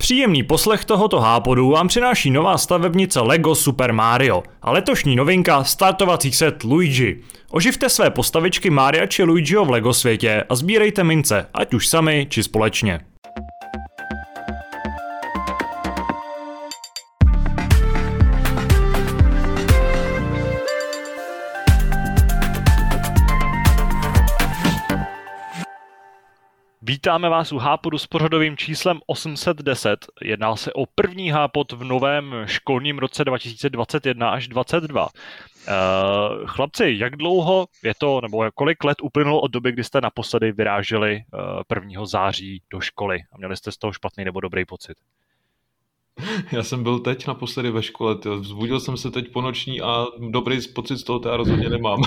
Příjemný poslech tohoto hápodu vám přináší nová stavebnice LEGO Super Mario a letošní novinka startovací set Luigi. Oživte své postavičky Mária či Luigiho v LEGO světě a sbírejte mince, ať už sami či společně. Vítáme vás u hápodu s pořadovým číslem 810. Jedná se o první hápod v novém školním roce 2021 až 2022. Chlapci, jak dlouho je to, nebo kolik let uplynulo od doby, kdy jste naposledy vyráželi 1. září do školy a měli jste z toho špatný nebo dobrý pocit? Já jsem byl teď naposledy ve škole, vzbudil jsem se teď po noční a dobrý pocit z toho já rozhodně nemám.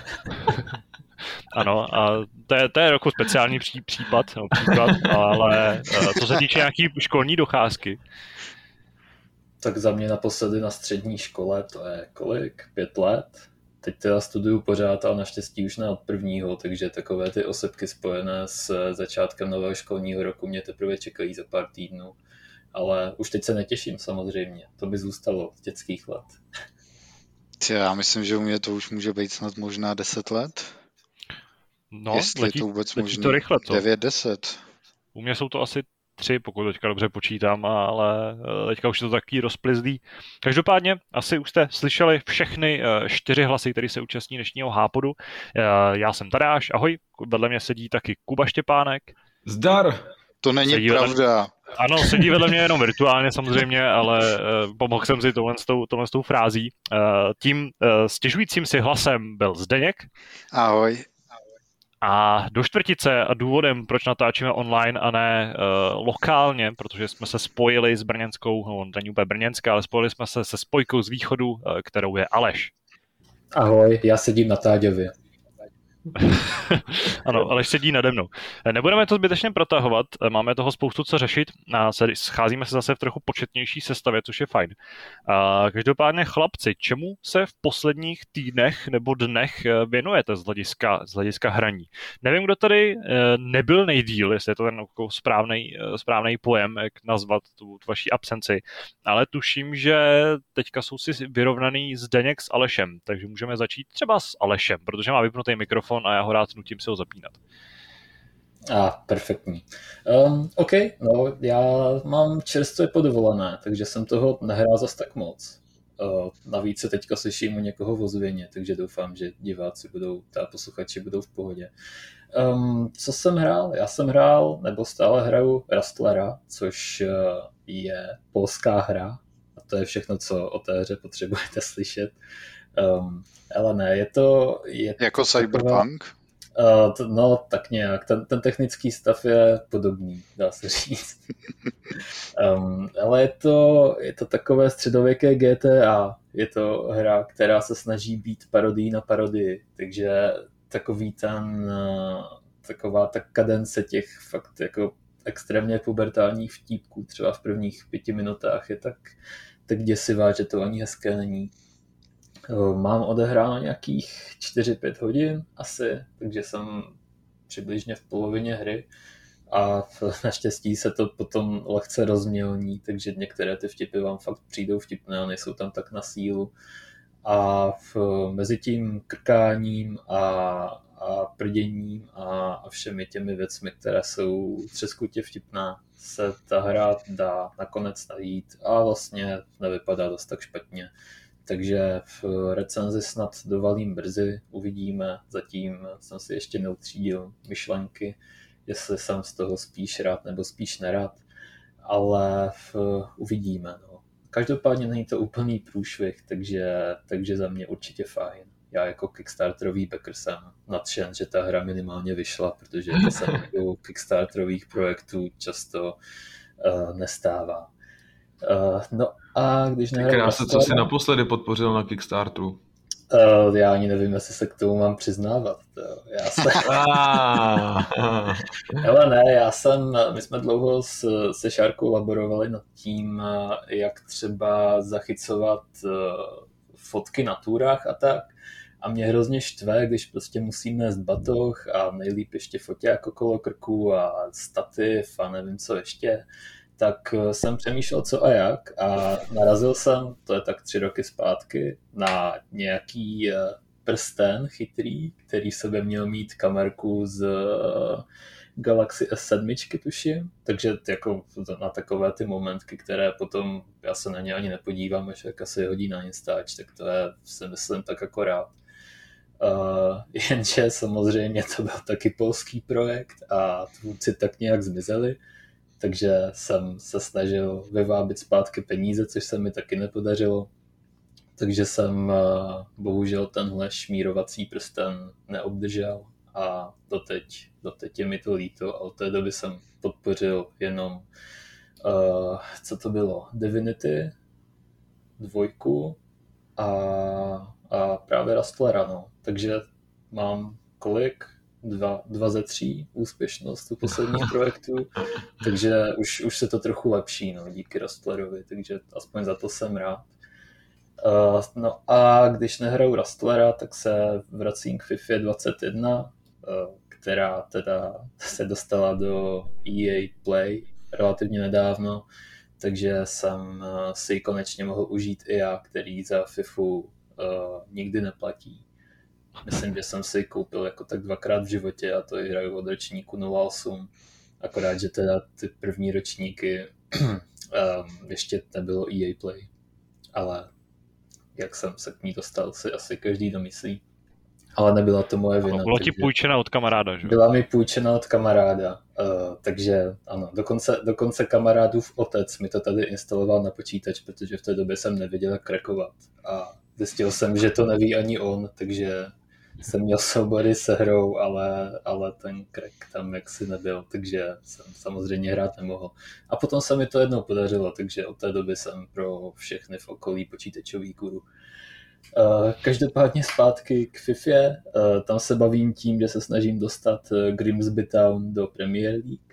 Ano, a to je jako speciální případ, ale co se týče nějaký školní docházky. Tak za mě naposledy na střední škole, to je kolik? 5 let? Teď teda studuju pořád, ale naštěstí už ne od prvního, takže takové ty osebky spojené s začátkem nového školního roku mě teprve čekají za pár týdnů. Ale už teď se netěším samozřejmě, to by zůstalo z dětských let. Já myslím, že u mě to už může být snad možná 10 let. No, jestli to vůbec možný, to rychle, 9-10. U mě jsou to asi 3, pokud teďka dobře počítám, ale teďka už je to takový rozplizlý. Každopádně asi už jste slyšeli všechny 4 hlasy, které se účastní dnešního hápodu. Já jsem Tadáš, ahoj, vedle mě sedí taky Kuba Štěpánek. Zdar! To není pravda. Ano, sedí vedle mě jenom virtuálně samozřejmě, ale pomohl jsem si tohle s tou frází. Tím stěžujícím si hlasem byl Zdeněk. Ahoj. A do čtvrtice a důvodem, proč natáčíme online a ne lokálně, protože jsme se spojili s brněnskou, no není úplně brněnská, ale spojili jsme se se spojkou z východu, kterou je Aleš. Ahoj, já sedím na Táďově. Ano, Aleš sedí nade mnou. Nebudeme to zbytečně protahovat, máme toho spoustu co řešit a scházíme se zase v trochu početnější sestavě, což je fajn. Každopádně chlapci, čemu se v posledních týdnech nebo dnech věnujete z hlediska hraní? Nevím, kdo tady nebyl nejdýl, jestli je to ten správný pojem, jak nazvat tu vaši absenci, ale tuším, že teďka jsou si vyrovnaný Zdeněk s Alešem, takže můžeme začít třeba s Alešem, protože má vypnutý mikrofon a já ho rád nutím se ho zapínat. Perfektní. OK, no já mám čerstvě podovolené, takže jsem toho nehrál zas tak moc. Navíc se teďka slyším u někoho v ozvěně, takže doufám, že diváci posluchači budou v pohodě. Co jsem hrál? Já jsem hrál, nebo stále hraju Rustlera, což je polská hra. A to je všechno, co o té hře potřebujete slyšet. Ale ne, je to jako Cyberpunk? No, tak nějak. Ten technický stav je podobný, dá se říct. Ale je to takové středověké GTA. Je to hra, která se snaží být parodií na parodii. Takže taková ta kadence těch fakt jako extrémně pubertálních vtípků, třeba v prvních 5 minutách, je tak děsivá, že to ani hezké není. Mám odehráno nějakých 4-5 hodin asi, takže jsem přibližně v polovině hry a naštěstí se to potom lehce rozmělní, takže některé ty vtipy vám fakt přijdou vtipné a nejsou tam tak na sílu. A mezi tím krkáním a prděním a všemi těmi věcmi, které jsou třeskutě vtipná, se ta hra dá nakonec najít a vlastně nevypadá dost tak špatně. Takže v recenzi snad dovalím brzy, uvidíme, zatím jsem si ještě neutřídil myšlenky, jestli jsem z toho spíš rád nebo spíš nerad, ale uvidíme. No. Každopádně není to úplný průšvih, takže za mě určitě fajn. Já jako kickstarterový backer jsem nadšen, že ta hra minimálně vyšla, protože to se u kickstarterových projektů často nestává. No a když nehraju... Co jsi naposledy podpořil na Kickstarteru? Já ani nevím, jestli se k tomu mám přiznávat. Ale ne, my jsme dlouho se Šárkou laborovali nad tím, jak třeba zachycovat fotky na túrách a tak. A mě hrozně štve, když prostě musím nést batoh a nejlíp ještě foťák okolo krku a stativ a nevím co ještě. tak jsem přemýšlel co a jak a narazil jsem, to je tak 3 roky zpátky, na nějaký prsten chytrý, který v sobě měl mít kamerku z Galaxy S7, tuším, takže jako na takové ty momentky, které potom já se na ně ani nepodívám, až jak asi hodí na Instač, tak to je, si myslím, tak akorát. Jenže samozřejmě to byl taky polský projekt a tvůrci tak nějak zmizeli, takže jsem se snažil vyvábit zpátky peníze, což se mi taky nepodařilo. Takže jsem bohužel tenhle šmírovací prsten neobdržel a doteď je mi to líto a od té doby jsem podpořil jenom, co to bylo, Divinity 2 a právě Rustlera, no. Takže mám kolik? 2 ze 3 úspěšnost u posledních projektů, takže už se to trochu lepší, no, díky Rustlerovi, takže aspoň za to jsem rád. No a když nehraju Rustlera, tak se vracím k FIFA 21, která teda se dostala do EA Play relativně nedávno, takže jsem si ji konečně mohl užít i já, který za FIFU nikdy neplatí. Myslím, že jsem si ji koupil jako tak 2krát v životě a to i hraju od ročníku 08. Akorát, že teda ty první ročníky ještě nebylo EA Play. Ale jak jsem se k ní dostal, si asi každý domyslí. Ale nebyla to moje vina. Byla ti půjčena od kamaráda, že? Byla mi půjčena od kamaráda, takže ano, dokonce kamarádův otec mi to tady instaloval na počítač, protože v té době jsem nevěděl, jak crackovat. A zjistil jsem, že to neví ani on, takže jsem měl soubory se hrou, ale ten crack tam jaksi nebyl, takže jsem samozřejmě hrát nemohl. A potom se mi to jednou podařilo, takže od té doby jsem pro všechny v okolí počítačový guru. Každopádně zpátky k FIFA, tam se bavím tím, že se snažím dostat Grimsby Town do Premier League.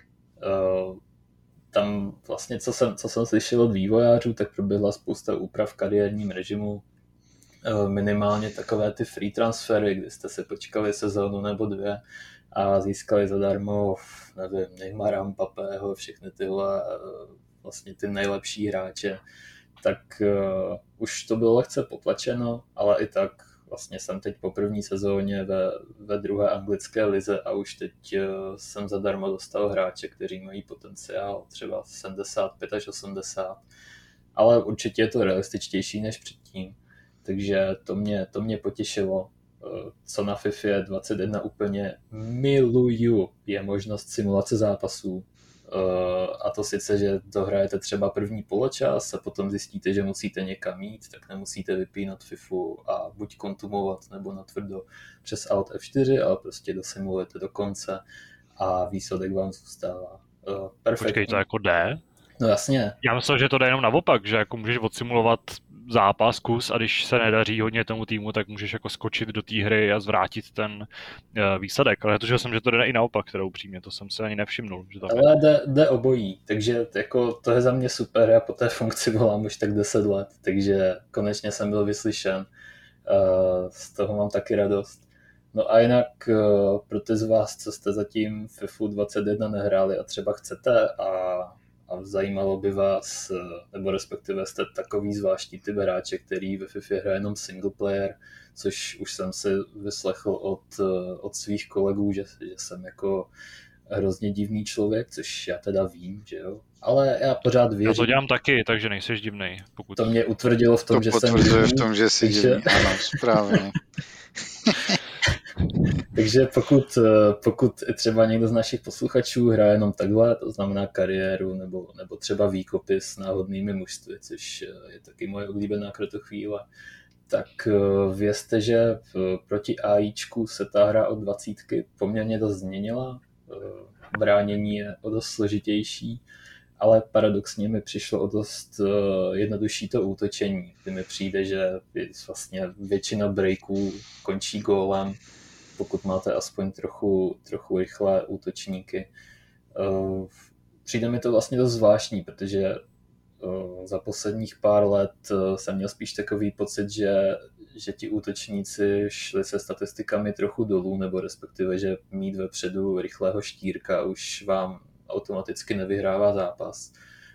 Tam vlastně, co jsem slyšel od vývojářů, tak proběhla spousta úprav v kariérním režimu. Minimálně takové ty free transfery, kdy jste se počkali sezónu nebo 2 a získali zadarmo, nevím, Neymara, Mbappého, všechny tyhle vlastně ty nejlepší hráče. Tak už to bylo lehce potlačeno, ale i tak vlastně jsem teď po první sezóně ve druhé anglické lize a už teď jsem zadarmo dostal hráče, kteří mají potenciál třeba 75 až 80, ale určitě je to realističtější než předtím, takže to mě potěšilo. Co na FIFA 21 úplně miluju, je možnost simulace zápasů. A to sice, že dohrajete třeba první poločas a potom zjistíte, že musíte někam jít, tak nemusíte vypínat FIFU a buď kontumovat nebo natvrdo přes Alt F4, ale prostě dosimulujete do konce a výsledek vám zůstává. Perfektní. Počkej, to jako jde? No jasně. Já myslel, že to jde jenom naopak, že jako můžeš odsimulovat zápas, kus a když se nedaří hodně tomu týmu, tak můžeš jako skočit do té hry a zvrátit ten výsledek. Ale tušil jsem, že to jde i naopak, teda upřímně, to jsem si ani nevšimnul. Že ale jde obojí, takže jako to je za mě super, já po té funkci volám už tak 10 let, takže konečně jsem byl vyslyšen, z toho mám taky radost. No a jinak pro ty z vás, co jste zatím FIFU 21 nehráli a třeba chcete a zajímalo by vás, nebo respektive jste takový zvláštní typ hráče, který ve FIFA hraje jenom single player, což už jsem si vyslechl od svých kolegů, že jsem jako hrozně divný člověk, což já teda vím, že jo. Ale já pořád věřím. Já to dělám taky, takže nejseš divnej. Pokud... To mě utvrdilo v tom, že jsem divný. V tom, že jsi divný, ano, správně. Takže pokud třeba někdo z našich posluchačů hraje jenom takhle, to znamená kariéru nebo třeba výkopy s náhodnými mužstvy, což je taky moje oblíbená krotochvíle, tak vězte, že proti AIčku se ta hra od 20 poměrně dost změnila. Bránění je o dost složitější, ale paradoxně mi přišlo o dost jednodušší to útočení, kdy mi přijde, že vlastně většina breaků končí gólem, pokud máte aspoň trochu rychlé útočníky. Přijde mi to vlastně dost zvláštní, protože za posledních pár let jsem měl spíš takový pocit, že ti útočníci šli se statistikami trochu dolů, nebo respektive, že mít vepředu rychlého štírka už vám automaticky nevyhrává zápas.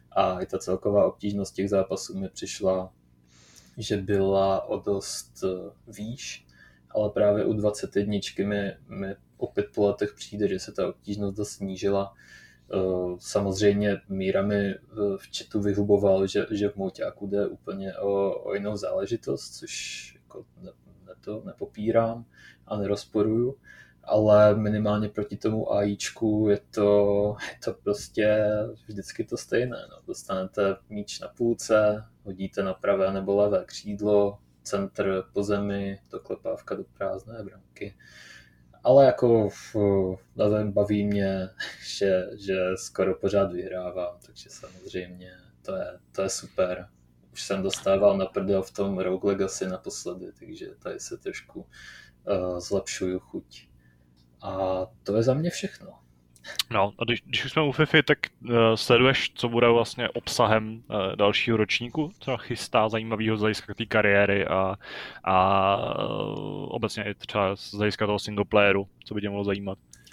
a i ta celková obtížnost těch zápasů mi přišla, že byla o dost výš, ale právě u 21 mi opět po letech přijde, že se ta obtížnost dost snížila. Samozřejmě Míra mi v chatu vyhuboval, že v Mouťáku jde úplně o jinou záležitost, což jako nepopírám a nerozporuju, ale minimálně proti tomu AIčku je to prostě vždycky to stejné. No. Dostanete míč na půlce, hodíte na pravé nebo levé křídlo, centr po zemi, doklepávka do prázdné branky. Ale jako nevím, baví mě, že skoro pořád vyhrávám, takže samozřejmě to je super. Už jsem dostával na prdel v tom Rogue Legacy naposledy, takže tady se trošku zlepšuju chuť. A to je za mě všechno. No a když už jsme u FIFA, tak sleduješ, co bude vlastně obsahem dalšího ročníku, co chystá zajímavého z hlediska té kariéry a obecně i třeba z hlediska toho singleplayeru, co by tě mohlo zajímat?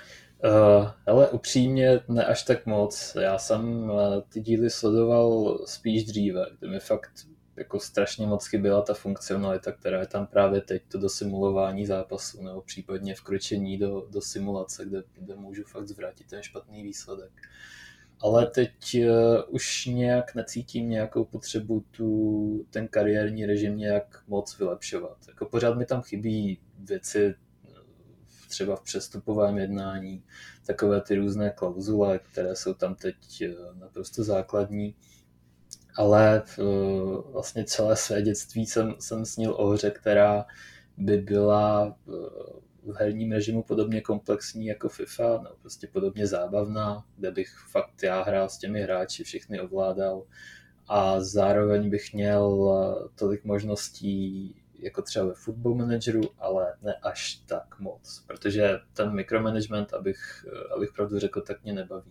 Ale upřímně ne až tak moc. Já jsem ty díly sledoval spíš dříve, kde mi fakt jako strašně moc chyběla ta funkcionalita, která je tam právě teď, to dosimulování zápasu, nebo případně vkročení do simulace, kde můžu fakt zvrátit ten špatný výsledek. Ale teď už nějak necítím nějakou potřebu ten kariérní režim nějak moc vylepšovat. Jako pořád mi tam chybí věci třeba v přestupovém jednání, takové ty různé klauzule, které jsou tam teď naprosto základní. Ale vlastně celé své dětství jsem snil o hře, která by byla v herním režimu podobně komplexní jako FIFA, no, prostě podobně zábavná, kde bych fakt já hrál s těmi hráči, všechny ovládal a zároveň bych měl tolik možností jako třeba ve Football Manageru, ale ne až tak moc, protože ten micromanagement, abych pravdu řekl, tak mě nebaví.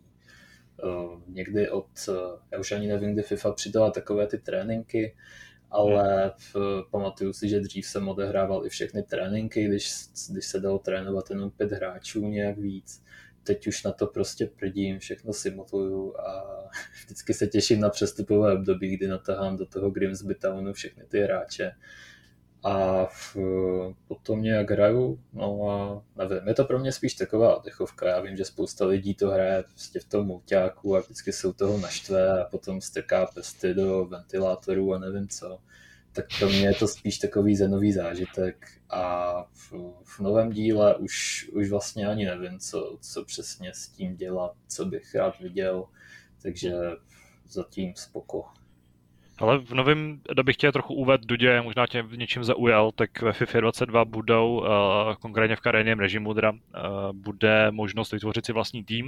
Někdy já už ani nevím, kdy FIFA přidala takové ty tréninky, ale pamatuju si, že dřív jsem odehrával i všechny tréninky, když se dalo trénovat jenom 5 hráčů nějak víc. Teď už na to prostě prdím, všechno simuluju a vždycky se těším na přestupové období, kdy natahám do toho Grimsby Townu všechny ty hráče. A potom nějak hraju, no a nevím, je to pro mě spíš taková oddechovka, já vím, že spousta lidí to hraje prostě v tom Mouťáku a vždycky se u toho naštve a potom strká prsty do ventilátorů a nevím co, tak pro mě je to spíš takový zenový zážitek a v novém díle už vlastně ani nevím, co přesně s tím dělat, co bych rád viděl, takže zatím spoko. Ale v novém, bych tě trochu uved do děje, možná tě něčím zaujal, tak ve FIFA 22 budou, konkrétně v kariérním režimu, bude možnost vytvořit si vlastní tým.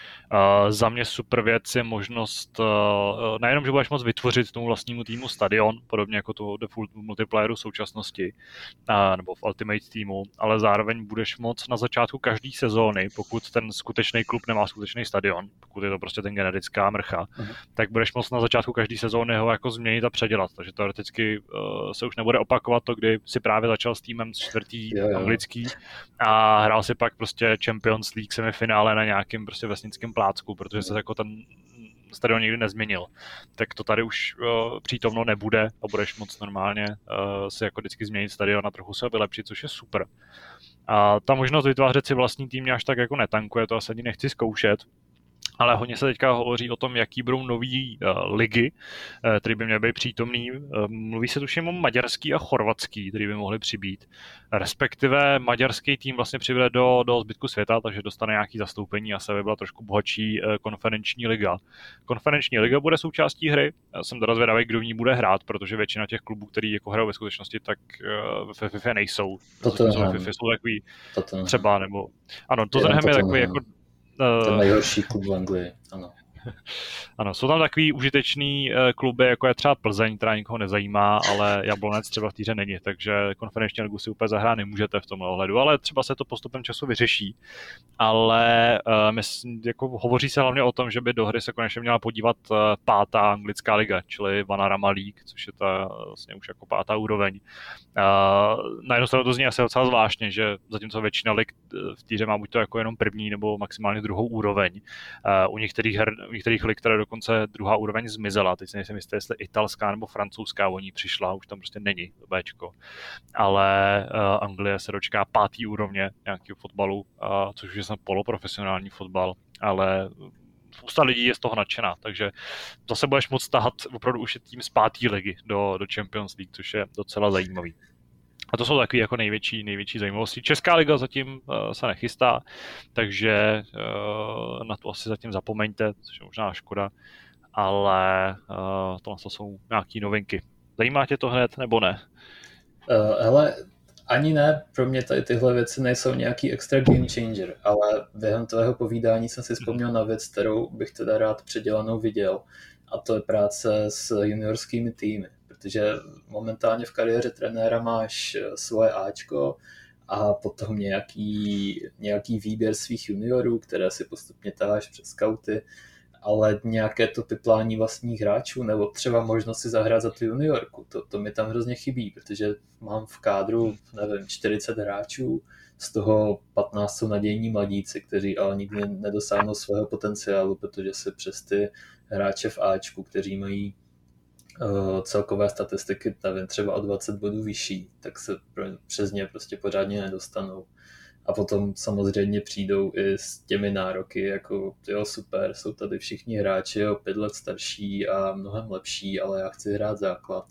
Za mě super věc je možnost, nejenom, že budeš moct vytvořit tomu vlastnímu týmu stadion, podobně jako to default multiplayeru v současnosti, nebo v Ultimate týmu, ale zároveň budeš moct na začátku každé sezóny, pokud ten skutečný klub nemá skutečný stadion, pokud je to prostě ten generická mrcha, tak budeš moct na začátku každé sezóny ho jako změnit a předělat, takže teoreticky se už nebude opakovat to, kdy si právě začal s týmem z 4. anglický a hrál si pak prostě Champions League semifinále na nějakým prostě vesnickém plácku, protože se jako ten stadion nikdy nezměnil. Tak to tady už přítomno nebude a budeš moc normálně si jako vždycky změnit stadion a trochu se vylepšit, což je super. A ta možnost vytvářet si vlastní tým mě až tak jako netankuje, to asi ani nechci zkoušet. Ale hodně se teďka hovoří o tom, jaký budou nový ligy, které by měly být přítomný. Mluví se tuším o maďarský a chorvatský, který by mohly přibýt. Respektive maďarský tým vlastně přivede do zbytku světa, takže dostane nějaké zastoupení a se by byla trošku bohatší konferenční liga. Konferenční liga bude součástí hry. Já jsem teda zvědavý, kdo v ní bude hrát, protože většina těch klubů, který jako hrajou ve skutečnosti, tak ve FIFA nejsou. FIFA jsou takový třeba, nebo... Ano, Tottenham je takový jako... Ten nejhorší klub v Anglii, ano. Ano, jsou tam takový užitečný kluby, jako je třeba Plzeň, která nikoho nezajímá, ale Jablonec třeba v té hře není, takže konferenční ligu si úplně zahrát nemůžete v tomhle ohledu, ale třeba se to postupem času vyřeší. Ale jako hovoří se hlavně o tom, že by do hry se konečně měla podívat 5. anglická liga, čili Vanarama League, což je ta vlastně už jako 5. úroveň. Na jednu stranu to zní asi docela zvláštně, že zatímco většina lig v té hře má buď to jako jenom 1. nebo maximálně 2. úroveň. U některých lig, které dokonce druhá úroveň zmizela. Teď si nejsem jistý, jestli italská nebo francouzská o ní přišla, už tam prostě není Bčko. Ale Anglie se dočká 5. úrovně nějakého fotbalu, což už je snad poloprofesionální fotbal, ale spousta lidí je z toho nadšená, takže zase budeš moct tahat opravdu už tím z 5. ligy do Champions League, což je docela zajímavý. A to jsou takové jako největší zajímavosti. Česká liga zatím se nechystá, takže na to asi zatím zapomeňte, což je možná škoda, ale to jsou nějaké novinky. Zajímá tě to hned, nebo ne? Hele, ani ne, pro mě tady tyhle věci nejsou nějaký extra game changer, ale během tvého povídání jsem si vzpomněl na věc, kterou bych teda rád předělanou viděl, a to je práce s juniorskými týmy, protože momentálně v kariéře trenéra máš svoje Ačko a potom nějaký výběr svých juniorů, které si postupně taháš přes skauty, ale nějaké to piplání vlastních hráčů nebo třeba možnost si zahrát za tu juniorku, to mi tam hrozně chybí, protože mám v kádru, nevím, 40 hráčů, z toho 15 jsou nadějní mladíci, kteří ale nikdy nedosáhnou svého potenciálu, protože se přes ty hráče v Ačku, kteří mají celkové statistiky, nevím, třeba o 20 bodů vyšší, tak se přes ně prostě pořádně nedostanou. A potom samozřejmě přijdou i s těmi nároky, jako jo, super, jsou tady všichni hráči o 5 let starší a mnohem lepší, ale já chci hrát základ.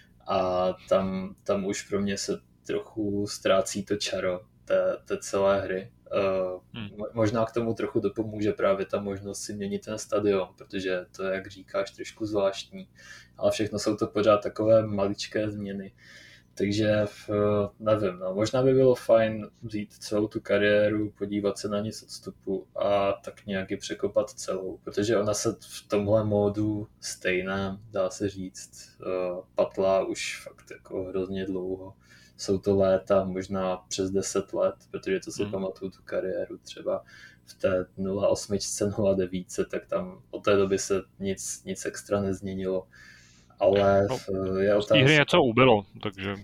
A tam už pro mě se trochu ztrácí to čaro té celé hry. Možná k tomu trochu dopomůže právě ta možnost si měnit ten stadion, protože to je, jak říkáš, trošku zvláštní, ale všechno jsou to pořád takové maličké změny. Takže nevím, no, možná by bylo fajn vzít celou tu kariéru, podívat se na ní z odstupu a tak nějak ji překopat celou, protože ona se v tomhle módu stejná, dá se říct, patlá už fakt jako hrozně dlouho. Jsou to léta, možná přes 10 let, protože to si pamatuju tu kariéru třeba v té 08, 09, tak tam od té doby se nic extra nezměnilo. Ale je otázka. Z té hry něco ubylo, takže...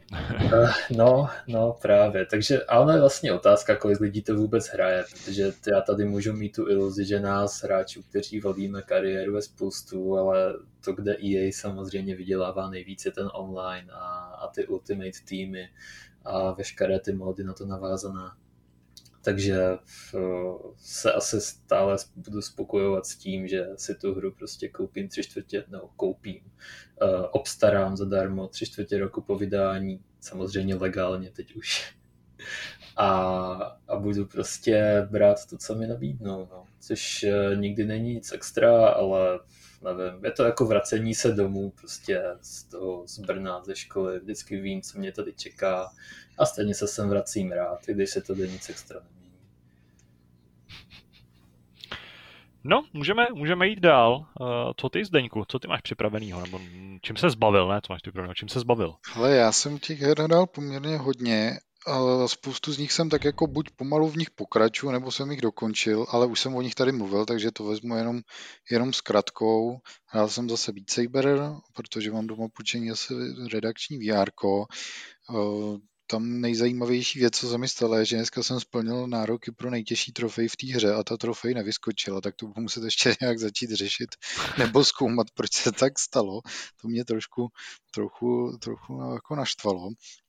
No, právě. Takže, ale je vlastně otázka, kolik lidí to vůbec hraje, protože já tady můžu mít tu iluzi, že nás hráčů, kteří valíme kariéru, je spoustu, ale to, kde EA samozřejmě vydělává nejvíc, je ten online a ty Ultimate týmy a veškeré ty módy na to navázané. Takže se asi stále budu spokojovat s tím, že si tu hru prostě koupím 3/4, obstarám zadarmo 3/4 roku po vydání, samozřejmě legálně teď už. A budu prostě brát to, co mi nabídnou, no. Což nikdy není nic extra, ale nevím, je to jako vracení se domů prostě z Brna, ze školy, vždycky vím, co mě tady čeká a stejně se sem vracím rád, i když se to nic extra nemění. No, můžeme jít dál. Co ty, Zdeňku, co ty máš připravenýho? Nebo čím se zbavil, ne? Co máš připraveného? Čím se zbavil? Hele, já jsem těch her hrál poměrně hodně. Spoustu z nich jsem tak jako buď pomalu v nich pokračuju, nebo jsem jich dokončil, ale už jsem o nich tady mluvil, takže to vezmu jenom s kratkou. Hrál jsem zase Beat Saber, protože mám doma půjčení asi redakční VRko. Tam nejzajímavější věc, co se mi stalo, je, že dneska jsem splnil nároky pro nejtěžší trofej v té hře a ta trofej nevyskočila, tak to budu muset ještě nějak začít řešit nebo zkoumat, proč se tak stalo. To mě trochu jako naštvalo.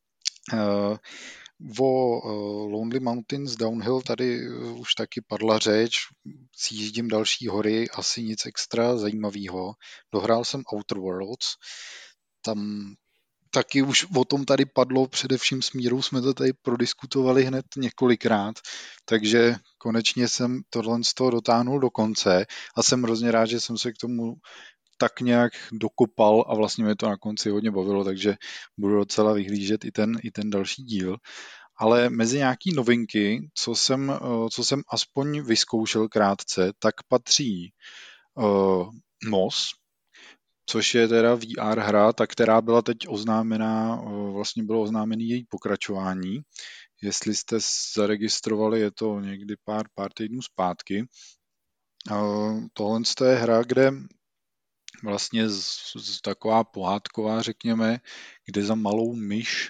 O Lonely Mountains Downhill tady už taky padla řeč, sjíždím další hory, asi nic extra zajímavého. Dohrál jsem Outer Worlds, tam taky už o tom tady padlo, především s Mírou jsme to tady prodiskutovali hned několikrát, takže konečně jsem tohle z toho dotáhnul do konce a jsem hrozně rád, že jsem se k tomu tak nějak dokopal a vlastně mě to na konci hodně bavilo, takže budu docela vyhlížet i ten další díl. Ale mezi nějaký novinky, co jsem aspoň vyzkoušel krátce, tak patří Moss, což je teda VR hra, ta, která byla teď oznámená, vlastně bylo oznámený její pokračování. Jestli jste zaregistrovali, je to někdy pár týdnů zpátky. Tohle je hra, kde vlastně taková pohádková, řekněme, kde za malou myš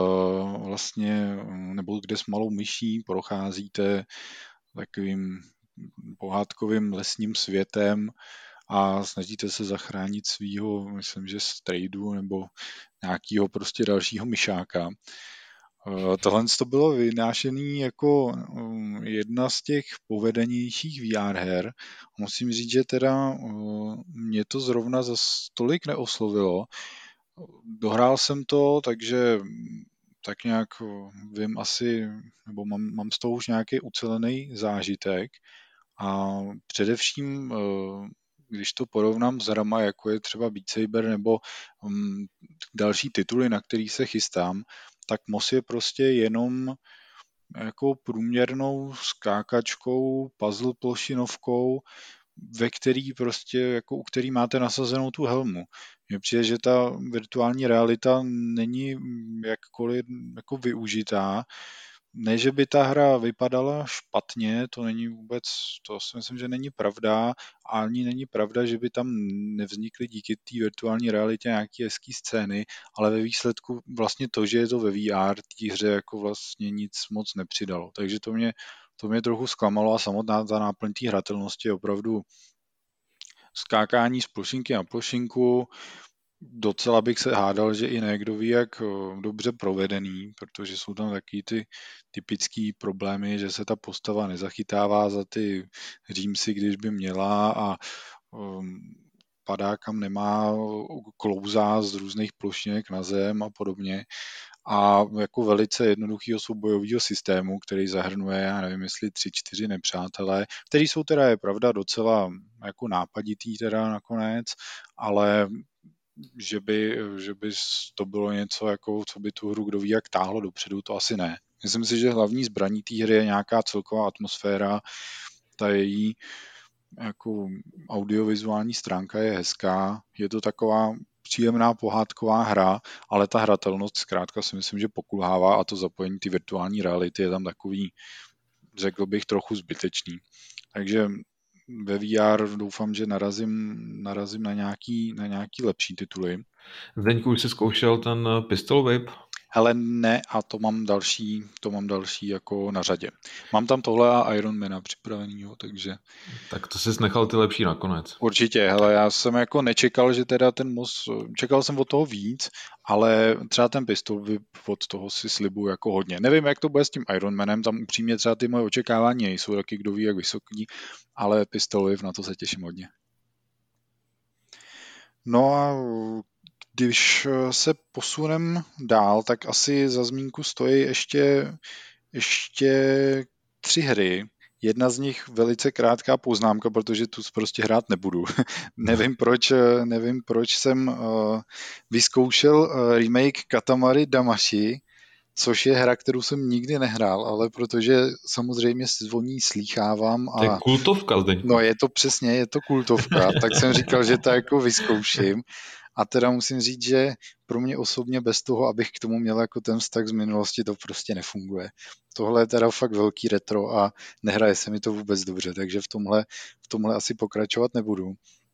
vlastně, nebo kde s malou myší procházíte takovým pohádkovým lesním světem a snažíte se zachránit svýho, myslím, že strejdu nebo nějakého prostě dalšího myšáka. Tohle to bylo vynášený jako jedna z těch povedenějších VR her. Musím říct, že teda mě to zrovna za tolik neoslovilo. Dohrál jsem to, takže tak nějak vím asi, nebo mám z toho už nějaký ucelený zážitek. A především, když to porovnám s hrama, jako je třeba Beat Saber nebo další tituly, na který se chystám, tak MOS je prostě jenom jako průměrnou skákačkou, puzzle plošinovkou, ve který prostě, jako u který máte nasazenou tu helmu. Mně přijde, že ta virtuální realita není jakkoliv jako využitá. Ne, že by ta hra vypadala špatně, to není vůbec, to si myslím, že není pravda, a ani není pravda, že by tam nevznikly díky té virtuální realitě nějaké hezké scény, ale ve výsledku vlastně to, že je to ve VR, té hře jako vlastně nic moc nepřidalo. Takže to mě trochu zklamalo a samotná ta náplň té hratelnosti je opravdu skákání z plošinky na plošinku. Docela bych se hádal, že i někdo ví, jak dobře provedený, protože jsou tam taky ty typický problémy, že se ta postava nezachytává za ty římsy, když by měla, a padá kam nemá, klouzá z různých plošinek na zem a podobně. A jako velice jednoduchýho soubojového systému, který zahrnuje, já nevím, jestli 3-4 nepřátelé, který jsou teda, je pravda, docela jako nápaditý teda nakonec, ale že by to bylo něco, jako, co by tu hru kdo ví jak táhlo dopředu, to asi ne. Myslím si, že hlavní zbraní té hry je nějaká celková atmosféra, ta její jako audiovizuální stránka je hezká, je to taková příjemná pohádková hra, ale ta hratelnost zkrátka si myslím, že pokulhává a to zapojení té virtuální reality je tam takový, řekl bych, trochu zbytečný. Takže ve VR doufám, že narazím na nějaký lepší tituly. Zdeňku, už jsi zkoušel ten Pistol Whip? Hele, ne, a to mám další jako na řadě. Mám tam tohle a Ironmana připravenýho, takže... Tak to jsi nechal ty lepší nakonec. Určitě, hele, já jsem jako nečekal, že teda ten MOS, čekal jsem od toho víc, ale třeba ten Pistol Whip od toho si slibuju jako hodně. Nevím, jak to bude s tím Ironmanem, tam upřímně třeba ty moje očekávání nejsou taky kdo ví jak vysoký, ale Pistol Whip, na to se těším hodně. No a když se posunem dál, tak asi za zmínku stojí ještě 3 hry. Jedna z nich velice krátká poznámka, protože tu prostě hrát nebudu. nevím, proč jsem vyzkoušel remake Katamari Damacy, což je hra, kterou jsem nikdy nehrál, ale protože samozřejmě o ní slýchávám. To je kultovka, Zdeňku. No je to kultovka, tak jsem říkal, že to jako vyzkouším. A teda musím říct, že pro mě osobně bez toho, abych k tomu měl jako ten vztah z minulosti, to prostě nefunguje. Tohle je teda fakt velký retro a nehraje se mi to vůbec dobře, takže v tomhle asi pokračovat nebudu.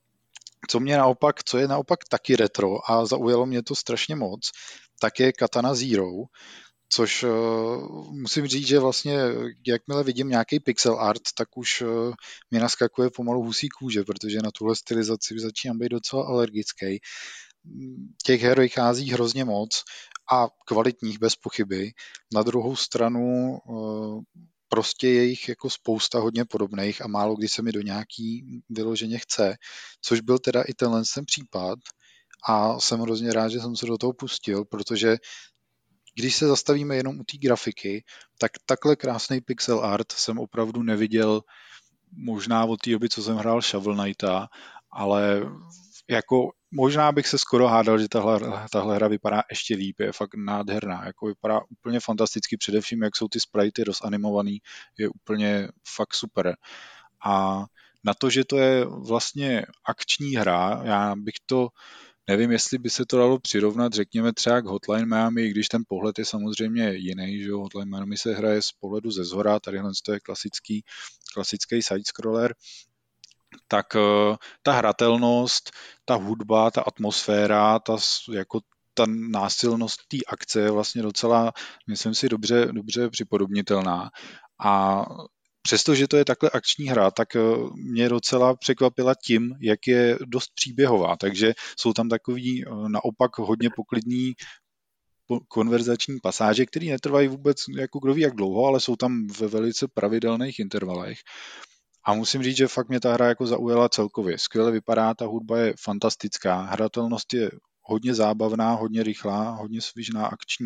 Co je naopak taky retro a zaujalo mě to strašně moc, tak je Katana Zero, což musím říct, že vlastně jakmile vidím nějaký pixel art, tak už mě naskakuje pomalu husí kůže, protože na tuhle stylizaci začínám být docela alergický. Těch her vychází hrozně moc a kvalitních bez pochyby. Na druhou stranu prostě je jich jako spousta hodně podobných a málo kdy se mi do nějaký vyloženě chce, což byl teda i tenhle případ a jsem hrozně rád, že jsem se do toho pustil, protože když se zastavíme jenom u té grafiky, tak takhle krásný pixel art jsem opravdu neviděl možná od té doby, co jsem hrál Shovel Knighta, ale jako možná bych se skoro hádal, že tahle hra vypadá ještě líp, je fakt nádherná, jako vypadá úplně fantasticky, především jak jsou ty sprite rozanimovaný, je úplně fakt super. A na to, že to je vlastně akční hra, já bych to nevím, jestli by se to dalo přirovnat, řekněme třeba k Hotline Miami, i když ten pohled je samozřejmě jiný, že Hotline Miami se hraje z pohledu ze zhora, tadyhle to je klasický side-scroller, tak ta hratelnost, ta hudba, ta atmosféra, ta násilnost té akce je vlastně docela, myslím si, dobře připodobnitelná. A přestože to je takhle akční hra, tak mě docela překvapila tím, jak je dost příběhová, takže jsou tam takový naopak hodně poklidný konverzační pasáže, které netrvají vůbec jako kdo ví jak dlouho, ale jsou tam ve velice pravidelných intervalech. A musím říct, že fakt mě ta hra jako zaujala celkově. Skvěle vypadá, ta hudba je fantastická, hratelnost je hodně zábavná, hodně rychlá, hodně svižná, akční,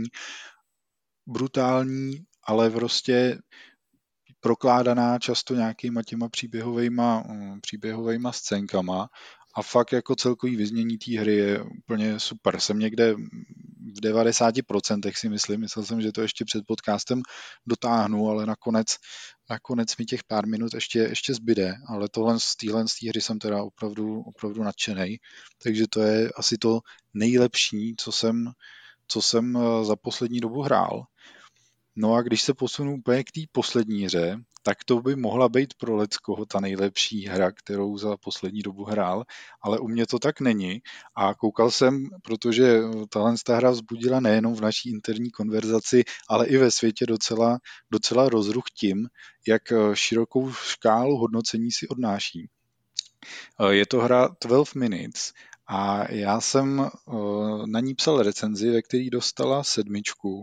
brutální, ale prostě prokládaná často nějakýma těma příběhovejma scénkama a fakt jako celkový vyznění té hry je úplně super. Jsem někde v 90% si myslel jsem, že to ještě před podcastem dotáhnu, ale nakonec mi těch pár minut ještě zbyde, ale z téhle hry jsem teda opravdu nadšenej, takže to je asi to nejlepší, co jsem za poslední dobu hrál. No a když se posunu úplně k té poslední hře, tak to by mohla být pro leckoho ta nejlepší hra, kterou za poslední dobu hrál, ale u mě to tak není. A koukal jsem, protože tahle hra vzbudila nejenom v naší interní konverzaci, ale i ve světě docela rozruch tím, jak širokou škálu hodnocení si odnáší. Je to hra 12 Minutes a já jsem na ní psal recenzi, ve který dostala 7.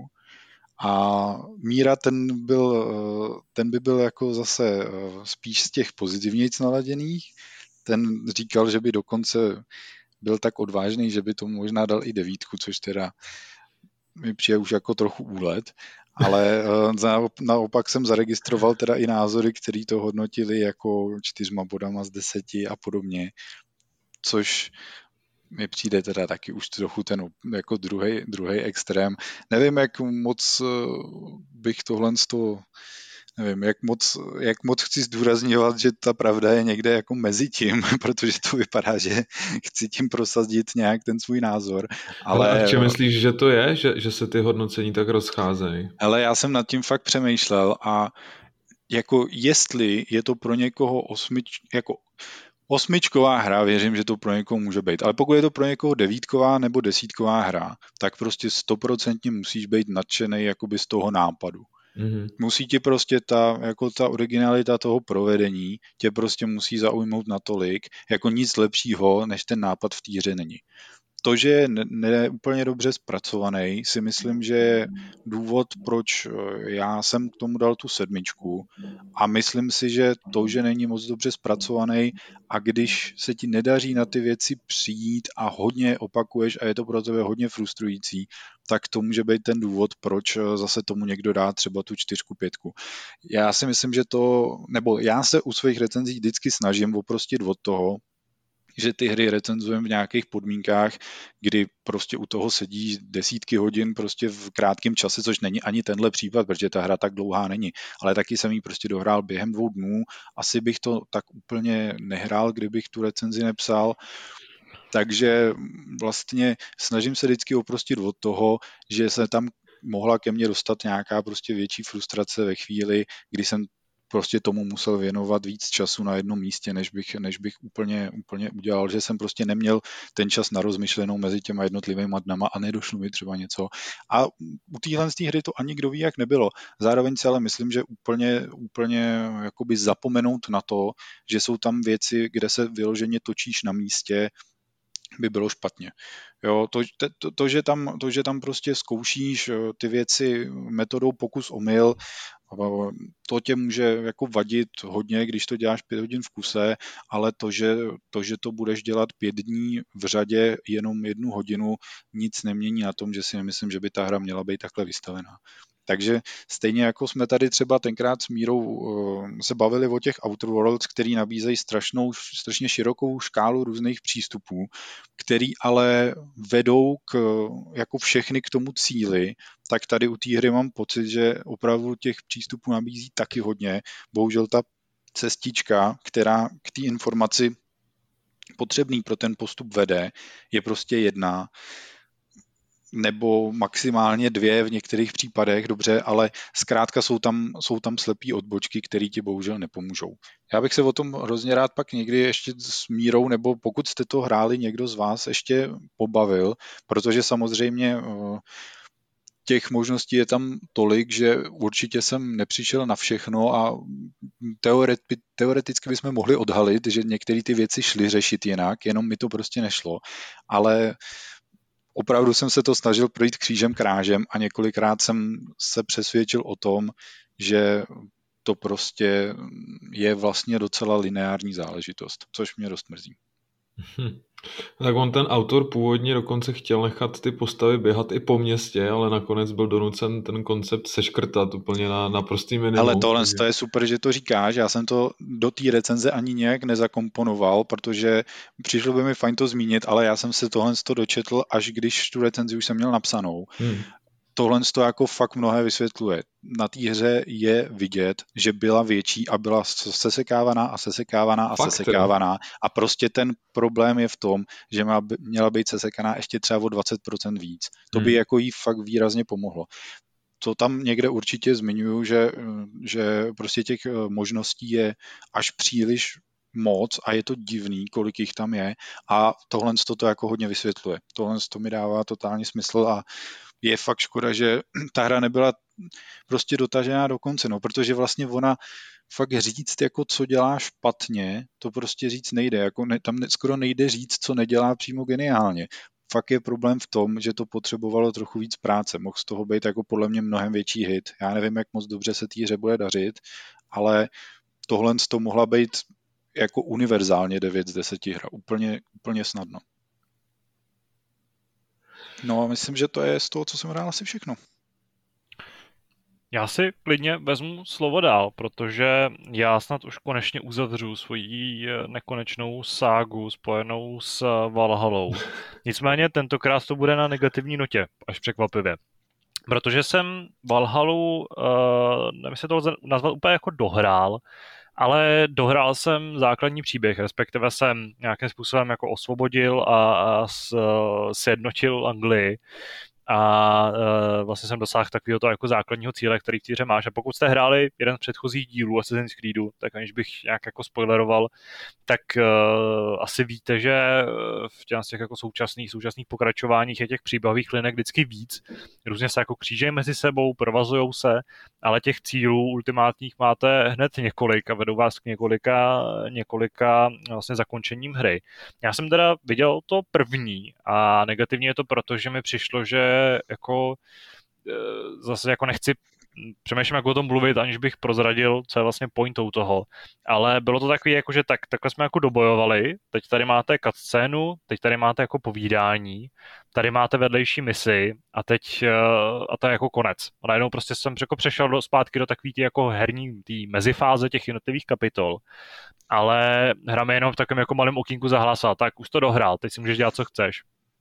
A Míra, ten by byl jako zase spíš z těch pozitivnějc naladěných. Ten říkal, že by dokonce byl tak odvážný, že by tomu možná dal i 9, což teda mi přijde už jako trochu úlet. Ale naopak jsem zaregistroval teda i názory, který to hodnotili jako 4 bodama z 10 a podobně. Což mi přijde teda taky už trochu ten jako druhý extrém. Nevím, jak moc bych tohle nevím, jak moc chci zdůrazňovat, že ta pravda je někde jako mezi tím, protože to vypadá, že chci tím prosadit nějak ten svůj názor. Ale a v čem myslíš, že to je, že se ty hodnocení tak rozcházejí? Ale já jsem nad tím fakt přemýšlel a jako jestli je to pro někoho osmičková hra, věřím, že to pro někoho může být. Ale pokud je to pro někoho 9 nebo 10 hra, tak prostě 100% musíš být nadšenej jakoby z toho nápadu. Mm-hmm. Musí ti prostě ta originalita toho provedení tě prostě musí zaujmout natolik, jako nic lepšího, než ten nápad v té hře není. To, že je úplně dobře zpracovaný, si myslím, že je důvod, proč já jsem k tomu dal tu 7. A myslím si, že to, že není moc dobře zpracovaný a když se ti nedaří na ty věci přijít a hodně opakuješ a je to pro tebe hodně frustrující, tak to může být ten důvod, proč zase tomu někdo dá třeba tu 4, 5. Já si myslím, že já se u svých recenzí vždycky snažím oprostit od toho, že ty hry recenzujeme v nějakých podmínkách, kdy prostě u toho sedí desítky hodin prostě v krátkém čase, což není ani tenhle případ, protože ta hra tak dlouhá není, ale taky jsem ji prostě dohrál během 2 dnů, asi bych to tak úplně nehrál, kdybych tu recenzi nepsal, takže vlastně snažím se vždycky oprostit od toho, že se tam mohla ke mně dostat nějaká prostě větší frustrace ve chvíli, kdy jsem prostě tomu musel věnovat víc času na jednom místě, než bych úplně udělal, že jsem prostě neměl ten čas na rozmyšlenou mezi těma jednotlivými dnama a nedošlo mi třeba něco. A u téhle hry to ani kdo ví, jak nebylo. Zároveň si ale myslím, že úplně jakoby zapomenout na to, že jsou tam věci, kde se vyloženě točíš na místě, by bylo špatně. Jo, to, že tam prostě zkoušíš ty věci metodou pokus omyl, to tě může jako vadit hodně, když to děláš 5 hodin v kuse, ale to, že to budeš dělat 5 dní v řadě jenom 1 hodinu, nic nemění na tom, že si nemyslím, že by ta hra měla být takhle vystavená. Takže stejně jako jsme tady třeba tenkrát s Mírou se bavili o těch Outer Worlds, který nabízejí strašně širokou škálu různých přístupů, který ale vedou jako všechny k tomu cíli, tak tady u té hry mám pocit, že opravdu těch přístupů nabízí taky hodně. Bohužel ta cestička, která k té informaci potřebný pro ten postup vede, je prostě jedna, nebo maximálně 2 v některých případech, dobře, ale zkrátka jsou tam slepý odbočky, které ti bohužel nepomůžou. Já bych se o tom hrozně rád pak někdy ještě s Mírou, nebo pokud jste to hráli, někdo z vás ještě pobavil, protože samozřejmě těch možností je tam tolik, že určitě jsem nepřišel na všechno a teoreticky bychom mohli odhalit, že některé ty věci šly řešit jinak, jenom mi to prostě nešlo. Ale opravdu jsem se to snažil projít křížem krážem a několikrát jsem se přesvědčil o tom, že to prostě je vlastně docela lineární záležitost, což mě dost mrzí. Tak on ten autor původně dokonce chtěl nechat ty postavy běhat i po městě, ale nakonec byl donucen ten koncept seškrtat úplně na prostý minimum. Ale tohle to je super, že to říkáš, já jsem to do té recenze ani nějak nezakomponoval, protože přišlo by mi fajn to zmínit, ale já jsem se tohle dočetl, až když tu recenzi už jsem měl napsanou. Tohle to jako fakt mnohé vysvětluje. Na té hře je vidět, že byla větší a byla sesekávaná a prostě ten problém je v tom, že měla být sesekaná ještě třeba o 20% víc. To by jako jí fakt výrazně pomohlo. To tam někde určitě zmiňuju, že prostě těch možností je až příliš moc a je to divný, kolik jich tam je a tohle to jako hodně vysvětluje. Tohle to mi dává totální smysl a je fakt škoda, že ta hra nebyla prostě dotažená do konce, no, protože vlastně ona fakt říct, jako co dělá špatně, to prostě říct nejde, jako tam skoro nejde říct, co nedělá přímo geniálně. Fakt je problém v tom, že to potřebovalo trochu víc práce, mohl z toho být jako podle mě mnohem větší hit. Já nevím, jak moc dobře se té hře bude dařit, ale tohle to mohla být jako univerzálně 9 z 10 hra, úplně snadno. No a myslím, že to je z toho, co jsem hrál, asi všechno. Já si klidně vezmu slovo dál, protože já snad už konečně uzavřu svoji nekonečnou ságu spojenou s Valhallou. Nicméně tentokrát to bude na negativní notě, až překvapivě. Protože jsem Valhallu, nevím, se to nazvat úplně jako dohrál, ale dohrál jsem základní příběh, respektive jsem nějakým způsobem jako osvobodil a sjednotil Anglii a vlastně jsem dosáhl takového toho jako základního cíle, který v té hře máš. A pokud jste hráli jeden z předchozích dílů Assassin's Creedu, tak aniž bych nějak jako spoileroval, tak asi víte, že v těch jako současných pokračováních je těch příběhových linek vždycky víc. Různě se jako křížejí mezi sebou, provazujou se, ale těch cílů ultimátních máte hned několik a vedou vás k několika vlastně zakončením hry. Já jsem teda viděl to první a negativně je to proto, že mi přišlo, že jako zase jako nechci přemýšlím, jak o tom mluvit, aniž bych prozradil, co je vlastně pointou toho. Ale bylo to takový, jako, že takhle jsme jako dobojovali, teď tady máte cutscénu, teď tady máte jako povídání, tady máte vedlejší misi a to je jako konec. A najednou prostě jsem jako přešel zpátky do takový jako herní mezifáze těch jednotlivých kapitol, ale hráme jenom v takovém jako malém okýnku zahlásat, tak už to dohrál, teď si můžeš dělat, co chceš.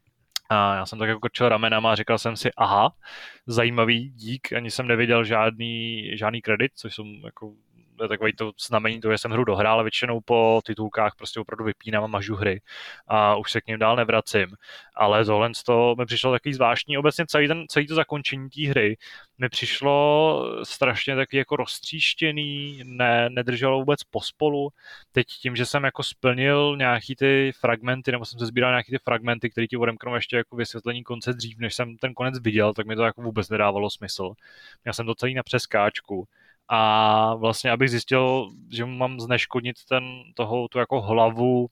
A já jsem tak jako krčil ramenama a říkal jsem si, aha, zajímavý, dík, ani jsem neviděl žádný kredit, což jsem jako takový to znamení toho, že jsem hru dohrál, ale většinou po titulkách prostě opravdu vypínám a mažu hry a už se k ním dál nevracím. Ale tohle mi přišlo takový zvláštní, obecně celý to zakončení té hry mi přišlo strašně taky jako roztříštěný, nedrželo vůbec pospolu. Teď tím, že jsem jako splnil nějaký ty fragmenty, nebo jsem se sbíral nějaký ty fragmenty, které ti odemknou ještě jako vysvětlení konce dřív, než jsem ten konec viděl, tak mi to jako vůbec nedávalo smysl. Měl jsem to celý na přeskáčku. A vlastně, abych zjistil, že mám zneškodnit tu jako hlavu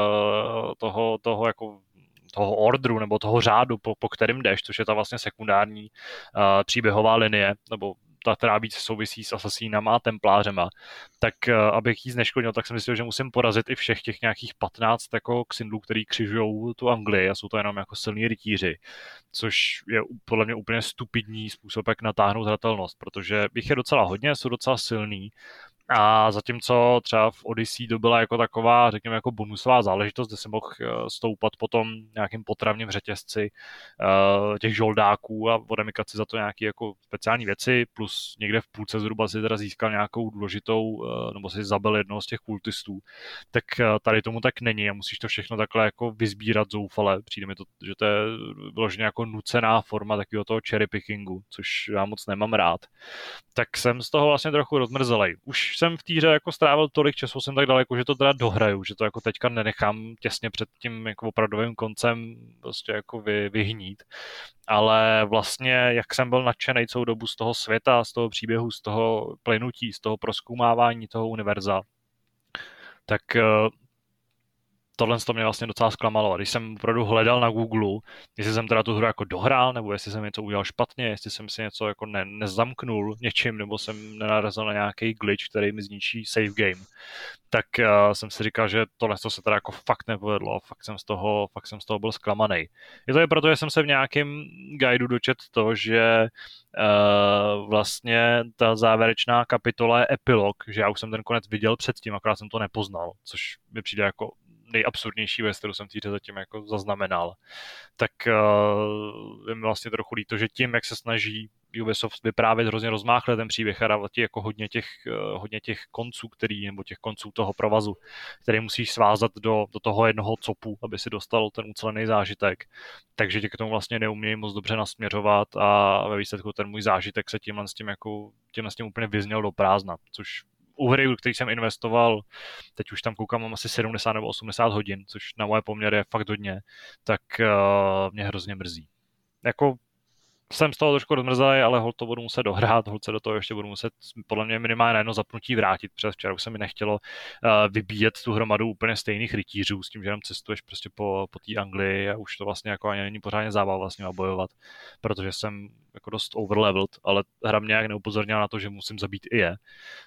toho ordru nebo toho řádu, po kterým jdeš, což je ta vlastně sekundární příběhová linie, nebo ta, která víc souvisí s asasínama a templářema, tak abych jí zneškodnil, tak jsem myslel, že musím porazit i všech těch nějakých 15 jako ksindlů, který křižujou tu Anglii a jsou to jenom jako silní rytíři, což je podle mě úplně stupidní způsob, jak natáhnout hratelnost, protože jich je docela hodně, jsou docela silný. A zatímco třeba v Odyssey to byla jako taková, řekněme, jako bonusová záležitost, kde jsem mohl stoupat potom nějakým potravním řetězci těch žoldáků a odemykat si za to nějaké jako speciální věci, plus někde v půlce zhruba si teda získal nějakou důležitou, nebo si zabil jednoho z těch kultistů. Tak tady tomu tak není a musíš to všechno takhle jako vyzbírat zoufale. Přijde mi to, že to je vyloženě jako nucená forma takového toho cherry pickingu, což já moc nemám rád. Tak jsem z toho vlastně trochu rozmrzelej. Už jsem v té hře jako strávil tolik času, jsem tak daleko, že to teda dohraju, že to jako teďka nenechám těsně před tím jako opravdovým koncem prostě jako vyhnít. Ale vlastně, jak jsem byl nadšenej celou dobu z toho světa, z toho příběhu, z toho plynutí, z toho prozkoumávání toho univerza, tak tohle to mě vlastně docela zklamalo. A když jsem opravdu hledal na Google, jestli jsem teda tu hru jako dohrál, nebo jestli jsem něco udělal špatně, jestli jsem si něco jako nezamknul něčím, nebo jsem nenarazil na nějaký glitch, který mi zničí save game, tak jsem si říkal, že tohle se teda jako fakt nepovedlo. Fakt jsem z toho byl zklamaný. Je to i proto, že jsem se v nějakém guideu dočetl to, že vlastně ta závěrečná kapitola je epilog, že já už jsem ten konec viděl předtím, akorát jsem to nepoznal, což mi přijde jako nejabsurdnější věc, kterou jsem týře zatím jako zaznamenal. Tak je mi vlastně trochu líto, že tím, jak se snaží Ubisoft vyprávět hrozně rozmáchle ten příběh a dávat ti jako hodně těch konců, nebo těch konců toho provazu, který musíš svázat do toho jednoho copu, aby si dostal ten ucelený zážitek. Takže tě k tomu vlastně neumějí moc dobře nasměřovat a ve výsledku ten můj zážitek se tímhle s tím úplně vyzněl do prázdna, což u hry, do který jsem investoval, teď už tam koukám, mám asi 70 nebo 80 hodin, což na moje poměry je fakt hodně, tak mě hrozně mrzí. Jako jsem z toho trošku rozmrzalý, ale holt to budu muset dohrát, holt se do toho ještě budu muset podle mě minimálně na jedno zapnutí vrátit, protože včera už se mi nechtělo vybíjet tu hromadu úplně stejných rytířů s tím, že jenom cestuješ prostě po té Anglii a už to vlastně jako ani není pořádně zábava vlastně bojovat, protože jsem jako dost overleveled, ale hra mě nějak neupozornila na to, že musím zabít i je.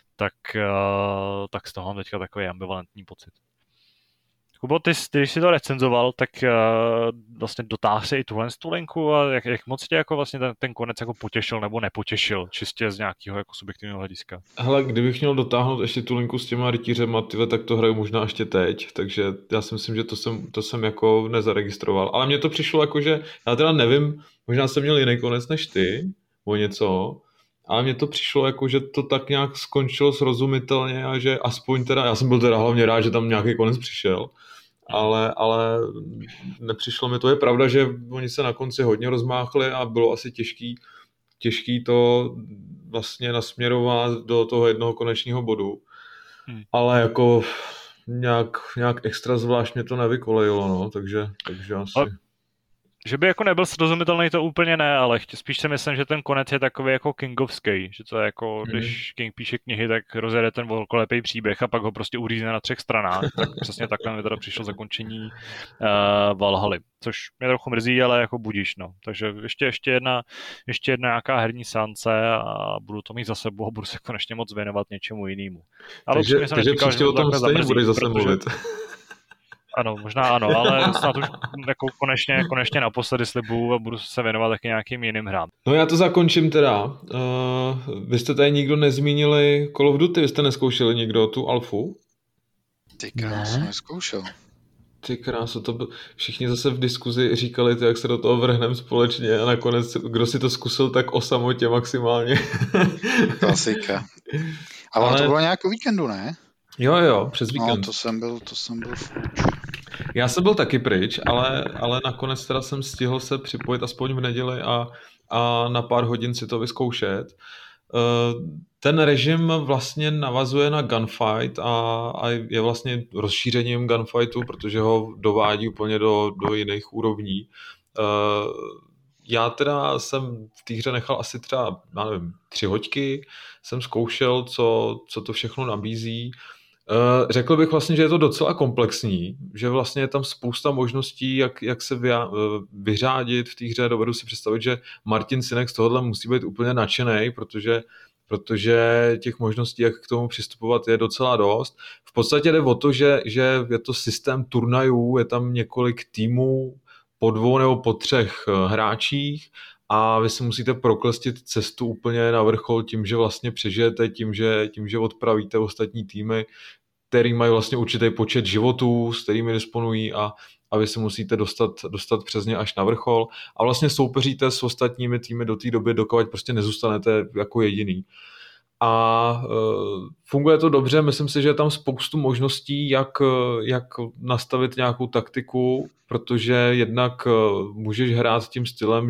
Tak z toho mám teďka takový ambivalentní pocit. Kubo, ty, když jsi to recenzoval, tak vlastně dotáhl si i tuhle linku a jak moc tě jako vlastně ten konec jako potěšil nebo nepotěšil, čistě z nějakého jako subjektivního hlediska? Hele, kdybych měl dotáhnout ještě tu linku s těma rytířema, tak to hraju možná ještě teď, takže já si myslím, že to jsem jako nezaregistroval. Ale mně to přišlo jako, že já teda nevím, možná jsem měl jiný konec než ty, o něco, ale mně to přišlo jako, že to tak nějak skončilo srozumitelně a že aspoň teda, já jsem byl teda hlavně rád, že tam nějaký konec přišel, ale nepřišlo mi to. Je pravda, že oni se na konci hodně rozmáchli a bylo asi těžký to vlastně nasměrovat do toho jednoho konečního bodu. Ale jako nějak extra zvlášť mě to nevykolejilo, no, takže asi... Že by jako nebyl srozumitelný, to úplně ne, ale spíš si myslím, že ten konec je takový jako kingovský, že to je jako, když King píše knihy, tak rozjede ten velkolepý příběh a pak ho prostě uřízne na 3 stranách, tak přesně takhle mi teda přišlo zakončení Valhaly, což mě trochu mrzí, ale jako budíš, no. Takže ještě jedna nějaká herní sance a budu to mít za sebou a budu se konečně moc věnovat něčemu jinému. Ale takže příště o tom stejně budeš zase mluvit. Ano, možná ano, ale snad už jako konečně naposledy slibuju a budu se věnovat taky nějakým jiným hrám. No já to zakončím teda. Vy jste tady nikdo nezmínili Call of Duty, vy jste neskoušeli nikdo tu alfu? Ty krásu, neskoušel. Ty krásu, všichni zase v diskuzi říkali, jak se do toho vrhneme společně a nakonec, kdo si to zkusil, tak o samotě maximálně. Klasika. Ale to bylo nějak o víkendu, ne? Jo, přes víkend. No, to jsem byl fuč. Já jsem byl taky pryč, ale nakonec teda jsem stihl se připojit aspoň v neděli a na pár hodin si to vyzkoušet. Ten režim vlastně navazuje na gunfight a je vlastně rozšířením gunfightu, protože ho dovádí úplně do jiných úrovní. Já teda jsem v té hře nechal asi třeba, já nevím, 3 hoďky, jsem zkoušel, co to všechno nabízí. Řekl bych vlastně, že je to docela komplexní, že vlastně je tam spousta možností, jak se vyřádit v té hře. Dovedu si představit, že Martin Sinek z tohohle musí být úplně nadšený, protože těch možností, jak k tomu přistupovat, je docela dost. V podstatě jde o to, že je to systém turnajů, je tam několik týmů po 2 nebo po 3 hráčích a vy si musíte proklestit cestu úplně na vrchol tím, že vlastně přežijete, tím, že odpravíte ostatní týmy, který mají vlastně určitý počet životů, s kterými disponují a vy se musíte dostat přes ně až na vrchol a vlastně soupeříte s ostatními týmy do té doby, dokud prostě nezůstanete jako jediný. A funguje to dobře, myslím si, že je tam spoustu možností, jak nastavit nějakou taktiku, protože jednak můžeš hrát tím stylem,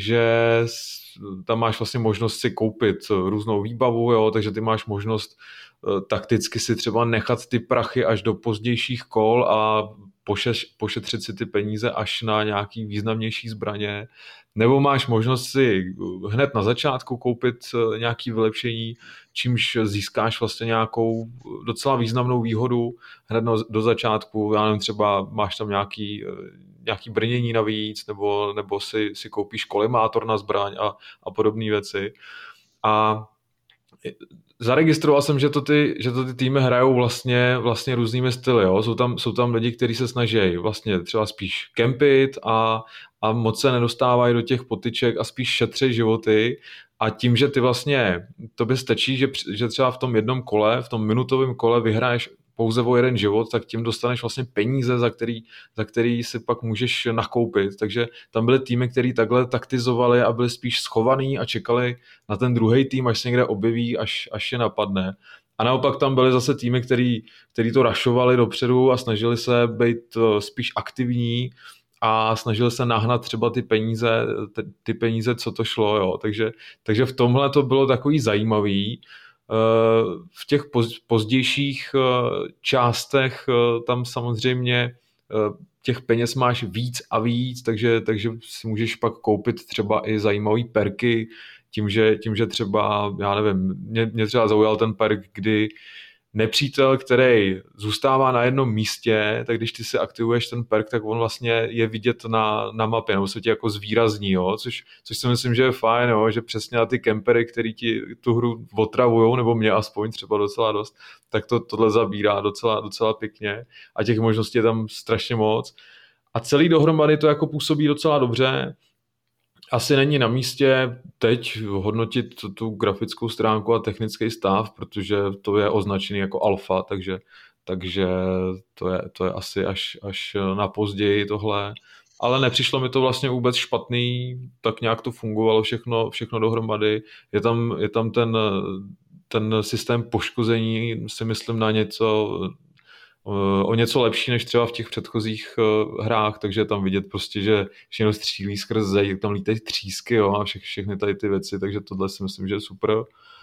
že tam máš vlastně možnost si koupit různou výbavu, jo, takže ty máš možnost takticky si třeba nechat ty prachy až do pozdějších kol a pošetřit si ty peníze až na nějaký významnější zbraně, nebo máš možnost si hned na začátku koupit nějaké vylepšení, čímž získáš vlastně nějakou docela významnou výhodu hned do začátku. Já nevím, třeba máš tam nějaký brnění navíc, nebo si koupíš kolimátor na zbraň a podobné věci. A zaregistroval jsem, že to ty týmy hrajou vlastně různými styly. Jo? Jsou tam lidi, kteří se snaží vlastně třeba spíš kempit a moc se nedostávají do těch potyček a spíš šetří životy. A tím, že ty vlastně, tobě stačí, že třeba v tom jednom kole, v tom minutovém kole vyhraješ pouze o jeden život, tak tím dostaneš vlastně peníze, za který si pak můžeš nakoupit. Takže tam byly týmy, který takhle taktizovali a byli spíš schovaný a čekali na ten druhý tým, až se někde objeví, až je napadne. A naopak tam byly zase týmy, který to rašovali dopředu a snažili se být spíš aktivní a snažili se nahnat třeba ty peníze, co to šlo. Jo. Takže v tomhle to bylo takový zajímavý. V těch pozdějších částech tam samozřejmě těch peněz máš víc a víc, takže si můžeš pak koupit třeba i zajímavý perky, tím, že třeba, já nevím, mě třeba zaujal ten perk, kdy nepřítel, který zůstává na jednom místě, tak když ty si aktivuješ ten perk, tak on vlastně je vidět na mapě, nebo se ti jako zvýrazní, jo? Což si myslím, že je fajn, jo? Že přesně na ty kempery, který ti tu hru otravujou, nebo mě aspoň třeba docela dost, tak tohle zabírá docela pěkně a těch možností je tam strašně moc. A celý dohromady to jako působí docela dobře. Asi není na místě teď hodnotit tu grafickou stránku a technický stav, protože to je označený jako alfa, takže to je asi až na později tohle. Ale nepřišlo mi to vlastně vůbec špatný, tak nějak to fungovalo všechno dohromady. Je tam ten systém poškození, si myslím, o něco lepší než třeba v těch předchozích hrách, takže je tam vidět prostě, že všechno střílí skrz zeď, tam lítají třísky, jo, a všechny tady ty věci, takže tohle si myslím, že je super.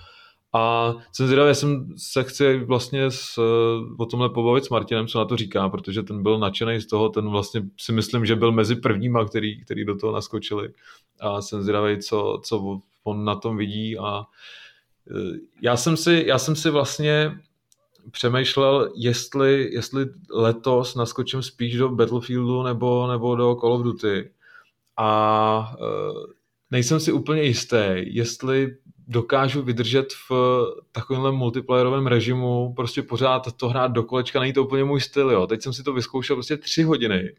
A jsem zvědavý, se chci vlastně o tomhle pobavit s Martinem, co na to říká, protože ten byl nadšený z toho, ten vlastně si myslím, že byl mezi prvníma, který do toho naskočili. A jsem zvědavý, co on na tom vidí. A já jsem si vlastně přemýšlel, jestli letos naskočím spíš do Battlefieldu nebo do Call of Duty. A nejsem si úplně jistý, jestli dokážu vydržet v takovémhle multiplayerovém režimu, prostě pořád to hrát do kolečka, není to úplně můj styl. Jo. Teď jsem si to vyzkoušel prostě 3 hodiny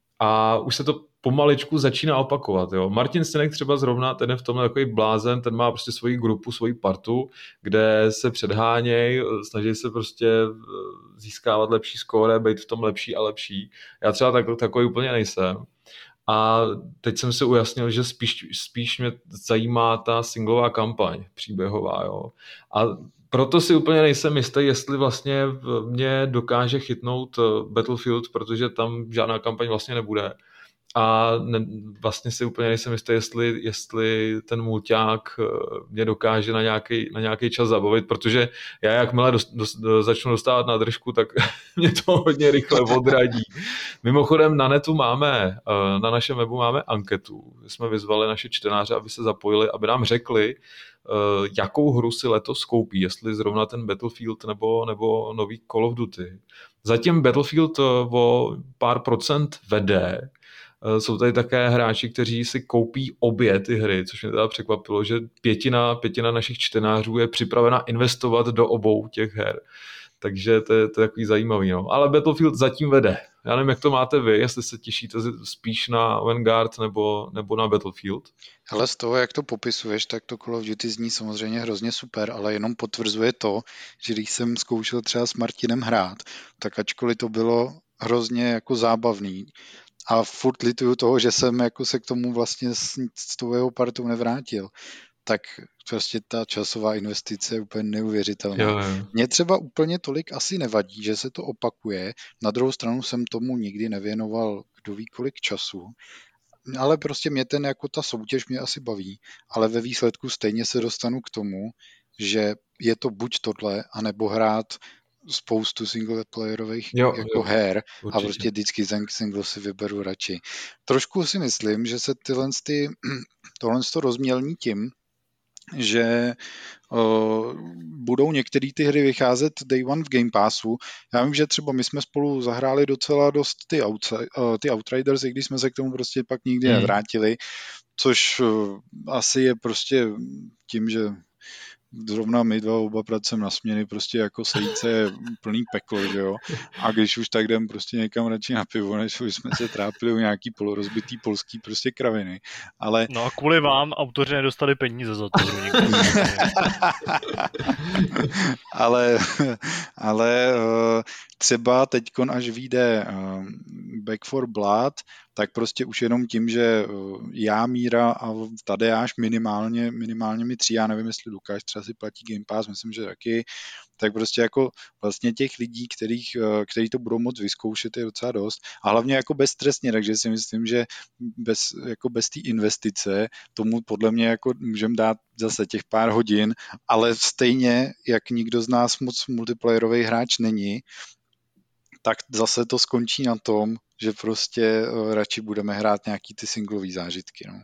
a už se to pomaličku začíná opakovat. Jo. Martin Stenek třeba zrovna, ten je v tomhle takový blázen, ten má prostě svoji grupu, svoji partu, kde se předháněj, snaží se prostě získávat lepší skóre, být v tom lepší a lepší. Já třeba takový úplně nejsem. A teď jsem si ujasnil, že spíš mě zajímá ta singlová kampaň příběhová. Jo. A proto si úplně nejsem jistý, jestli vlastně mě dokáže chytnout Battlefield, protože tam žádná kampaň vlastně nebude. A vlastně si úplně nejsem jistý, jestli ten mulťák mě dokáže na nějaký čas zabavit, protože já jakmile začnu dostávat na držku, tak mě to hodně rychle odradí. Mimochodem na netu na našem webu máme anketu. Jsme vyzvali naše čtenáře, aby se zapojili, aby nám řekli, jakou hru si letos koupí, jestli zrovna ten Battlefield nebo nový Call of Duty. Zatím Battlefield o pár procent vede. Jsou tady také hráči, kteří si koupí obě ty hry, což mě teda překvapilo, že pětina našich čtenářů je připravena investovat do obou těch her. Takže to je takový zajímavý. No. Ale Battlefield zatím vede. Já nevím, jak to máte vy, jestli se těšíte spíš na Vanguard nebo na Battlefield. Ale z toho, jak to popisuješ, tak to Call of Duty zní samozřejmě hrozně super, ale jenom potvrzuje to, že když jsem zkoušel třeba s Martinem hrát, tak ačkoliv to bylo hrozně jako zábavný, a furt lituju toho, že jsem jako se k tomu vlastně s tou jeho partou nevrátil. Tak prostě ta časová investice je úplně neuvěřitelná. Jo. Mně třeba úplně tolik asi nevadí, že se to opakuje. Na druhou stranu jsem tomu nikdy nevěnoval kdo ví kolik času. Ale prostě mě ta soutěž mě asi baví. Ale ve výsledku stejně se dostanu k tomu, že je to buď tohle, anebo hrát spoustu singleplayerových jako Jo, her a určitě. prostě vždycky ten single si vyberu radši. Trošku si myslím, že se tohle rozmělní tím, že budou některé ty hry vycházet day one v Game Passu. Já vím, že třeba my jsme spolu zahráli docela dost ty Outriders, i když jsme se k tomu prostě pak nikdy nevrátili, což asi je prostě tím, že zrovna my dva oba pracujeme na směny, prostě jako sejít je plný peklo, že jo. A když už tak jdem prostě někam radši na pivo, než už jsme se trápili u nějaký polorozbitý polský prostě kraviny. Ale... No a kvůli vám autoři nedostali peníze za to hru nikdy. ale třeba teďkon, až vyjde Back 4 Blood, tak prostě už jenom tím, že já, Míra a Tadeáš minimálně mi 3, já nevím, jestli Lukáš třeba si platí Game Pass, myslím, že taky, tak prostě jako vlastně těch lidí, kteří to budou moct vyzkoušet, je docela dost. A hlavně jako bezstresně, takže si myslím, že bez té investice tomu podle mě jako můžeme dát zase těch pár hodin, ale stejně, jak nikdo z nás moc multiplayerový hráč není, tak zase to skončí na tom, že prostě radši budeme hrát nějaký ty singlový zážitky. No.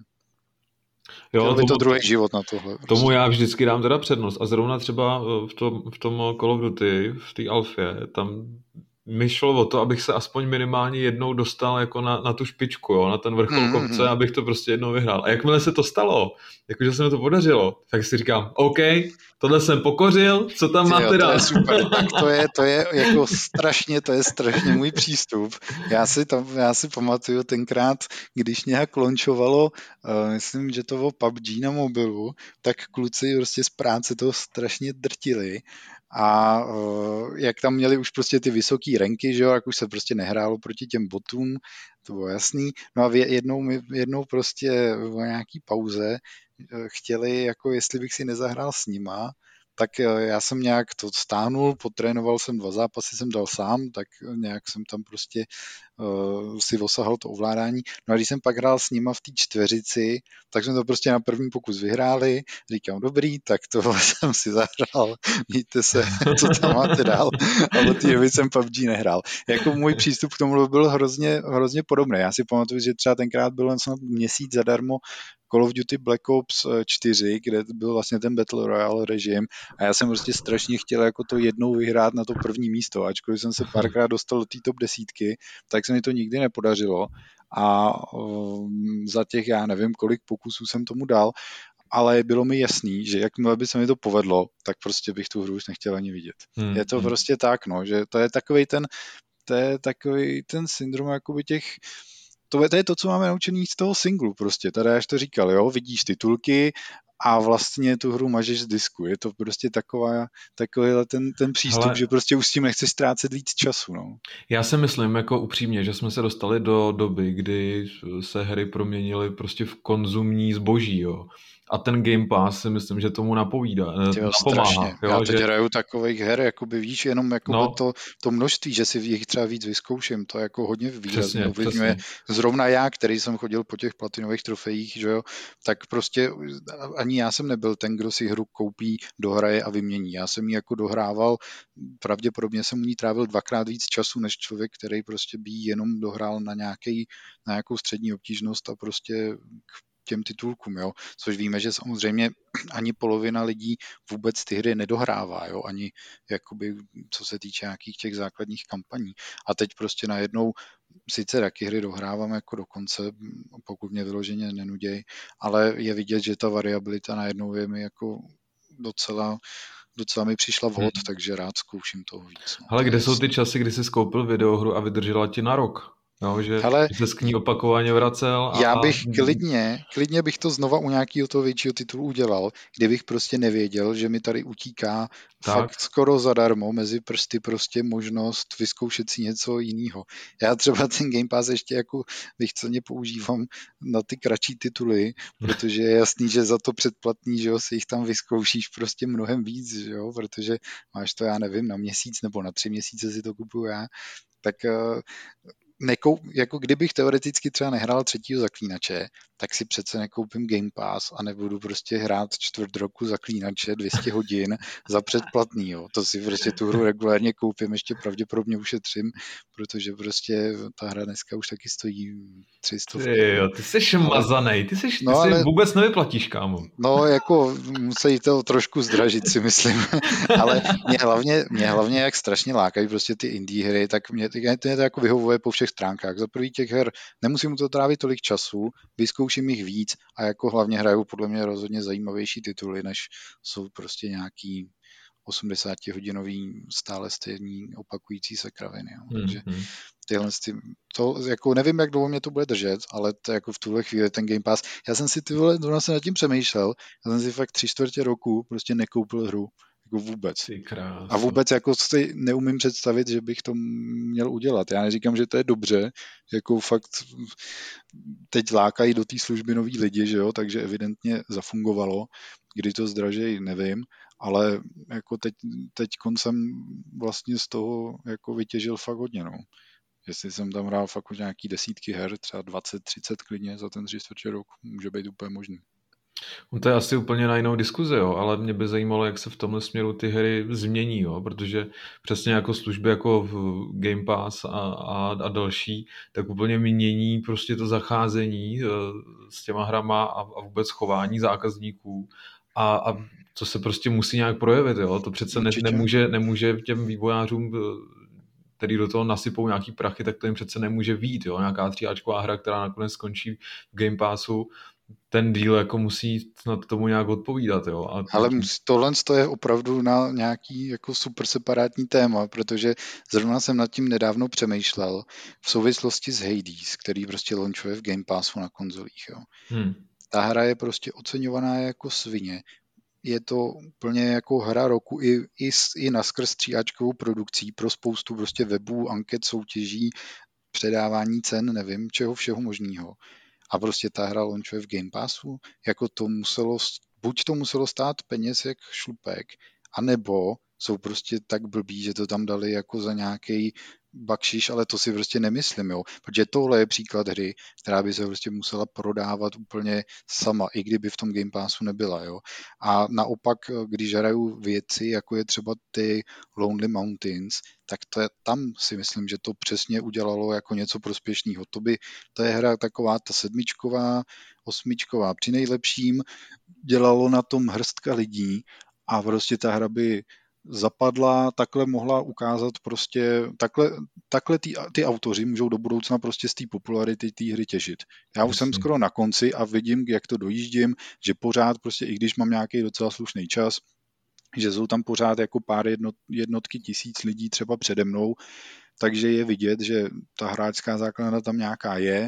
Jo, by to druhý život na tohle. Prostě. Tomu já vždycky dám teda přednost. A zrovna třeba v tom Call of Duty, v té alfě, tam mi šlo o to, abych se aspoň minimálně jednou dostal jako na tu špičku, jo, na ten vrchol kopce, abych to prostě jednou vyhrál. A jakmile se to stalo, jakože se mi to podařilo, tak si říkám, OK, tohle jsem pokořil, co tam máte dát? To je super, tak to je jako strašně můj přístup. Já si pamatuju tenkrát, když nějak launchovalo, myslím, že to bylo PUBG na mobilu, tak kluci prostě z práce toho strašně drtili. A jak tam měli už prostě ty vysoký ranky, že jo, jak už se prostě nehrálo proti těm botům, to bylo jasný. No a jednou prostě v nějaký pauze chtěli, jako jestli bych si nezahrál s nima, tak já jsem nějak to stáhnul, potrénoval jsem 2 zápasy, jsem dal sám, tak nějak jsem tam prostě si osahal to ovládání. No a když jsem pak hrál s nima v té 4, tak jsme to prostě na první pokus vyhráli. Říkám, dobrý, tak to jsem si zahrál, mějte se, co tam máte dál. A od té doby jsem PUBG nehrál. Jako můj přístup k tomu byl hrozně podobný. Já si pamatuju, že třeba tenkrát byl snad měsíc zadarmo Call of Duty Black Ops 4, kde byl vlastně ten Battle Royale režim a já jsem prostě strašně chtěl jako to jednou vyhrát na to první místo, ačkoliv jsem se párkrát dostal do té top 10, tak se mi to nikdy nepodařilo a za těch, já nevím, kolik pokusů jsem tomu dal, ale bylo mi jasný, že jakmile by se mi to povedlo, tak prostě bych tu hru už nechtěl ani vidět. Je to prostě tak, no, že to je takový ten syndrom jakoby těch. To je to, co máme naučený z toho singlu prostě. Tady až to říkal, jo, vidíš titulky a vlastně tu hru mažeš z disku. Je to prostě takovýhle ten přístup, že prostě už s tím nechceš ztrácet víc času, no. Já si myslím jako upřímně, že jsme se dostali do doby, kdy se hry proměnily prostě v konzumní zboží, jo. A ten Game Pass si myslím, že tomu napomáhá. Jo, já teď hraju takových her, jakoby víš, jenom jako to množství, že si jich třeba víc vyzkouším, to jako hodně výrazně ovlivňuje. Zrovna já, který jsem chodil po těch platinových trofejích, že jo, tak prostě ani já jsem nebyl ten, kdo si hru koupí, dohraje a vymění. Já jsem ji jako dohrával, pravděpodobně jsem u ní trávil 2x víc času, než člověk, který prostě by jenom dohrál na nějakou střední obtížnost a prostě těm titulkům, jo, což víme, že samozřejmě ani polovina lidí vůbec ty hry nedohrává, jo, ani jakoby, co se týče nějakých těch základních kampaní. A teď prostě najednou sice taky hry dohrávám jako do konce, pokud mě vyloženě nenuděj, ale je vidět, že ta variabilita najednou je mi jako docela mi přišla vhod, takže rád zkouším toho víc. No. Ale kde jsou ty časy, kdy jsi skoupil videohru a vydržela ti na rok? No, že se k ní opakovaně vracel. Já bych klidně bych to znova u nějakého toho většího titulu udělal, kdybych prostě nevěděl, že mi tady utíká fakt skoro zadarmo mezi prsty prostě možnost vyzkoušet si něco jiného. Já třeba ten Game Pass ještě jako vychceně používám na ty kratší tituly, protože je jasný, že za to předplatný, že jo, si jich tam vyzkoušíš prostě mnohem víc, že jo, protože máš to, já nevím, na měsíc nebo na 3 měsíce si to kupuju já, tak jako kdybych teoreticky třeba nehrál 3. Zaklínače, tak si přece nekoupím Game Pass a nebudu prostě hrát čtvrt roku Zaklínače 200 hodin za předplatný, jo. To si prostě tu hru regulárně koupím, ještě pravděpodobně ušetřím, protože prostě ta hra dneska už taky stojí 300. Ty jsi mazanej, ty ale vůbec nevyplatíš, kámo. No, jako musí to trošku zdražit, si myslím, ale mě hlavně jak strašně lákají prostě ty indie hry, tak mě to jako vyhovuje po všech stránkách. Za prvý těch her nemusím to trávit tolik času, vyzkouším jich víc a jako hlavně hraju podle mě rozhodně zajímavější tituly, než jsou prostě nějaký 80-hodinový stále stejný opakující se kraviny. Jo. Takže to jako nevím, jak dlouho mě to bude držet, ale to jako v tuhle chvíli ten Game Pass, já jsem si nad tím přemýšlel, já jsem si fakt 3/4 roku prostě nekoupil hru. Jako vůbec. A vůbec jako si neumím představit, že bych to měl udělat. Já neříkám, že to je dobře, jako fakt teď lákají do té služby noví lidi, že jo, takže evidentně zafungovalo, kdy to zdražej, nevím, ale jako teď jsem vlastně z toho jako vytěžil fakt hodně, no. Jestli jsem tam hrál fakt už nějaký desítky her, třeba 20-30 klidně za ten 3/4 rok, může být úplně možný. To je asi úplně na jinou diskuzi, jo, ale mě by zajímalo, jak se v tomhle směru ty hry změní, jo, protože přesně jako služby jako Game Pass a další, tak úplně mění prostě to zacházení s těma hrama a vůbec chování zákazníků a to se prostě musí nějak projevit, jo, to přece nemůže těm vývojářům, který do toho nasypou nějaký prachy, tak to jim přece nemůže vyjít, jo, nějaká 3áčková hra, která nakonec skončí v Game Passu, ten díl jako musí na tomu nějak odpovídat, jo. Ale tohle je opravdu na nějaký jako super separátní téma, protože zrovna jsem nad tím nedávno přemýšlel v souvislosti s Hades, který prostě launchuje v Game Passu na konzolích, jo. Ta hra je prostě oceňovaná jako svině. Je to úplně jako hra roku i naskrz 3áčkovou produkcí pro spoustu prostě webů, anket, soutěží, předávání cen, nevím, čeho všeho možného. A prostě ta hra launchuje v Game Passu, jako buď to muselo stát peněz jak šlupek, anebo jsou prostě tak blbí, že to tam dali jako za nějaký bakšiš, ale to si prostě nemyslím, jo. Protože tohle je příklad hry, která by se prostě musela prodávat úplně sama, i kdyby v tom Game Passu nebyla, jo. A naopak, když hraju věci, jako je třeba ty Lonely Mountains, tak tam si myslím, že to přesně udělalo jako něco prospěšného. To je hra taková ta 7, 8, při nejlepším dělalo na tom hrstka lidí a prostě ta hra by zapadla, takhle mohla ukázat prostě, takhle ty autoři můžou do budoucna prostě z té popularity té hry těžit. Já už jsem skoro na konci a vidím, jak to dojíždím, že pořád prostě, i když mám nějaký docela slušný čas, že jsou tam pořád jako pár jednotky tisíc lidí třeba přede mnou, takže je vidět, že ta hráčská základna tam nějaká je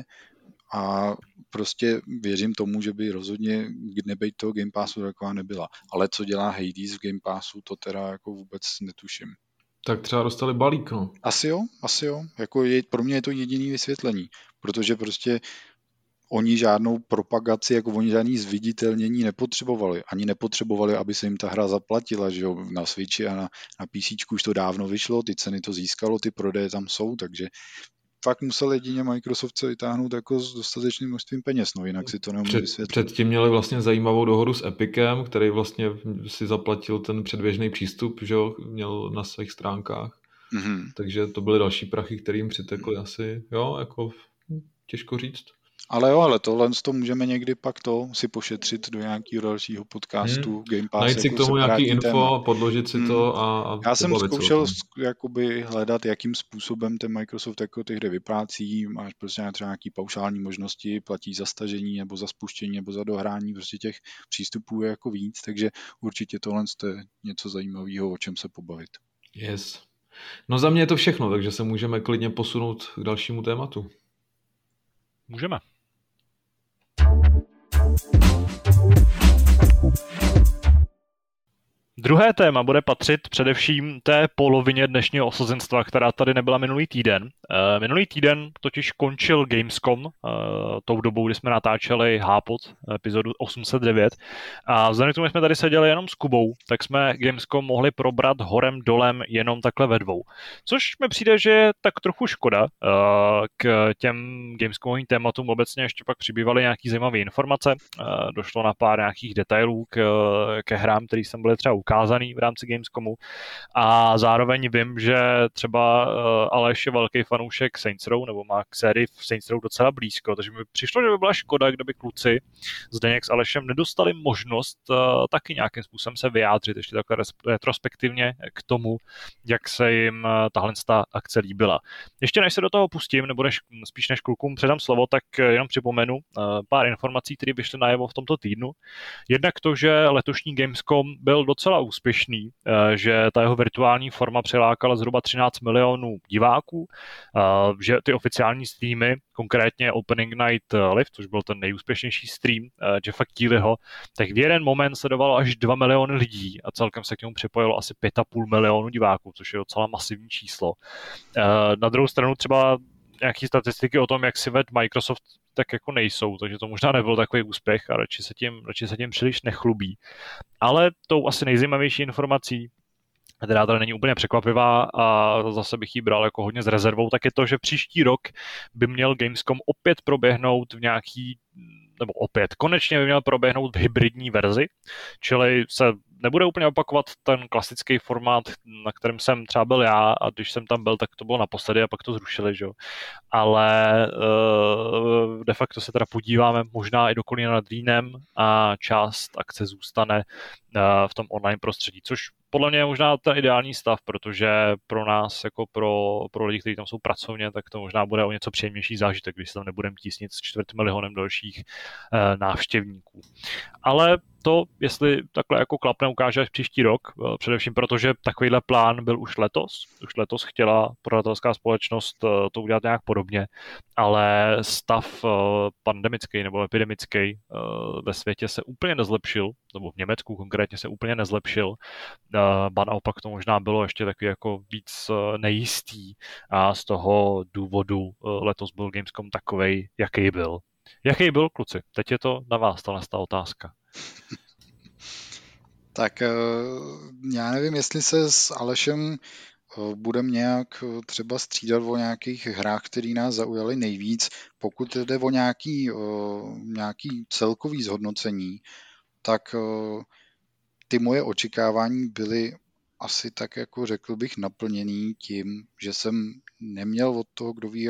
a prostě věřím tomu, že by rozhodně nebejt toho Game Passu taková nebyla. Ale co dělá Hades v Game Passu, to teda jako vůbec netuším. Tak třeba dostali balík, no. Asi jo. Jako pro mě je to jediný vysvětlení, protože prostě oni žádnou propagaci, jako oni žádný zviditelnění nepotřebovali. Ani nepotřebovali, aby se jim ta hra zaplatila, že jo, na Switchi a na PCčku už to dávno vyšlo, ty ceny to získalo, ty prodeje tam jsou, takže fakt musel jedině Microsoft se vytáhnout jako s dostatečným množstvím peněz, no jinak si to neumím vysvětlit. Předtím měli vlastně zajímavou dohodu s Epicem, který vlastně si zaplatil ten předběžný přístup, že jo, měl na svých stránkách. Takže to byly další prachy, které jim přitekly asi, jo, jako těžko říct. Ale tohle to můžeme někdy pak si pošetřit do nějakého dalšího podcastu Game Pass. Najít si jako k tomu nějaký info, téma. Podložit si to a já jsem zkoušel jakoby hledat, jakým způsobem ten Microsoft jako ty hry vyplácí. Máš prostě třeba nějaký paušální možnosti, platí za stažení nebo za spuštění nebo za dohrání, prostě těch přístupů je jako víc, takže určitě tohle je něco zajímavého, o čem se pobavit. Yes. No za mě je to všechno, takže se můžeme klidně posunout k dalšímu tématu. Můžeme. Druhé téma bude patřit především té polovině dnešního osazenstva, která tady nebyla minulý týden. Minulý týden totiž končil Gamescom, tou dobou, kdy jsme natáčeli Hápot, epizodu 809. A vzhledem k tomu, že jsme tady seděli jenom s Kubou, tak jsme Gamescom mohli probrat horem dolem jenom takhle ve dvou. Což mi přijde, že je tak trochu škoda. K těm Gamescomovým tématům obecně ještě pak přibývaly nějaké zajímavé informace. Došlo na pár nějakých detailů ke hrám, které jsem byly třeba ukázaný v rámci Gamescomu, a zároveň vím, že třeba Aleš je velký fanoušek Saints Row, nebo má k sérii v Saints Row docela blízko, takže mi přišlo, že by byla škoda, kdyby kluci Zdeněk s Alešem nedostali možnost taky nějakým způsobem se vyjádřit ještě takhle retrospektivně k tomu, jak se jim tahle akce líbila. Ještě než se do toho pustím, nebo spíš než klukům předám slovo, tak jenom připomenu pár informací, které vyšly najevo v tomto týdnu. Jednak to, že letošní Gamescom byl docela úspěšný, že ta jeho virtuální forma přilákala zhruba 13 milionů diváků, že ty oficiální streamy, konkrétně Opening Night Live, což byl ten nejúspěšnější stream Jeffa Keelyho, tak v jeden moment sledovalo až 2 miliony lidí a celkem se k němu připojilo asi 5,5 milionu diváků, což je docela masivní číslo. Na druhou stranu třeba nějaké statistiky o tom, jak si ved Microsoft, tak jako nejsou, takže to možná nebyl takový úspěch a radši se tím příliš nechlubí. Ale tou asi nejzajímavější informací, která tady není úplně překvapivá a zase bych ji bral jako hodně s rezervou, tak je to, že příští rok by měl Gamescom opět proběhnout konečně by měl proběhnout v hybridní verzi, čili se nebude úplně opakovat ten klasický formát, na kterém jsem třeba byl já, a když jsem tam byl, tak to bylo naposledy a pak to zrušili, že? Ale de facto se teda podíváme možná i do Kolína nad Rýnem a část akce zůstane v tom online prostředí, což podle mě je možná ten ideální stav, protože pro nás, jako pro lidi, kteří tam jsou pracovně, tak to možná bude o něco příjemnější zážitek, když se tam nebudeme tísnit s 250 000 dalších návštěvníků. Ale to, jestli takhle jako klapne, ukáže až příští rok, především protože takovýhle plán byl už letos. Už letos chtěla pořadatelská společnost to udělat nějak podobně, ale stav pandemický nebo epidemický ve světě se úplně nezlepšil, nebo v Německu konkrétně se úplně nezlepšil. Ba naopak to možná bylo ještě takový jako víc nejistý a z toho důvodu letos byl Gamescom takovej, jaký byl. Jaký byl, kluci? Teď je to na vás, ta otázka. Tak já nevím, jestli se s Alešem budeme nějak třeba střídat o nějakých hrách, které nás zaujaly nejvíc. Pokud jde o nějaký celkový zhodnocení, tak ty moje očekávání byly asi tak, jako řekl bych, naplněný tím, že jsem neměl od toho, kdo ví,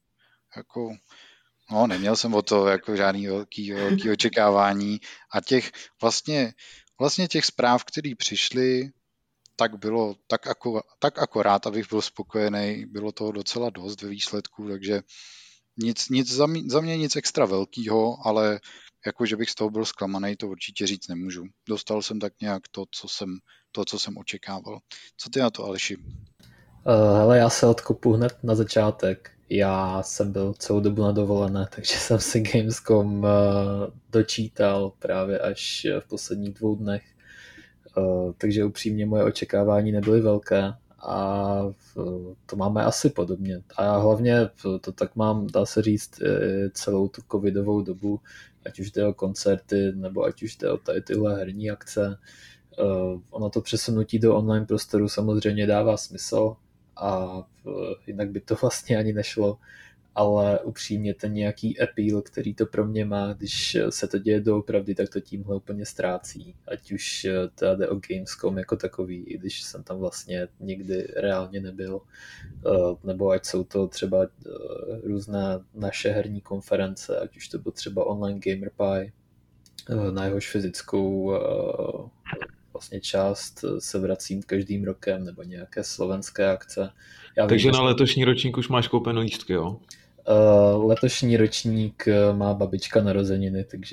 neměl jsem od toho jako žádný velký očekávání a těch vlastně těch zpráv, které přišly, tak bylo tak akorát, abych byl spokojený, bylo toho docela dost ve výsledku, takže za mě nic extra velkýho, ale jako, že bych z toho byl zklamaný, to určitě říct nemůžu. Dostal jsem tak nějak to, co jsem očekával. Co ty na to, Aleši? Hele, já se odkopu hned na začátek. Já jsem byl celou dobu na dovolené, takže jsem si Gamescom dočítal právě až v posledních 2 dnech. Takže upřímně moje očekávání nebyly velké a to máme asi podobně. A já hlavně to tak mám, dá se říct, celou tu covidovou dobu, ať už jde o koncerty, nebo ať už jde o tyhle herní akce. Ono to přesunutí do online prostoru samozřejmě dává smysl a jinak by to vlastně ani nešlo, ale upřímně ten nějaký appeal, který to pro mě má, když se to děje doopravdy, tak to tímhle úplně ztrácí. Ať už to jde o Gamescom jako takový, i když jsem tam vlastně nikdy reálně nebyl, nebo ať jsou to třeba různé naše herní konference, ať už to byl třeba online Gamer Pie, na jehož fyzickou vlastně část se vracím každým rokem, nebo nějaké slovenské akce. Takže na letošní ročník už máš koupené lístky, jo? Letošní ročník má babička narozeniny, takže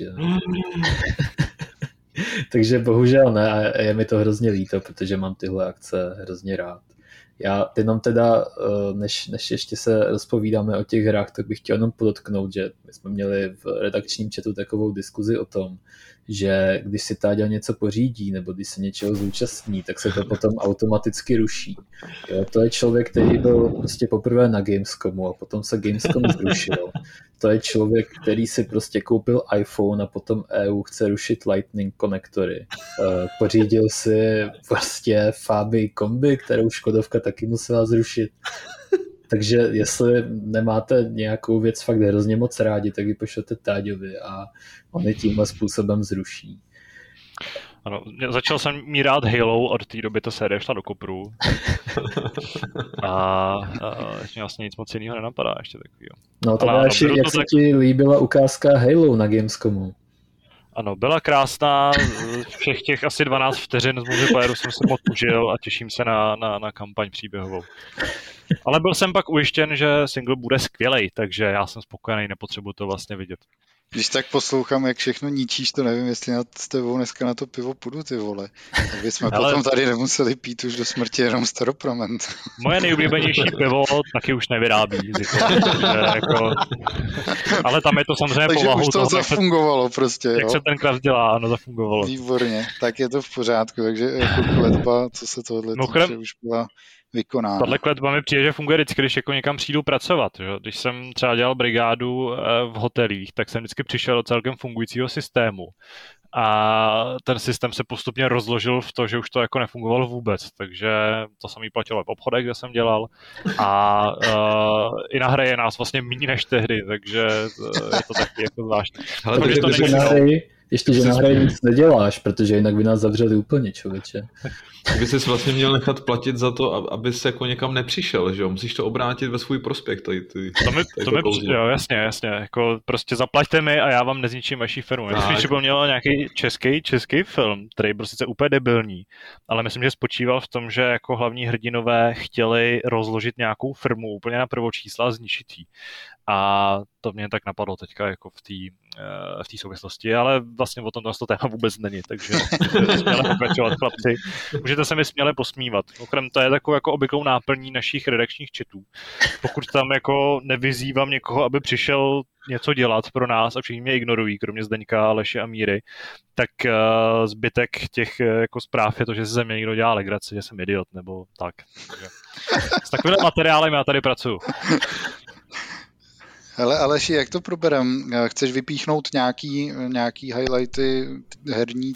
takže bohužel ne a je mi to hrozně líto, protože mám tyhle akce hrozně rád. Já jenom teda, než ještě se rozpovídáme o těch hrách, tak bych chtěl jenom podotknout, že my jsme měli v redakčním chatu takovou diskuzi o tom, že když si Táďa něco pořídí nebo když se něčeho zúčastní, tak se to potom automaticky ruší. Jo, to je člověk, který byl prostě poprvé na Gamescomu a potom se Gamescom zrušil. To je člověk, který si prostě koupil iPhone a potom EU chce rušit Lightning konektory. Pořídil si prostě Fabii kombi, kterou Škodovka taky musela zrušit. Takže jestli nemáte nějakou věc fakt hrozně moc rádi, tak ji pošlete Táďovi a on je tímhle způsobem zruší. Ano, začal jsem mít rád Halo, od té doby ta série šla do kopru. A ještě vlastně nic moc jiného nenapadá ještě takovýho. No to jak se ti líbila ukázka Halo na Gamescomu? Ano, byla krásná, všech těch asi 12 vteřin z multiplayeru jsem se moc užil a těším se na kampaň příběhovou. Ale byl jsem pak ujištěn, že single bude skvělej, takže já jsem spokojený, nepotřebuji to vlastně vidět. Když tak poslouchám, jak všechno ničíš, to nevím, jestli s tebou dneska na to pivo půjdu, ty vole. Tak bychom potom tady nemuseli pít už do smrti jenom Staroprament. Moje nejoblíbenější pivo taky už nevyrábí. Jako, ale tam je to samozřejmě takže povahou už to toho, zafungovalo prostě, jak se ten craft dělá, ano, zafungovalo. Výborně, tak je to v pořádku, takže jako kletba, co se tohle týče, už byla vykonána. Tahle kletba mi přijde, že funguje vždycky, když jako někam přijdu pracovat. Že? Když jsem třeba dělal brigádu v hotelích, tak jsem vždycky přišel do celkem fungujícího systému. A ten systém se postupně rozložil v to, že už to jako nefungovalo vůbec. Takže to samý platilo v obchodech, kde jsem dělal. A i na hře je nás vlastně méně než tehdy, takže je to taky jako zvláštní. Ještě, že na hře nic neděláš, protože jinak by nás zavřeli úplně, člověče. Ty by jsi vlastně měl nechat platit za to, aby se jako někam nepřišel, že jo? Musíš to obrátit ve svůj prospěch. To mi jo, jasně. Jako prostě zaplaťte mi a já vám nezničím vaší firmu. Já myslím, že byl měl nějaký český film, který byl sice úplně debilní, ale myslím, že spočíval v tom, že jako hlavní hrdinové chtěli rozložit nějakou firmu úplně na prvočísla a zničit jí. A to mě tak napadlo teďka jako v té souvislosti, ale vlastně o tom to téma vůbec není, takže směle pokračovat, chlapci. Můžete se mi směle posmívat. Okrem to je takovou jako obvyklou náplní našich redakčních chatů. Pokud tam jako nevyzývám někoho, aby přišel něco dělat pro nás a všichni mě ignorují, kromě Zdeňka, Aleše a Míry, tak zbytek těch jako zpráv je to, že se ze mě někdo dělá legraci, že jsem idiot, nebo tak. Takže s takovým materiálem já tady pracuju. Hele Aleši, jak to proberem? Chceš vypíchnout nějaký highlighty herní,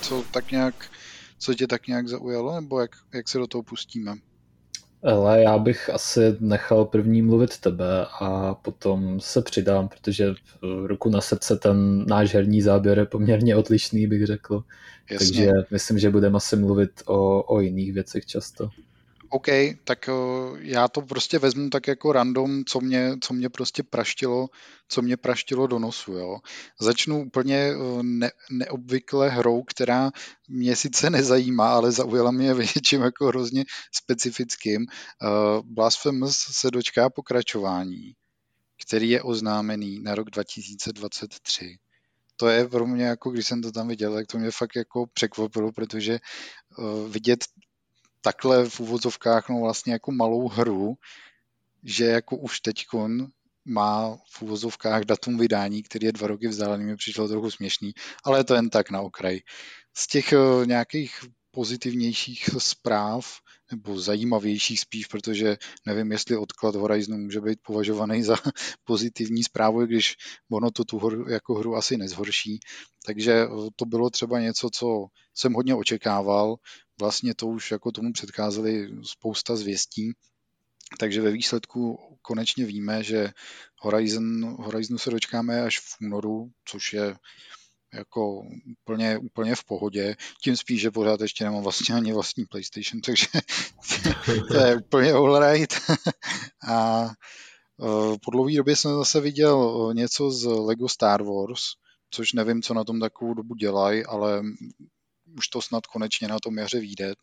co tě tak nějak zaujalo, nebo jak se do toho pustíme? Ale já bych asi nechal první mluvit tebe a potom se přidám, protože ruku na srdce ten náš herní záběr je poměrně odlišný, bych řekl. Jasně. Takže myslím, že budeme asi mluvit o jiných věcech často. OK, tak já to prostě vezmu tak jako random, co mě prostě praštilo do nosu, jo. Začnu úplně neobvykle hrou, která mě sice nezajímá, ale zaujala mě něčím jako hrozně specifickým. Blasphemous se dočká pokračování, který je oznámený na rok 2023. To je pro mě, jako když jsem to tam viděl, tak to mě fakt jako překvapilo, protože vidět takhle v uvozovkách vlastně jako malou hru, že jako už teďkon má v uvozovkách datum vydání, který je 2 roky vzdálený, mi přišlo trochu směšný, ale je to jen tak na okraj. Z těch nějakých pozitivnějších zpráv, nebo zajímavějších spíš, protože nevím, jestli odklad Horizonu může být považovaný za pozitivní zprávu, když ono to tu jako hru asi nezhorší. Takže to bylo třeba něco, co jsem hodně očekával. Vlastně to už jako tomu předcházely spousta zvěstí. Takže ve výsledku konečně víme, že Horizonu se dočkáme až v únoru, což je jako úplně v pohodě. Tím spíš, že pořád ještě nemám vlastně ani vlastní PlayStation, takže to je úplně alright. A po dlouhé době jsem zase viděl něco z Lego Star Wars, což nevím, co na tom takovou dobu dělají, ale už to snad konečně na tom jaře vyjde.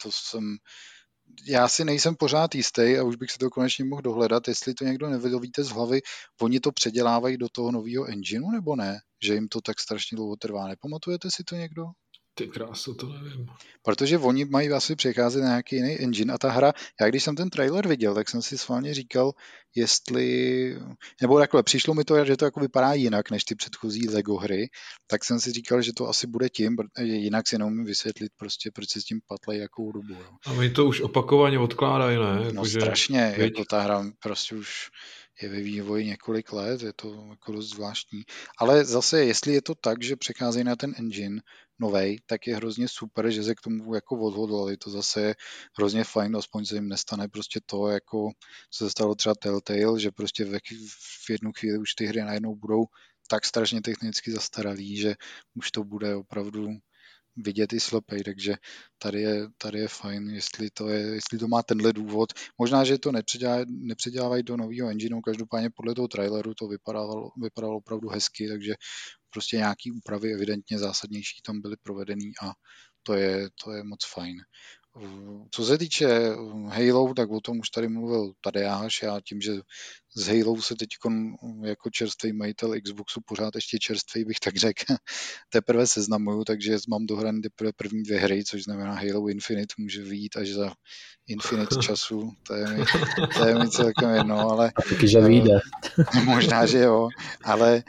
Já si nejsem pořád jistý a už bych si to konečně mohl dohledat, jestli to někdo nevědovíte z hlavy, oni to předělávají do toho nového engineu nebo ne? Že jim to tak strašně dlouho trvá. Nepamatujete si to někdo? Ty kráso, to nevím. Protože oni mají asi přecházet na nějaký jiný engine a ta hra, já když jsem ten trailer viděl, tak jsem si schválně říkal, jestli, nebo takhle, přišlo mi to, že to jako vypadá jinak než ty předchozí Lego hry, tak jsem si říkal, že to asi bude tím, jinak si neumím vysvětlit prostě, proč se s tím patlej jakou dobu. Jo. A oni to už opakovaně odkládají, ne? No že, strašně, jako ta hra prostě už je ve vývoji několik let, je to jako dost zvláštní. Ale zase, jestli je to tak, že přecházejí na ten engine novej, tak je hrozně super, že se k tomu jako odhodlali. To zase je hrozně fajn, aspoň se jim nestane prostě to, jako co se stalo třeba Telltale, že prostě v jednu chvíli už ty hry najednou budou tak strašně technicky zastaralý, že už to bude opravdu vidět i slepej, takže tady je fajn, jestli to má tenhle důvod. Možná, že to nepředělávají do nového engineu, každopádně podle toho traileru to vypadalo opravdu hezky, takže prostě nějaký úpravy evidentně zásadnější tam byly provedený a to je moc fajn. Co se týče Halo, tak o tom už tady mluvil Tadeáš. Já tím, že s Halo se teď jako čerstvý majitel Xboxu pořád ještě čerstvý, bych tak řekl, teprve seznamuju, takže mám dohraný teprve první 2 hry, což znamená Halo Infinite může vyjít až za Infinite času. To je mi celkem jedno, ale... Taky, že vyjde. Možná, že jo, ale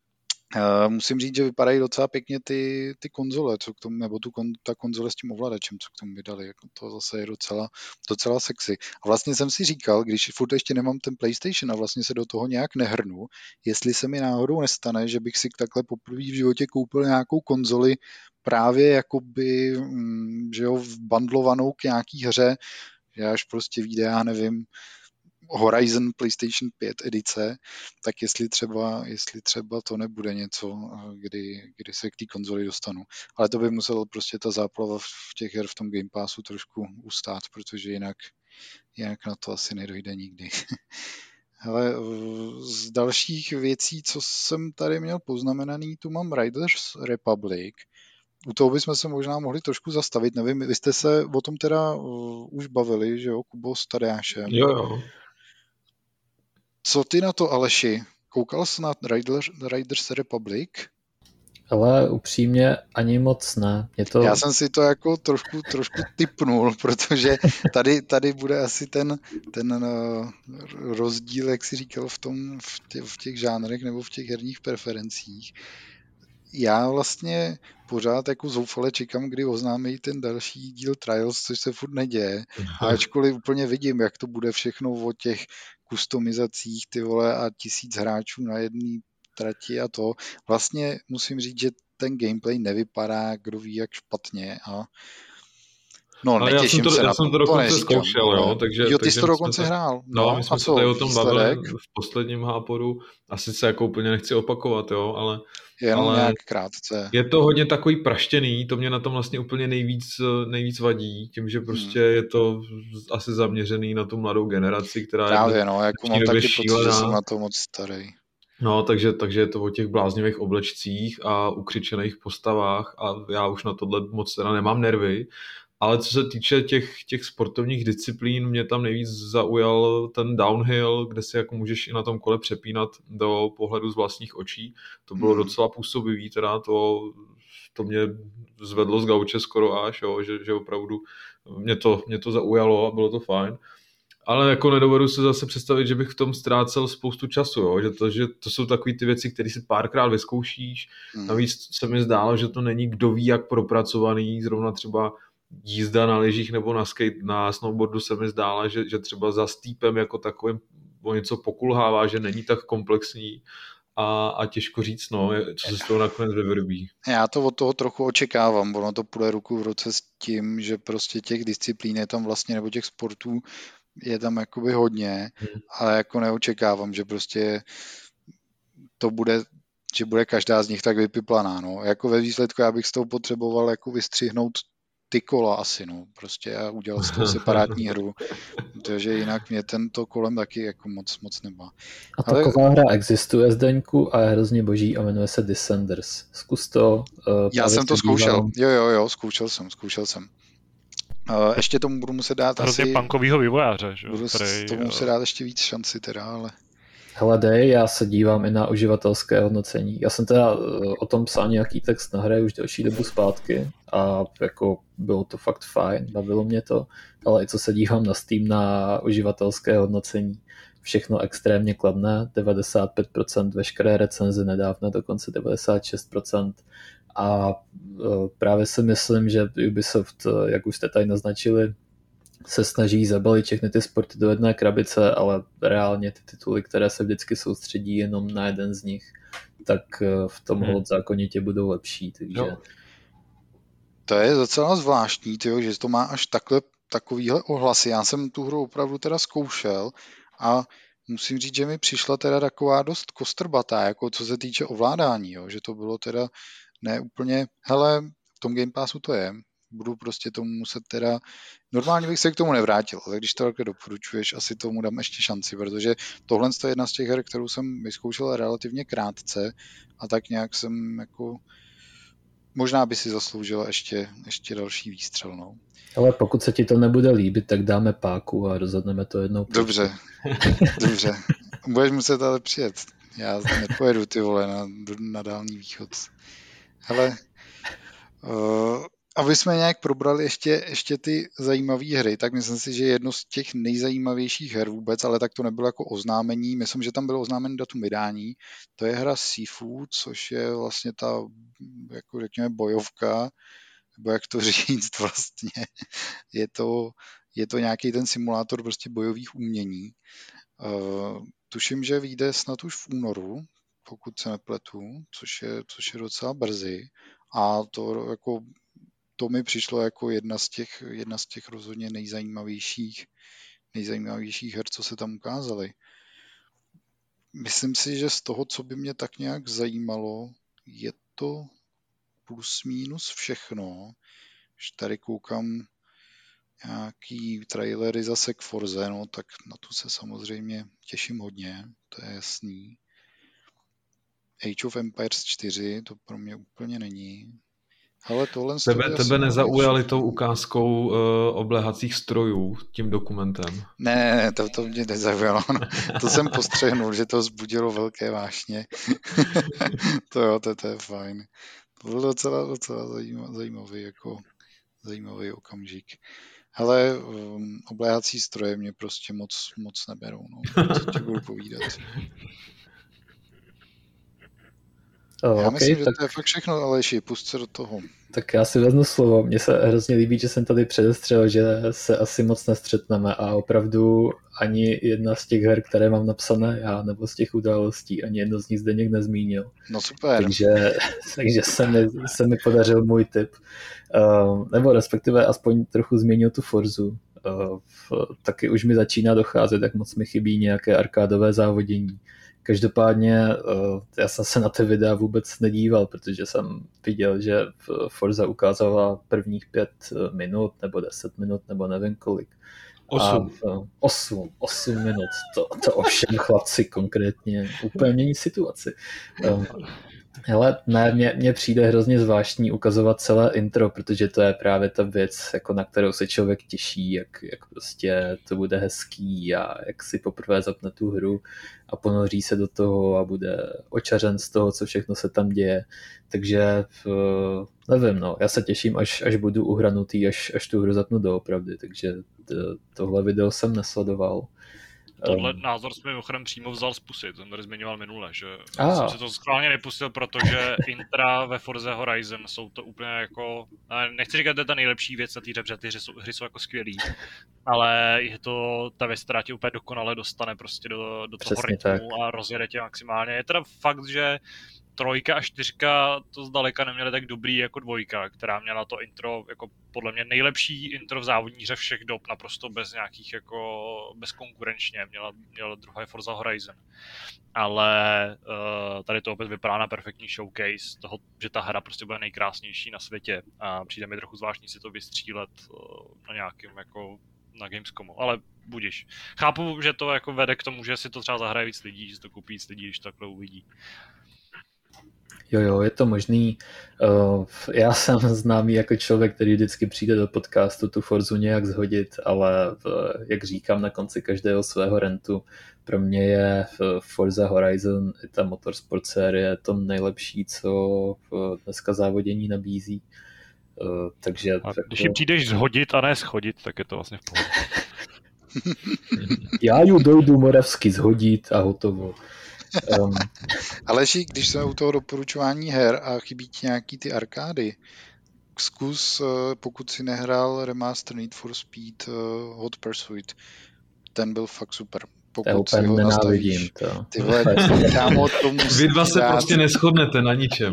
musím říct, že vypadají docela pěkně ty konzole, co k tomu, nebo ta konzole s tím ovladačem, co k tomu vydali. Jako to zase je docela sexy. A vlastně jsem si říkal, když furt ještě nemám ten PlayStation a vlastně se do toho nějak nehrnu, jestli se mi náhodou nestane, že bych si takhle poprvé v životě koupil nějakou konzoli právě jakoby, že jo, bandlovanou k nějaký hře, že až prostě vyjde, já nevím, Horizon PlayStation 5 edice, tak jestli třeba to nebude něco, kdy se k té konzoli dostanu. Ale to by muselo prostě ta záplava v těch her v tom Game Passu trošku ustát, protože jinak na to asi nedojde nikdy. Ale z dalších věcí, co jsem tady měl poznamenaný, tu mám Riders Republic. U toho bychom se možná mohli trošku zastavit. Nevím, vy jste se o tom teda už bavili, že jo, Kubo s Tadeášem. Jo. Co ty na to, Aleši? Koukal jsi na Riders Republic? Ale upřímně ani moc ne. Já jsem si to jako trošku tipnul, protože tady bude asi ten rozdíl, jak jsi říkal, v těch žánrech nebo v těch herních preferencích. Já vlastně pořád jako zoufale čekám, kdy oznámí ten další díl Trials, což se furt neděje. A ačkoliv úplně vidím, jak to bude všechno o těch kustomizacích, ty vole, a 1000 hráčů na jedné trati a to. Vlastně musím říct, že ten gameplay nevypadá, kdo ví, jak špatně a no, netěším se na to. Já jsem to dokonce zkoušel, jo, takže... Jo, ty jsi to dokonce hrál. No, my jsme se tady o tom bavili v posledním háporu. Asi se jako úplně nechci opakovat, jo, ale nějak krátce. Je to hodně takový praštěný, to mě na tom vlastně úplně nejvíc vadí, tím, že prostě je to asi zaměřený na tu mladou generaci, která právě, je jako mám taky pocit, že jsem na to moc starý. No, takže je to o těch bláznivých oblečcích a ukřičených postavách a já už na tohle moc teda nemám nervy. Ale co se týče těch sportovních disciplín, mě tam nejvíc zaujal ten downhill, kde si jako můžeš i na tom kole přepínat do pohledu z vlastních očí. To bylo docela působivý, teda to mě zvedlo z gauče skoro až, jo, že opravdu mě to zaujalo a bylo to fajn. Ale jako nedovedu se zase představit, že bych v tom ztrácel spoustu času, jo? Že to jsou takové ty věci, které si párkrát vyzkoušíš. Navíc se mi zdálo, že to není kdo ví jak propracovaný, zrovna třeba jízda na lyžích nebo na snowboardu se mi zdála, že třeba za stýpem jako takovým o něco pokulhává, že není tak komplexní a těžko říct, no, co se z toho nakonec vyvrbí. Já to od toho trochu očekávám, ono to půjde ruku v ruce s tím, že prostě těch disciplín je tam vlastně, nebo těch sportů je tam jakoby hodně, ale jako neočekávám, že prostě to bude, že bude každá z nich tak vypiplaná, no. Jako ve výsledku já bych z toho potřeboval jako vystřihnout ty kola asi, no. Prostě já udělal z toho separátní hru, protože jinak mě tento kolem taky jako moc nemá. A taková hra existuje, Zdeňku, a je hrozně boží a jmenuje se Descenders. Zkus to. Já jsem to zkoušel. Jo, zkoušel jsem. Ještě tomu budu muset dát hrozně asi... punkovýho vývojáře. Že? Budu tomu muset dát ještě víc šanci teda, ale... Hele dej, já se dívám i na uživatelské hodnocení. Já jsem teda o tom psal nějaký text na hře už delší dobu zpátky a jako bylo to fakt fajn, bavilo mě to, ale i co se dívám na Steam na uživatelské hodnocení, všechno extrémně kladné, 95%, veškeré recenze nedávno, dokonce 96%. A právě si myslím, že Ubisoft, jak už jste tady naznačili, se snaží zabalit všechny ty sporty do jedné krabice, ale reálně ty tituly, které se vždycky soustředí jenom na jeden z nich, tak v tom hold zákonitě budou lepší, takže... Jo. To je docela zvláštní, tyjo, že to má až takovýhle ohlasy. Já jsem tu hru opravdu teda zkoušel a musím říct, že mi přišla teda taková dost kostrbatá, jako co se týče ovládání, jo, že to bylo teda ne úplně, hele, v tom Game Passu to je, budu prostě tomu muset teda, normálně bych se k tomu nevrátil, ale když to takhle doporučuješ, asi tomu dám ještě šanci, protože tohle je jedna z těch her, kterou jsem vyzkoušel relativně krátce a tak nějak jsem jako možná by si zasloužila ještě další výstřel, no. Ale pokud se ti to nebude líbit, tak dáme páku a rozhodneme to jednou. Dobře. Budeš muset ale přijet. Já nepojedu, ty vole, na Dálný východ. Hele, aby jsme nějak probrali ještě ty zajímavé hry, tak myslím si, že jedno z těch nejzajímavějších her vůbec, ale tak to nebylo jako oznámení, myslím, že tam bylo oznámení datum vydání, to je hra Sifu, což je vlastně ta, jako řekněme, bojovka, nebo jak to říct vlastně, je to nějaký ten simulátor prostě bojových umění. Tuším, že vyjde snad už v únoru, pokud se nepletu, což je docela brzy. A to mi přišlo jako jedna z těch rozhodně nejzajímavějších her, co se tam ukázaly. Myslím si, že z toho, co by mě tak nějak zajímalo, je to plus minus všechno. Když tady koukám nějaký trailery zase k Forze, no tak na tu se samozřejmě těším hodně, to je jasný. Age of Empires 4, to pro mě úplně není. Ale tohle... Tebe nezaujali tou ukázkou obléhacích strojů, tím dokumentem? Ne, to mě nezaujalo. No. To jsem postřehnul, že to vzbudilo velké vášně. to je fajn. To byl docela zajímavý okamžik. Hele, obléhací stroje mě prostě moc neberou. No. Co ti budu povídat? Já myslím, že to je fakt všechno, Aleši, pust se do toho. Tak já si vezmu slovo. Mně se hrozně líbí, že jsem tady předestřel, že se asi moc nestřetneme a opravdu ani jedna z těch her, které mám napsané já, nebo z těch událostí, ani jedno z nich zde někde nezmínil. No super. Takže se mi podařil můj tip. Nebo respektive aspoň trochu změnil tu Forzu. Taky už mi začíná docházet, jak moc mi chybí nějaké arkádové závodění. Každopádně já jsem se na ty videa vůbec nedíval, protože jsem viděl, že Forza ukázala prvních 5 minut nebo 10 minut nebo nevím kolik. 8 minut. To ovšem chlapci konkrétně úplně mění situaci. Hele, ne, mně přijde hrozně zvláštní ukazovat celé intro, protože to je právě ta věc, jako na kterou se člověk těší, jak prostě to bude hezký a jak si poprvé zapne tu hru a ponoří se do toho a bude očařen z toho, co všechno se tam děje. Takže nevím, no, já se těším, až budu uhranutý, až tu hru zapnu doopravdy, takže tohle video jsem nesledoval. Tohle názor jsme mimochodem přímo vzal z pusy, to jsem tady zmiňoval minule, že jsem si to schválně nepustil, protože intra ve Forza Horizon jsou to úplně jako, nechci říkat, že to je ta nejlepší věc na té hře, protože ty hry jsou jako skvělý, ale je to ta věc, která tě úplně dokonale dostane prostě do toho rytmu a rozjede tě maximálně. Je teda fakt, že 3 a 4 to zdaleka neměly tak dobrý jako 2, která měla to intro jako podle mě nejlepší intro v závodní hře všech dob, naprosto bez nějakých jako bezkonkurenčně, měla druhá Forza Horizon. Ale tady to opět vypadá na perfektní showcase toho, že ta hra prostě bude nejkrásnější na světě a přijde mi trochu zvláštní si to vystřílet na nějakým jako na Gamescomu, ale budiš. Chápu, že to jako vede k tomu, že si to třeba zahraje víc lidí, že si to koupí víc lidí, když to takhle uvidí. Jo, je to možný. Já jsem známý jako člověk, který vždycky přijde do podcastu tu Forzu nějak zhodit, ale jak říkám na konci každého svého rentu, pro mě je Forza Horizon i ta Motorsport série to nejlepší, co dneska závodění nabízí. Takže a když ji přijdeš zhodit a ne schodit, tak je to vlastně v pohodě. Já ju dojdu moravsky zhodit a hotovo. Aleši, když jsme u toho doporučování her a chybí ti nějaký ty arkády, zkus, pokud si nehrál remaster Need for Speed Hot Pursuit, ten byl fakt super. Pokud si ho nastavíš. Ty vole, kámo, to musí Vy dva se prostě neshodnete na ničem.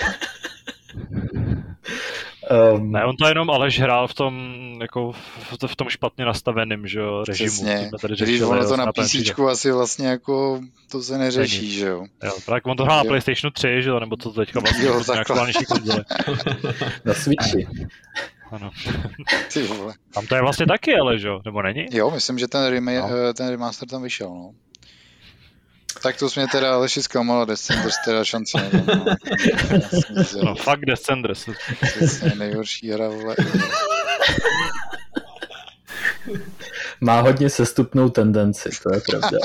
Ne, on to jenom Aleš hrál v tom, jako v tom špatně nastaveném, že jo, režimu. Přesně, když ono to na PCčku asi vlastně jako to se neřeší, že jo. Jo, tak on to hrál na PlayStationu 3, že jo, nebo co to teďka vlastně jo, aktuálnější konzole. Na Switchi. Ano. Ty vole. Tam to je vlastně taky, ale že jo, nebo není? Jo, myslím, že ten remaster tam vyšel, no. Tak to jsi mě teda Aleši zklamala, Descenders teda šanci nevím. No fakt Descenders. Přesně, nejhorší hra, vole. Má hodně sestupnou tendenci, to je pravda.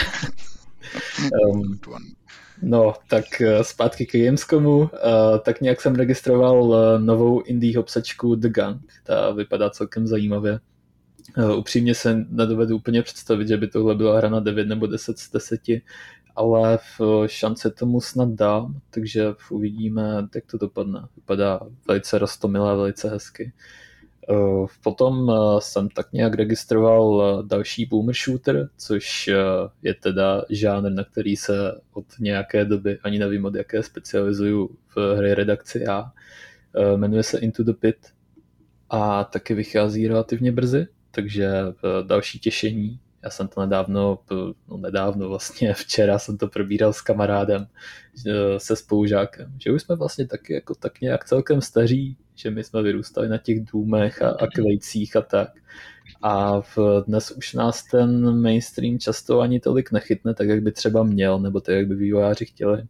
No, tak zpátky k Gamescomu, tak nějak jsem registroval novou indie hopsačku The Gang, ta vypadá celkem zajímavě. Upřímně se nedovedu úplně představit, že by tohle byla hra na 9 nebo 10 z 10, ale v šance tomu snad dám, takže uvidíme, jak to dopadne. Vypadá velice roztomilé, velice hezky. Potom jsem tak nějak registroval další boomer shooter, což je teda žánr, na který se od nějaké doby, ani nevím od jaké, specializuju v hry redakci já. Jmenuje se Into the Pit a taky vychází relativně brzy, takže další těšení. Já jsem to nedávno vlastně včera jsem to probíral s kamarádem, se spolužákem, že už jsme vlastně taky jako tak nějak celkem staří, že my jsme vyrůstali na těch důmech a klejcích a tak. A dnes už nás ten mainstream často ani tolik nechytne, tak jak by třeba měl, nebo tak jak by vývojáři chtěli.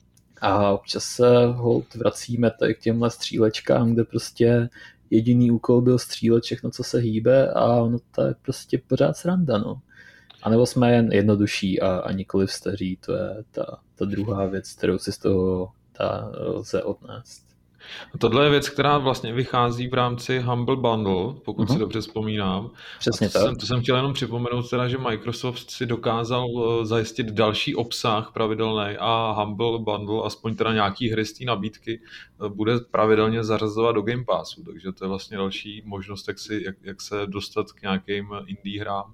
A občas se holt vracíme tady k těmhle střílečkám, kde prostě jediný úkol byl střílet všechno, co se hýbe, a ono to je prostě pořád sranda, no. A nebo jsme jen jednodušší a nikoliv staří, to je ta druhá věc, kterou si z toho lze odnést. Tohle je věc, která vlastně vychází v rámci Humble Bundle, pokud si dobře vzpomínám. Přesně tak. To jsem chtěl jenom připomenout teda, že Microsoft si dokázal zajistit další obsah pravidelný a Humble Bundle, aspoň teda nějaký hry z té nabídky, bude pravidelně zařazovat do Game Passu, takže to je vlastně další možnost, jak se dostat k nějakým indie hrám.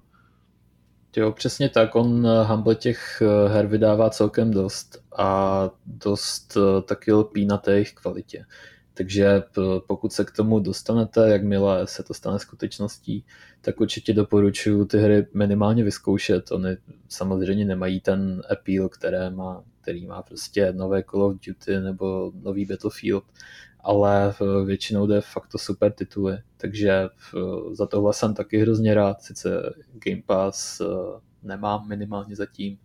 Jo, přesně tak, on Humble těch her vydává celkem dost a dost taky lpí na té jejich kvalitě. Takže pokud se k tomu dostanete, jakmile se to stane skutečností, tak určitě doporučuji ty hry minimálně vyzkoušet. Oni samozřejmě nemají ten appeal, který má prostě nové Call of Duty nebo nový Battlefield, ale většinou jde fakt to super tituly, takže za tohle jsem taky hrozně rád, sice Game Pass nemám minimálně zatím,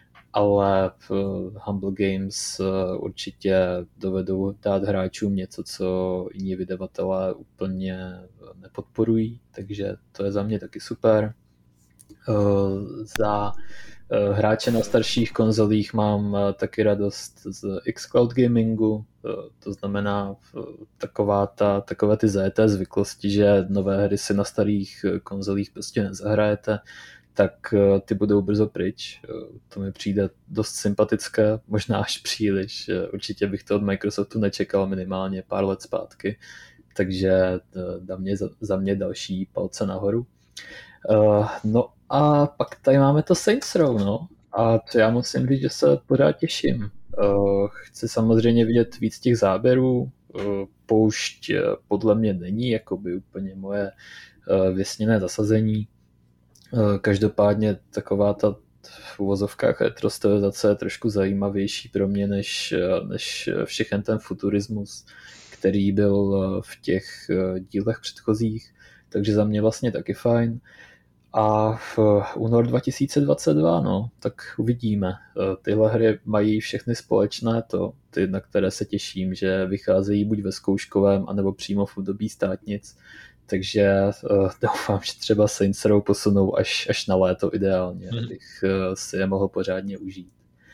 ale Humble Games určitě dovedou dát hráčům něco, co jiní vydavatelé úplně nepodporují, takže to je za mě taky super. Za hráče na starších konzolích mám taky radost z xCloud gamingu, to znamená takové ty zajeté zvyklosti, že nové hry si na starých konzolích prostě nezahrajete, tak ty budou brzo pryč. To mi přijde dost sympatické, možná až příliš. Určitě bych to od Microsoftu nečekal minimálně pár let zpátky, takže za mě další palce nahoru. No a pak tady máme to Saints Row, no. A to já musím říct, že se pořád těším. Chci samozřejmě vidět víc těch záběrů. Poušť podle mě není jakoby úplně moje vysněné zasazení. Každopádně taková ta v uvozovkách retrostylizace je trošku zajímavější pro mě než všechen ten futurismus, který byl v těch dílech předchozích. Takže za mě vlastně taky fajn. A v únor 2022, no, tak uvidíme. Tyhle hry mají všechny společné ty, na které se těším, že vycházejí buď ve zkouškovém, anebo přímo v období státnic. Takže doufám, že třeba Saints Row posunou až na léto ideálně, abych si je mohl pořádně užít.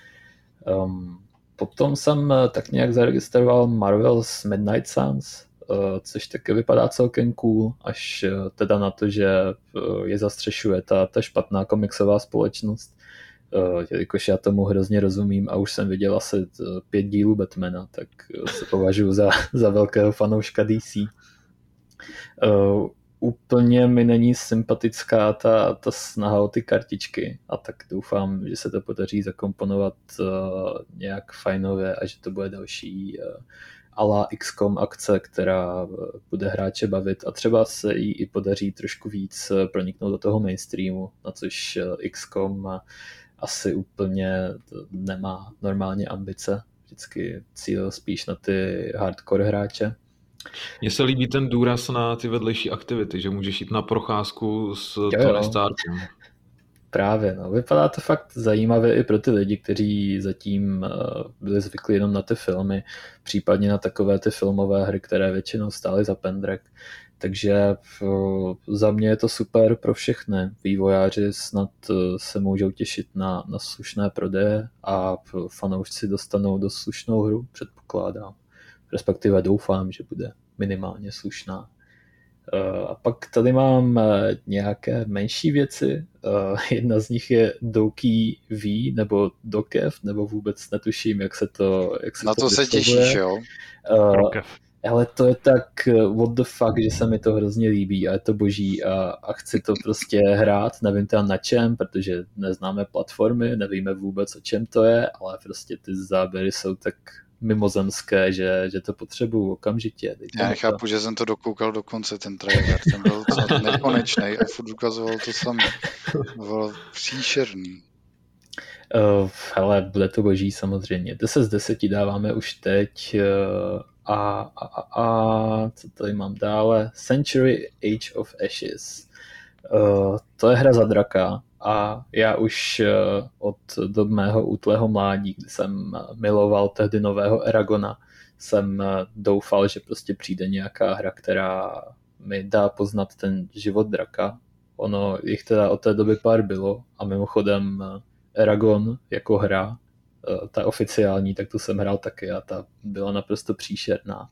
Potom jsem tak nějak zaregistroval Marvel's Midnight Suns, což taky vypadá celkem cool, až teda na to, že je zastřešuje ta špatná komiksová společnost, jelikož já tomu hrozně rozumím a už jsem viděl asi 5 dílů Batmana, tak se považuji za velkého fanouška DC. Úplně mi není sympatická ta snaha o ty kartičky a tak doufám, že se to podaří zakomponovat nějak fajnově a že to bude další a la XCOM akce, která bude hráče bavit a třeba se jí i podaří trošku víc proniknout do toho mainstreamu, na což XCOM asi úplně nemá normálně ambice, vždycky cíl spíš na ty hardcore hráče. Mně se líbí ten důraz na ty vedlejší aktivity, že můžeš jít na procházku s Tony Starkem. Právě, no. Vypadá to fakt zajímavě i pro ty lidi, kteří zatím byli zvyklí jenom na ty filmy, případně na takové ty filmové hry, které většinou stály za pendrek. Takže za mě je to super pro všechny. Vývojáři snad se můžou těšit na slušné prodeje a fanoušci dostanou dost slušnou hru, předpokládám. Respektive doufám, že bude minimálně slušná. A pak tady mám nějaké menší věci. Jedna z nich je Doki V nebo Dokev, nebo vůbec netuším, jak se to na to se těšíš, jo? Ale to je tak what the fuck, že se mi to hrozně líbí a je to boží a chci to prostě hrát, nevím teda na čem, protože neznáme platformy, nevíme vůbec o čem to je, ale prostě ty záběry jsou tak mimozemské, že to potřebuju okamžitě. Já nechápu, že jsem to dokoukal do konce, ten trailer, ten byl nekonečnej a furt ukazoval to samé. Bylo příšerný. Hele, bude to boží samozřejmě. 10 z 10 dáváme už teď a co tady mám dále? Century Age of Ashes. To je hra za draka a já už od dob mého útlého mládí, kdy jsem miloval tehdy nového Eragona, jsem doufal, že prostě přijde nějaká hra, která mi dá poznat ten život draka. Ono jich teda od té doby pár bylo a mimochodem Eragon jako hra, ta oficiální, tak tu jsem hrál taky a ta byla naprosto příšerná.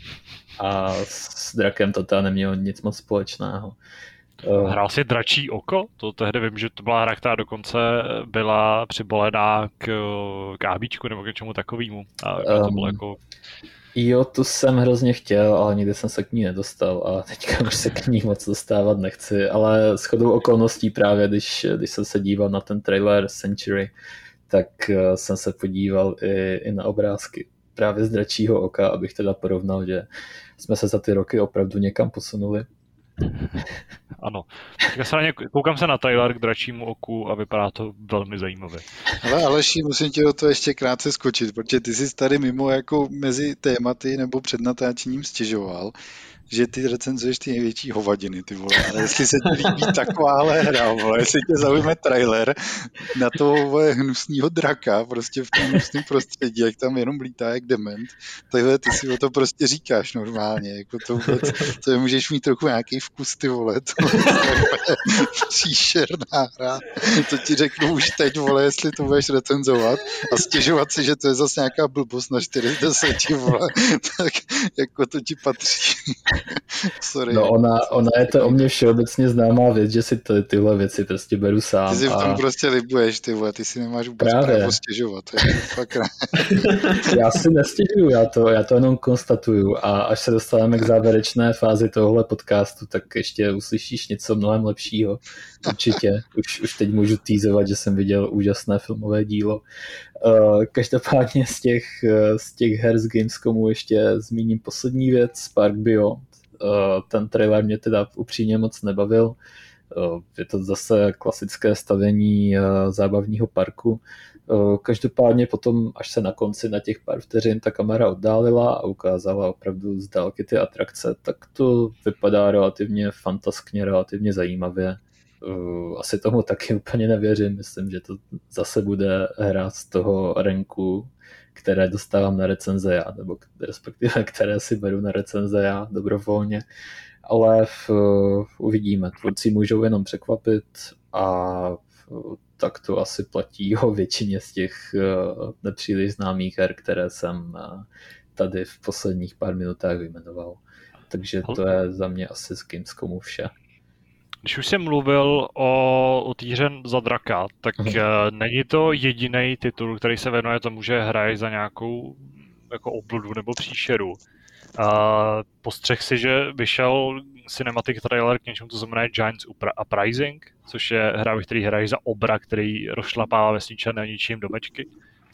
A s drakem to teda nemělo nic moc společného. Hrál jsi Dračí oko? To tehdy vím, že to byla hra, která dokonce byla přibolená k ABčku nebo k čemu takovému. A to bylo jako... Jo, tu jsem hrozně chtěl, ale nikdy jsem se k ní nedostal a teďka už se k ní moc dostávat nechci, ale shodou okolností právě, když jsem se díval na ten trailer Century, tak jsem se podíval i na obrázky právě z Dračího oka, abych teda porovnal, že jsme se za ty roky opravdu někam posunuli. Ano. Koukám se na trailer k Dračímu oku a vypadá to velmi zajímavě. Ale Aleši, musím tě do toho ještě krátce skočit, protože ty jsi tady mimo jako mezi tématy nebo před natáčením stěžoval, že ty recenzuješ ty největší hovadiny, ty vole. Ale jestli se ti líbí takováhle hra, vole, jestli tě zaujme trailer na toho vole, hnusného draka, prostě v tom hnusném prostředí, jak tam jenom lítá jak dement, takhle ty si o to prostě říkáš normálně, jako to vůbec, to můžeš mít trochu nějaký vkus, ty vole, to je příšerná hra, to ti řeknu už teď, vole, jestli to budeš recenzovat a stěžovat si, že to je zase nějaká blbost na 4 z 10, vole, tak jako to ti patří. Sorry. No ona je to o mě všeobecně známá věc, že si tyhle věci prostě beru sám. Ty si v tom prostě libuješ, ty vole, ty si nemáš vůbec právo stěžovat. Fakt já si nestěžuju, já to jenom konstatuju a až se dostaneme k závěrečné fázi tohohle podcastu, tak ještě uslyšíš něco mnohem lepšího. Určitě. Už teď můžu teasovat, že jsem viděl úžasné filmové dílo. Každopádně z těch her z Gamescomu ještě zmíním poslední věc, Spark Beyond. Ten trailer mě teda upřímně moc nebavil. Je to zase klasické stavění zábavního parku. Každopádně potom, až se na konci na těch pár vteřin ta kamera oddálila a ukázala opravdu z dálky ty atrakce, tak to vypadá relativně fantaskně, relativně zajímavě. asi tomu taky úplně nevěřím. Myslím, že to zase bude hra z toho ranku, které dostávám na recenze já, nebo respektive které si beru na recenze já dobrovolně. Ale uvidíme. Tvůrci můžou jenom překvapit a tak to asi platí o většině z těch nepříliš známých her, které jsem tady v posledních pár minutách vyjmenoval. Takže to je za mě asi z Gamescomu vše. Když už jsem mluvil o té hře za draka, tak není to jediný titul, který se věnuje tomu, že hraješ za nějakou jako obludu nebo příšeru. Postřeh si, že vyšel cinematic trailer k něčemu, co znamená Giants Uprising, což je hra, ve který hraješ za obra, který rozšlapává vesničané ničím domečky.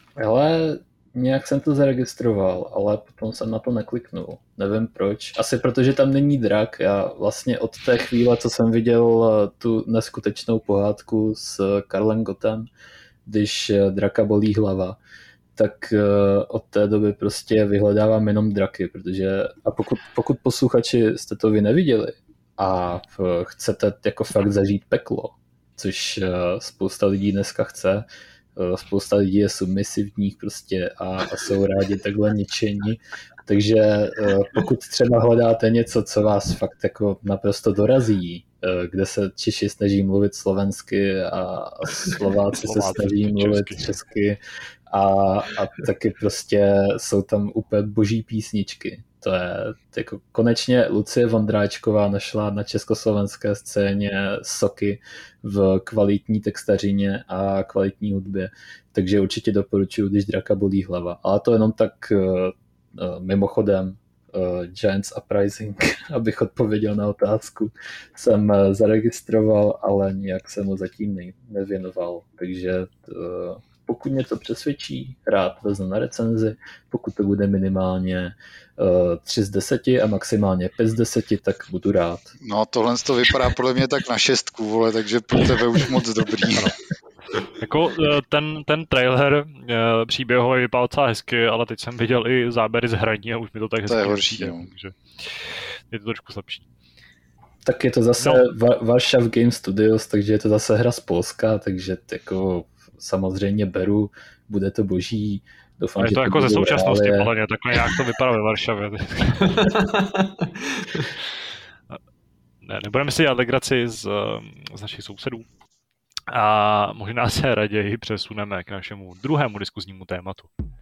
Ale nějak jsem to zaregistroval, ale potom jsem na to nekliknul. Nevím proč. Asi protože tam není drak. Já vlastně od té chvíle, co jsem viděl tu neskutečnou pohádku s Karlem Gottem, když draka bolí hlava, tak od té doby prostě vyhledávám jenom draky, protože a pokud posluchači jste to vy neviděli a chcete jako fakt zažít peklo, což spousta lidí dneska chce, spousta lidí je submisivních prostě a jsou rádi takhle ničení, takže pokud třeba hledáte něco, co vás fakt jako naprosto dorazí, kde se Češi snaží mluvit slovensky a Slováci se snaží mluvit česky a taky prostě jsou tam úplně boží písničky. To je jako konečně Lucie Vondráčková našla na československé scéně soky v kvalitní textařině a kvalitní hudbě, takže určitě doporučuji, když draka bolí hlava. Ale to jenom tak mimochodem Giants Uprising, abych odpověděl na otázku, jsem zaregistroval, ale nijak jsem ho zatím nevěnoval, takže pokud mě to přesvědčí, rád vezmu na recenzi, pokud to bude minimálně 3 z 10 a maximálně 5 z 10, tak budu rád. No tohle to vypadá podle mě tak na 6, vole, takže pro tebe už moc dobrý. Jako ten trailer příběhový vypadal docela hezky, ale teď jsem viděl i záběry z hraní a už mi to tak hezky to je horší, no. Takže je to trošku slabší. Tak je to zase Warsaw Game Studios, takže je to zase hra z Polska, takže jako samozřejmě beru, bude to boží. Doufám, je to jako ze současnosti, ale takhle nějak to vypadá ve Varšavě. Nebudeme si dělat legraci z našich sousedů. A možná se raději přesuneme k našemu druhému diskuznímu tématu.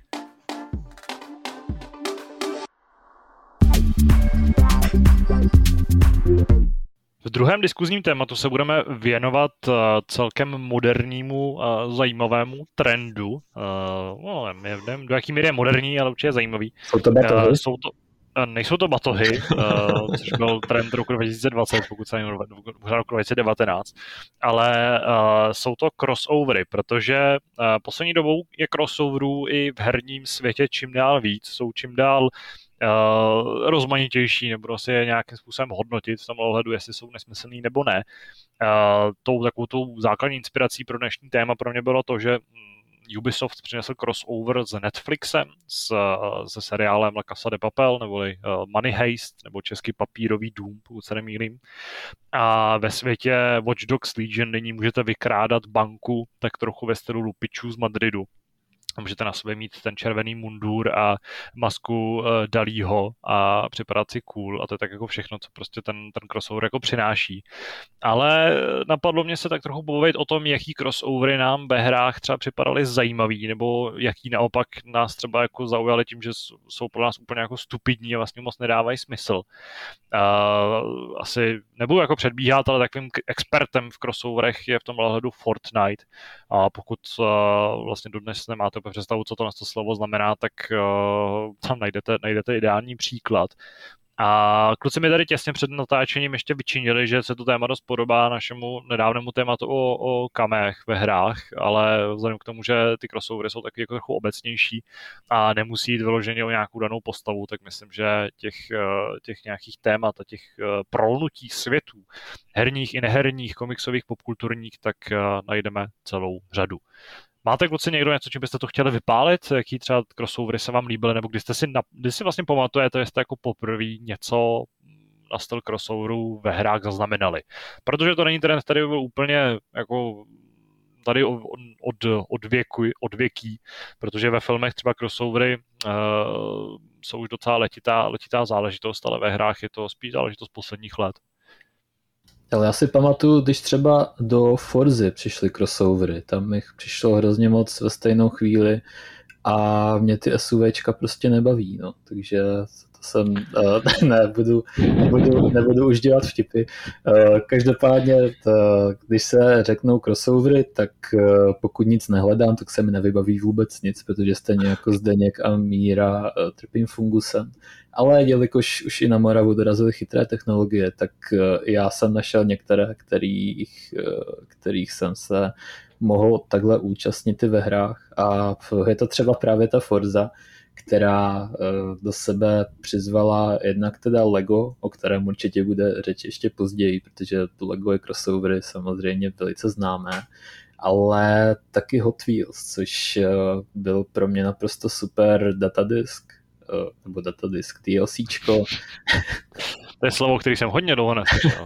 V druhém diskuzním tématu se budeme věnovat celkem modernímu a zajímavému trendu. Nevím, do jaký míry je moderní, ale určitě je zajímavý. Jsou to batohy? Nejsou to batohy, což byl trend roku 2020, pokud se nejmenuje roku 2019, ale jsou to crossovery, protože poslední dobou je crossoverů i v herním světě čím dál víc, jsou čím dál rozmanitější, nebo si je nějakým způsobem hodnotit v tom ohledu, jestli jsou nesmyslný nebo ne. Takovou základní inspirací pro dnešní téma pro mě bylo to, že Ubisoft přinesl crossover s Netflixem, se seriálem La Casa de Papel, neboli Money Heist, nebo česky Papírový dům, pokud se nemýlím. A ve světě Watch Dogs Legion nyní můžete vykrádat banku tak trochu ve stylu lupičů z Madridu. Můžete na sobě mít ten červený mundur a masku Dalího a připadat si cool a to je tak jako všechno, co prostě ten crossover jako přináší. Ale napadlo mě se tak trochu pobavit o tom, jaký crossovery nám ve hrách třeba připadaly zajímavý, nebo jaký naopak nás třeba jako zaujaly tím, že jsou pro nás úplně jako stupidní a vlastně moc nedávají smysl. Asi nebudu jako předbíhat, ale takovým expertem v crossoverech je v tom ohledu Fortnite. A pokud vlastně dodnes nemáte představu, co to slovo znamená, tak tam najdete ideální příklad. A kluci mi tady těsně před natáčením ještě vyčinili, že se to téma dost podobá našemu nedávnému tématu o kamech ve hrách, ale vzhledem k tomu, že ty crossovery jsou taky jako trochu obecnější a nemusí jít vyloženě o nějakou danou postavu, tak myslím, že těch nějakých témat a těch prolnutí světů, herních i neherních, komiksových, popkulturních, tak najdeme celou řadu. Máte kluci někdo něco, čím byste to chtěli vypálit? Jaký třeba crossovery se vám líbily, nebo kdy si vlastně pamatujete, jestli jako poprvé něco na styl crossoverů ve hrách zaznamenali. Protože to není trend, který byl úplně jako tady od věký, protože ve filmech třeba crossovery jsou už docela letitá záležitost, ale ve hrách je to spíš záležitost posledních let. Ale já si pamatuju, když třeba do Forzy přišly crossovery, tam jich přišlo hrozně moc ve stejnou chvíli a mě ty SUVčka prostě nebaví, no, takže to jsem, nebudu už dělat vtipy. Každopádně, když se řeknou crossovery, tak pokud nic nehledám, tak se mi nevybaví vůbec nic, protože stejně jako Zdeněk a Míra trpím fungusem. Ale jelikož už i na Moravu dorazily chytré technologie, tak já jsem našel některé, kterých jsem se mohl takhle účastnit i ve hrách. A je to třeba právě ta Forza, která do sebe přizvala jednak teda Lego, o kterém určitě bude řeč ještě později, protože to Lego je crossovery samozřejmě velice známé, ale taky Hot Wheels, což byl pro mě naprosto super datadisk, nebo datadisk, DLCčko. To je slovo, který jsem hodně dlouho neslyšel.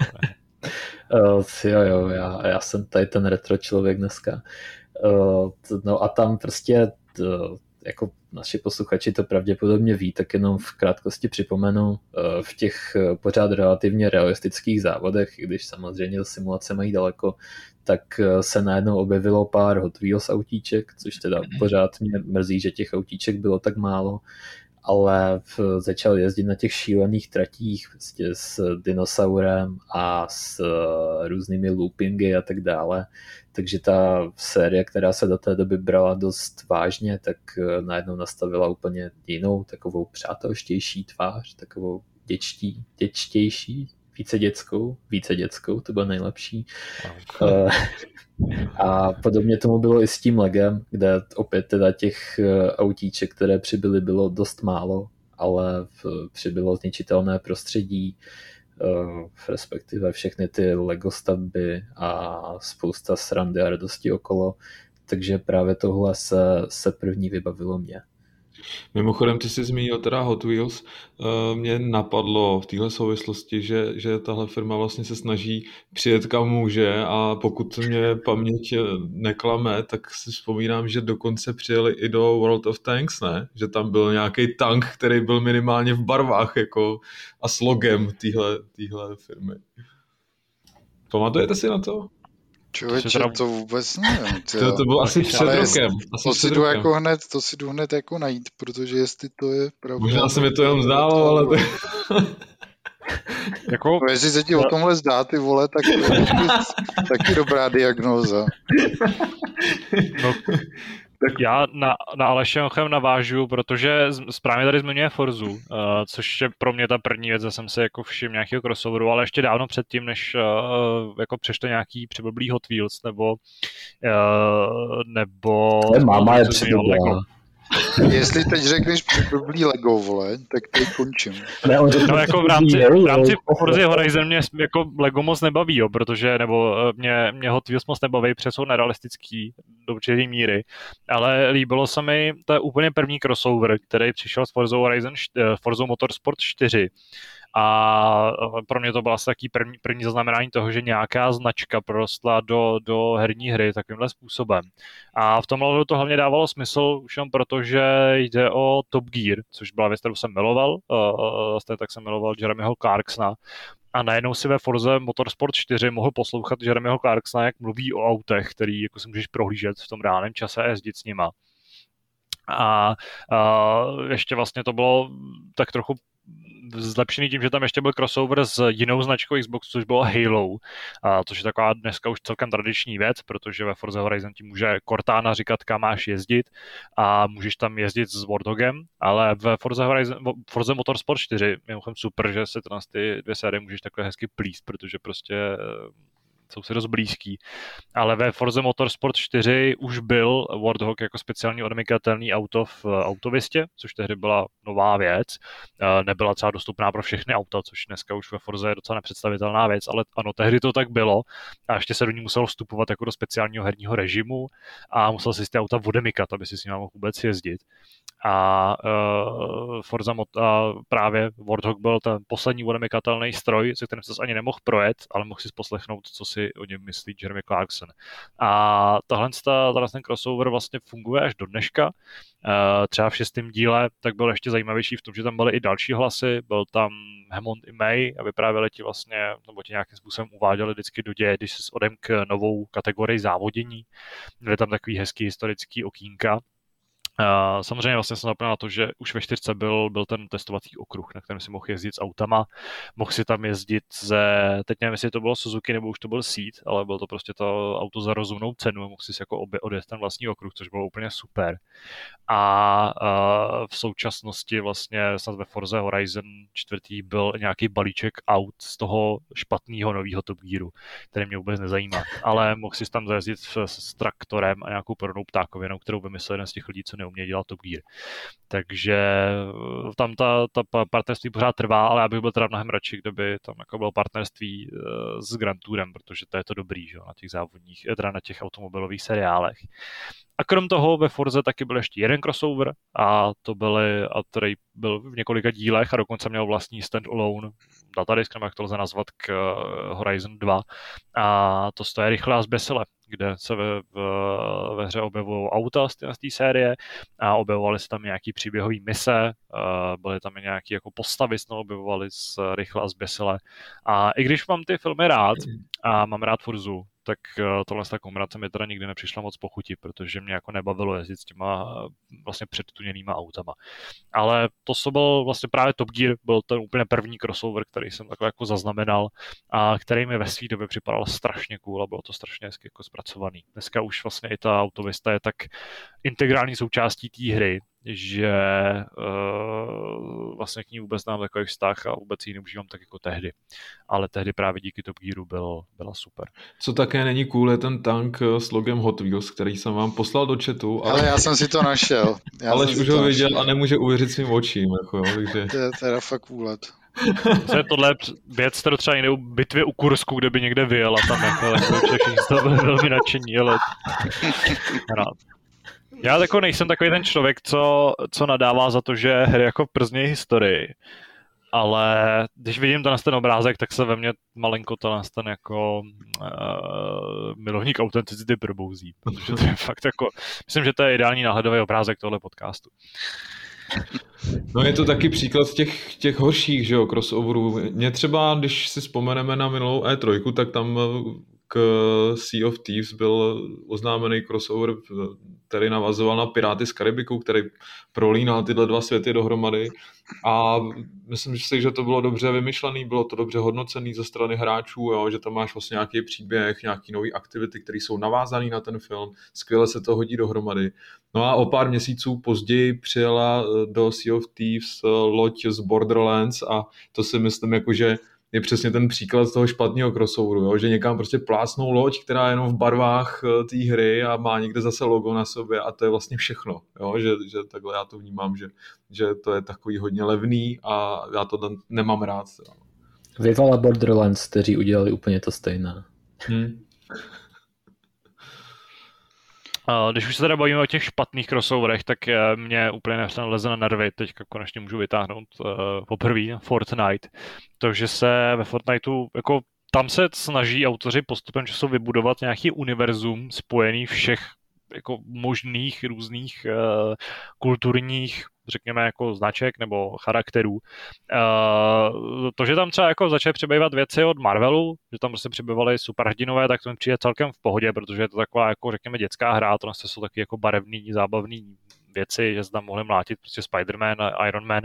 Jo, já jsem tady ten retro člověk dneska. No a tam prostě jako naši posluchači to pravděpodobně ví, tak jenom v krátkosti připomenu, v těch pořád relativně realistických závodech, i když samozřejmě do simulace mají daleko, tak se najednou objevilo pár Hot Wheels autíček, což teda pořád mě mrzí, že těch autíček bylo tak málo, ale začal jezdit na těch šílených tratích prostě s dinosaurem a s různými loopingy a tak dále. Takže ta série, která se do té doby brala dost vážně, tak najednou nastavila úplně jinou, takovou přátelštější tvář, takovou děčtější, více dětskou, to bylo nejlepší. A podobně tomu bylo i s tím Legem, kde opět teda těch autíček, které přibyly, bylo dost málo, ale přibylo zničitelné prostředí, respektive všechny ty Lego stavby a spousta srandy a radosti okolo, takže právě tohle se první vybavilo mě. Mimochodem, ty jsi zmínil teda Hot Wheels. Mě napadlo v téhle souvislosti, že tahle firma vlastně se snaží přijet kam může a pokud mě paměť neklame, tak si vzpomínám, že dokonce přijeli i do World of Tanks, ne? Že tam byl nějaký tank, který byl minimálně v barvách jako a s logem téhle firmy. Pamatujete si na to? Člověče, to vůbec nevím. To bylo asi před rokem. To si jdu hned jako najít, protože jestli to je pravda... Možná se mi to jenom zdálo, ale... No, jestli se ti o tomhle zdá, ty vole, tak to je taky dobrá diagnóza. No, tak já na Aleše navážu, protože správně tady zmiňuje Forzu, což je pro mě ta první věc, že jsem se jako všiml nějakého crossoveru, ale ještě dávno předtím, než jako přešlo nějaký přiblblý Hot Wheels, nebo máma je přiblblá. Jestli teď řekneš přiblblý Lego, vole, tak teď končím. No jako v rámci Forza Horizon mě jako Lego moc nebaví, jo, protože, nebo mě Hot Wheels moc nebaví, protože jsou nerealistický do určitý míry, ale líbilo se mi, to je úplně první crossover, který přišel s Forza Motorsport 4. A pro mě to bylo asi taky první zaznamenání toho, že nějaká značka prorostla do herní hry takovýmhle způsobem. A v tomhle to hlavně dávalo smysl už jenom proto, že jde o Top Gear, což byla věc, kterou jsem miloval, tak jsem miloval Jeremyho Clarksona. A najednou si ve Forze Motorsport 4 mohl poslouchat Jeremyho Clarksona, jak mluví o autech, který jako si můžeš prohlížet v tom reálném čase a jezdit s nima. A ještě vlastně to bylo tak trochu zlepšený tím, že tam ještě byl crossover s jinou značkou Xbox, což bylo Halo, což je taková dneska už celkem tradiční věc, protože ve Forza Horizon ti může Cortana říkat, kam máš jezdit a můžeš tam jezdit s Warthogem, ale ve Forza Motorsport 4 mimochodem super, že se ty dvě série můžeš takhle hezky plíst, protože prostě jsou si dost blízký. Ale ve Forza Motorsport 4 už byl Warthog jako speciální odemykatelný auto v autovistě, což tehdy byla nová věc. Nebyla třeba dostupná pro všechny auta, což dneska už ve Forze je docela nepředstavitelná věc, ale ano, tehdy to tak bylo. A ještě se do ní muselo vstupovat jako do speciálního herního režimu a musel si ty auta odemykat, aby si s nimi mohl vůbec jezdit. A právě Warthog byl ten poslední odemykatelný stroj, se kterým se ani nemohl projet, ale mohl si poslechnout, co si o něm myslí Jeremy Clarkson. A ten crossover vlastně funguje až do dneška. Třeba v 6. díle tak byl ještě zajímavější v tom, že tam byly i další hlasy, byl tam Hammond i May a vyprávěli ti vlastně, nebo ti nějakým způsobem uváděli vždycky do děje, když se odemk novou kategorii závodění. Byly tam takový hezký historický okýnka. Samozřejmě vlastně jsem zapomněl na to, že už ve 4 byl ten testovací okruh, na kterém si mohl jezdit s autama. Mohl si tam jezdit teď nevím, jestli to bylo Suzuki nebo už to byl Seat, ale byl to prostě to auto za rozumnou cenu a mohl si jako odjet ten vlastní okruh, což bylo úplně super. A v současnosti vlastně snad ve Forza Horizon 4. byl nějaký balíček aut z toho špatného nového Top Gearu, který mě vůbec nezajímá. Ale mohl si tam zajezdit s traktorem a nějakou podobnou ptákovinou, kterou vymyslel jeden z těch lidí, co neumějí dělat Top Gear. Takže tam ta partnerství pořád trvá, ale já bych byl teda mnohem radši, kdyby tam jako bylo partnerství s Grand Tourem, protože to je to dobrý, že? Na těch závodních, teda na těch automobilových seriálech. A krom toho ve Forze taky byl ještě jeden crossover který byl v několika dílech a dokonce měl vlastní stand-alone datadisk, nebo jak to lze nazvat, k Horizon 2. A to je Rychle a zběsile, kde se ve hře objevují auta z té série a objevovaly se tam nějaký příběhový mise, byly tam i nějaké jako postavy, jsme objevovali z Rychle a zběsile. A i když mám ty filmy rád a mám rád Forzu, tak tohle ta kombinace mi teda nikdy nepřišla moc pochuti, protože mě jako nebavilo jezdit s těma vlastně předtuněnýma autama. Ale to, co byl vlastně právě Top Gear, byl ten úplně první crossover, který jsem takhle jako zaznamenal a který mi ve své době připadal strašně cool a bylo to strašně hezky jako zpracovaný. Dneska už vlastně i ta Autovista je tak integrální součástí té hry, že vlastně k ní vůbec nemám takový vztah a vůbec ji neužívám tak jako tehdy. Ale tehdy právě díky Top Gearu byla super. Co také není cool, je ten tank s logem Hot Wheels, který jsem vám poslal do chatu. Ale já jsem si to našel. Ale už ho viděl a nemůže uvěřit svým očím. Jako, takže... To je teda fakt úlet. Tohle věc, kterou třeba někde u bitvě u Kursku, kde by někde vyjel a tam jako všichni z toho byli velmi nadšení, ale rád. Já jako nejsem takový ten člověk, co nadává za to, že hry jako prznějí historii. Ale když vidím ten obrázek, tak se ve mně malinko ten jako milovník autenticity probouzí. Protože to je fakt jako, myslím, že to je ideální náhledový obrázek tohle podcastu. No je to taky příklad těch horších, že jo, crossoverů. Mě třeba, když si vzpomeneme na minulou E3, tak tam k Sea of Thieves byl oznámený crossover, který navazoval na Piráty z Karibiku, který prolínal tyhle dva světy dohromady a myslím si, že to bylo dobře vymyšlený, bylo to dobře hodnocený ze strany hráčů, jo, že tam máš vlastně nějaký příběh, nějaký nový aktivity, které jsou navázaný na ten film, skvěle se to hodí dohromady. No a o pár měsíců později přijela do Sea of Thieves loď z Borderlands a to si myslím, jakože je přesně ten příklad toho špatného crossoveru, jo? Že někam prostě plácnou loď, která je jenom v barvách té hry a má někde zase logo na sobě a to je vlastně všechno. Jo? Že takhle já to vnímám, že to je takový hodně levný a já to nemám rád. Vyvala Borderlands, kteří udělali úplně to stejné. Když už se teda bavíme o těch špatných crossoverech, tak mě úplně leze na nervy. Teďka konečně můžu vytáhnout poprvé Fortnite. To, že se ve Fortniteu, jako tam se snaží autoři postupem času vybudovat nějaký univerzum spojený všech jako možných různých kulturních, řekněme, jako značek nebo charakterů. To, že tam třeba jako začaly přibývat věci od Marvelu, že tam prostě přibývaly superhrdinové, tak to mi přijde celkem v pohodě, protože je to taková, jako řekněme, dětská hra, to jsou taky jako barevný, zábavný věci, že se tam mohli mlátit prostě Spider-Man a Iron Man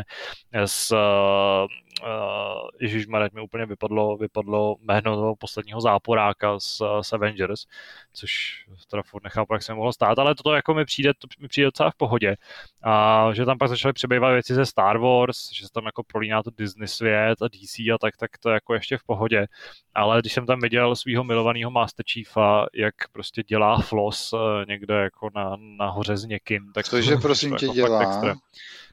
ježišmarja, mi úplně vypadlo jméno toho posledního záporáka z Avengers, což teda furt nechápu, jak se mohlo stát, ale toto jako mi přijde docela v pohodě. A že tam pak začaly přibývat věci ze Star Wars, že se tam jako prolíná to Disney svět a DC a tak to jako ještě v pohodě. Ale když jsem tam viděl svého milovaného Master Chiefa, jak prostě dělá floss někde jako nahoře s někým, tak cože prosím tě jako dělá?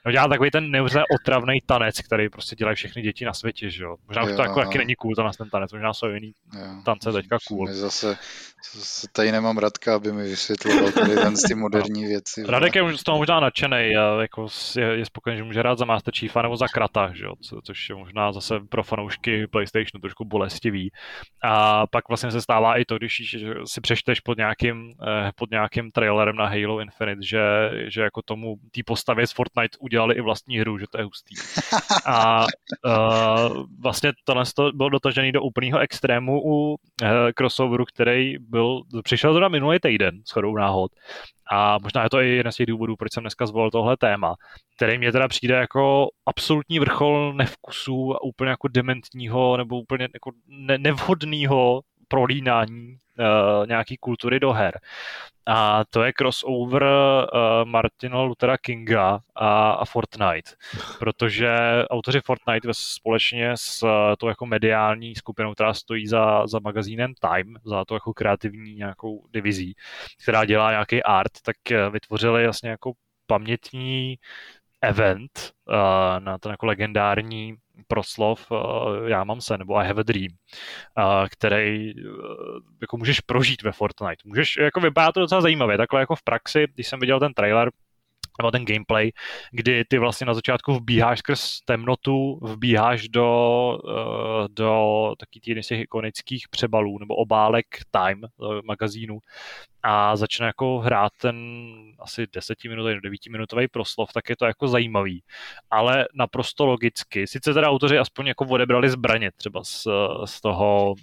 No dělá takový ten neuvěřitelně otravný tanec, který prostě dělají všechny děti na světě, že jo. Možná to jako taky není cool ten tanec, možná jsou jiný tance teďka cool. Zase tady nemám Radka, aby mi vysvětloval ty moderní věci. Radek je z toho možná nadšenej a jako je spokojený, že může hrát za Master Chiefa nebo za Krata, že jo, což je možná zase pro fanoušky PlayStationu trošku bolestivý. A pak vlastně se stává i to, když si přečteš pod nějakým trailerem na Halo Infinite, že jako tomu té postavě z Fortnite udělali i vlastní hru, že to je hustý. A vlastně tohle bylo dotažený do úplného extrému u crossoveru, který přišel zrovna minulý týden shodou náhod. A možná je to i jeden z těch důvodů, proč jsem dneska zvolil tohle téma, který mě teda přijde jako absolutní vrchol nevkusu a úplně jako dementního nebo úplně jako nevhodného prolínání nějaký kultury do her. A to je crossover Martina Luthera Kinga a Fortnite, protože autoři Fortnite společně s tou jako mediální skupinou, která stojí za magazínem Time, za to jako kreativní nějakou divizí, která dělá nějaký art, tak vytvořili vlastně jako pamětní event na ten jako legendární proslov Já mám sen, nebo I have a dream, který jako můžeš prožít ve Fortnite. Jako vypadá to docela zajímavě, takhle jako v praxi, když jsem viděl ten trailer, nebo ten gameplay, kdy ty vlastně na začátku vbíháš skrz temnotu, vbíháš do taky těch ikonických přebalů nebo obálek Time magazínu a začne jako hrát ten asi 10-minutový, 9-minutový proslov, tak je to jako zajímavý. Ale naprosto logicky. Sice teda autoři aspoň jako odebrali zbraně třeba z toho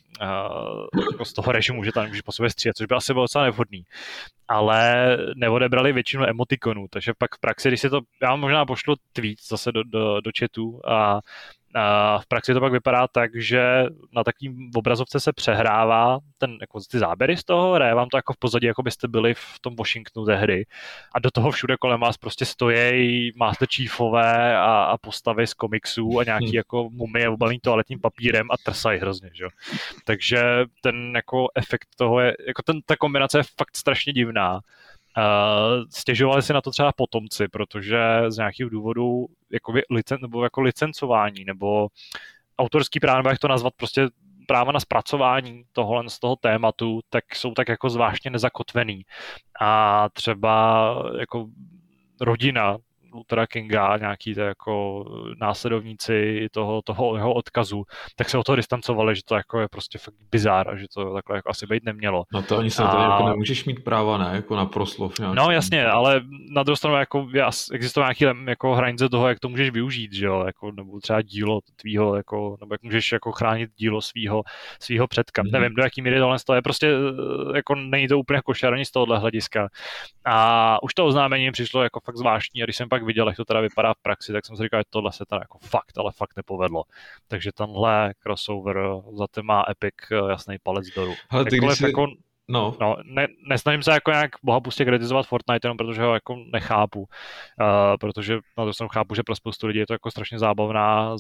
režimu, že tam můžeš po sobě střílet, což by asi bylo docela nevhodný. Ale neodebrali většinu emotikonů, takže pak v praxi, když si to, já možná pošlu tweet zase do chatu a v praxi to pak vypadá tak, že na takovým obrazovce se přehrává jako ty záběry z toho, hraje vám to jako v pozadí, jako byste byli v tom Washingtonu té hry. A do toho všude kolem vás prostě stojí Master Chiefové a postavy z komiksů a nějaký jako mumie obalný toaletním papírem a trsají hrozně, že jo. Takže ten jako efekt toho je, jako ta kombinace je fakt strašně divná. Stěžovali si na to třeba potomci, protože z nějakých důvodů jako licencování nebo autorský právo, nebo jak to nazvat, prostě práva na zpracování tohohle z toho tématu, tak jsou tak jako zvláštně nezakotvený. A třeba jako rodina Luthera Kinga, nějaký to jako následovníci toho jeho odkazu, tak se od toho distancovali, že to jako je prostě fakt bizár a že to takhle jako asi být nemělo. No to ani se tady jako nemůžeš mít práva, ne? Jako na proslov. Nějaký. No jasně, ale na druhou stranu jako existuje nějaký jako hranice toho, jak to můžeš využít, že jo, jako, nebo třeba dílo tvýho, jako, nebo jak můžeš jako chránit dílo svýho předka. Nevím, do jaký míry tohle je prostě jako není to úplně košer z tohohle hlediska. A už to oznámení přišlo jako fakt zvláštní a když jsem pak viděl, jak to teda vypadá v praxi, tak jsem si říkal, že tohle se teda jako fakt nepovedlo. Takže tenhle crossover za tím má Epic jasný palec dolů. Ale ty když jako, nesnažím se jako nějak bohapustě kritizovat Fortnite, jenom protože ho jako nechápu. Protože na to jsem chápu, že pro spoustu lidí je to jako strašně zábavná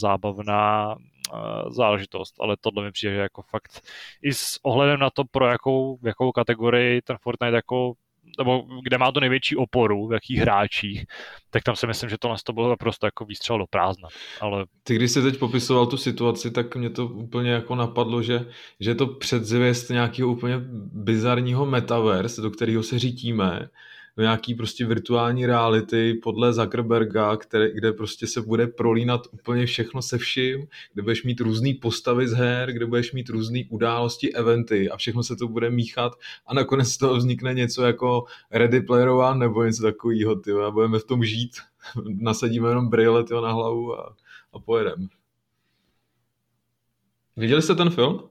záležitost, ale tohle mi přijde, že jako fakt i s ohledem na to, pro jakou kategorii ten Fortnite jako nebo kde má to největší oporu, v jakých hráčích, tak tam si myslím, že tohle to bylo prostě jako výstřel do prázdna. Ale... Ty, když jsi teď popisoval tu situaci, tak mě to úplně jako napadlo, že je to předzvěst nějakého úplně bizarního metaverse, do kterého se řítíme, do nějaký prostě virtuální reality podle Zuckerberga, kde prostě se bude prolínat úplně všechno se vším, kde budeš mít různý postavy z her, kde budeš mít různý události, eventy a všechno se to bude míchat a nakonec z toho vznikne něco jako Ready Player One nebo něco takového, tyjo, a budeme v tom žít, nasadíme jenom brýle na hlavu a pojedeme. Viděli jste ten film?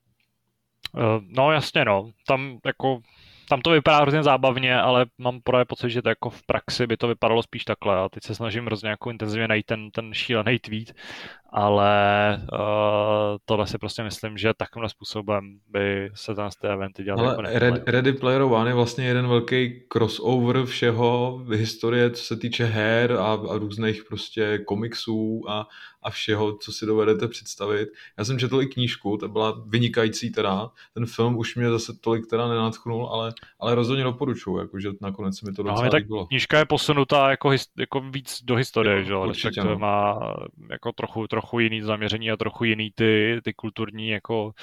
No jasně, no. Tam to vypadá hrozně zábavně, ale mám právě pocit, že to jako v praxi by to vypadalo spíš takhle. A teď se snažím hrozně jako intenzivně najít ten šílený tweet, ale tohle si prostě myslím, že takovým způsobem by se tam z té eventy dělat jako Ale neměly. Ready Player One je vlastně jeden velký crossover všeho historie, co se týče her a různých prostě komiksů a všeho, co si dovedete představit. Já jsem četl i knížku, ta byla vynikající teda. Ten film už mě zase tolik teda nenadchnul, ale rozhodně doporučuju, jakože nakonec se mi to docela líbilo. Knížka je posunutá jako víc do historie, že jo? Určitě, no. Má jako trochu jiný zaměření a trochu jiný ty kulturní jako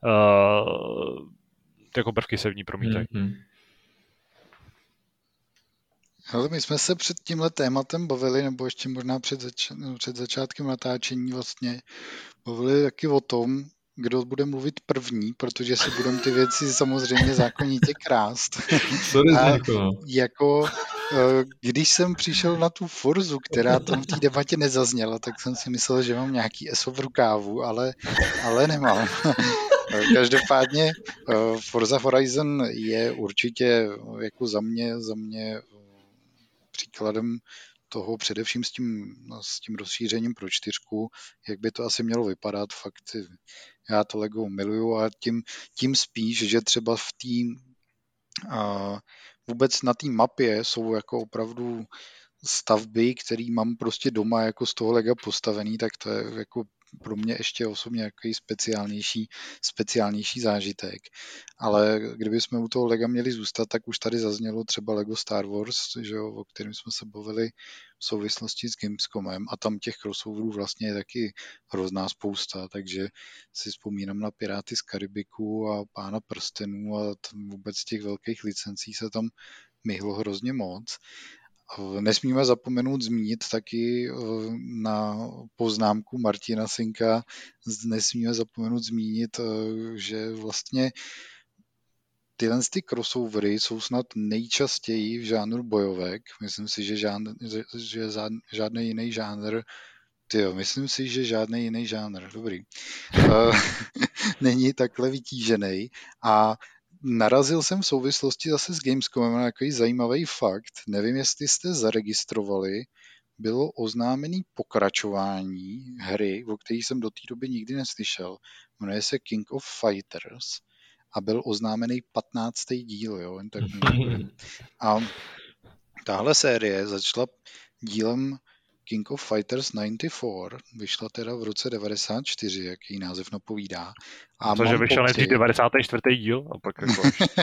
prvky se v ní promítají. Ale my jsme se před tímhle tématem bavili, nebo ještě možná před začátkem natáčení vlastně bavili taky o tom, kdo bude mluvit první, protože si budeme ty věci samozřejmě zákonitě krást. Sorry, a jako když jsem přišel na tu Forzu, která tam v té debatě nezazněla, tak jsem si myslel, že mám nějaký ESO v rukávu, ale nemám. Každopádně Forza Horizon je určitě jako za mě příkladem toho především s tím rozšířením pro 4, jak by to asi mělo vypadat. Fakt já to Lego miluju a tím spíš, že třeba v té vůbec na té mapě jsou jako opravdu stavby, které mám prostě doma jako z toho Lega postavený, tak to je jako pro mě ještě osobně nějaký speciálnější zážitek. Ale kdybychom u toho Lega měli zůstat, tak už tady zaznělo třeba Lego Star Wars, že jo, o kterém jsme se bavili v souvislosti s Gamescomem a tam těch crossoverů vlastně je taky hrozná spousta, takže si vzpomínám na Piráty z Karibiku a Pána prstenů a vůbec těch velkých licencí se tam myhlo hrozně moc. Nesmíme zapomenout zmínit taky na poznámku Martina Sinka, nesmíme zapomenout zmínit, že vlastně tyhle crossovery jsou snad nejčastěji v žánru bojovek. Myslím si, že žádný jiný žánr dobrý, není takhle vytížený a narazil jsem v souvislosti zase s Gamescomem na takový zajímavý fakt. Nevím, jestli jste zaregistrovali, bylo oznámené pokračování hry, o které jsem do té doby nikdy neslyšel. Jmenuje se King of Fighters a byl oznámený 15. díl. Jo? Tak a tahle série začala dílem King of Fighters 94, vyšla teda v roce 94, jak její název napovídá. A takže vyšel nejdřív 94. díl a pak jako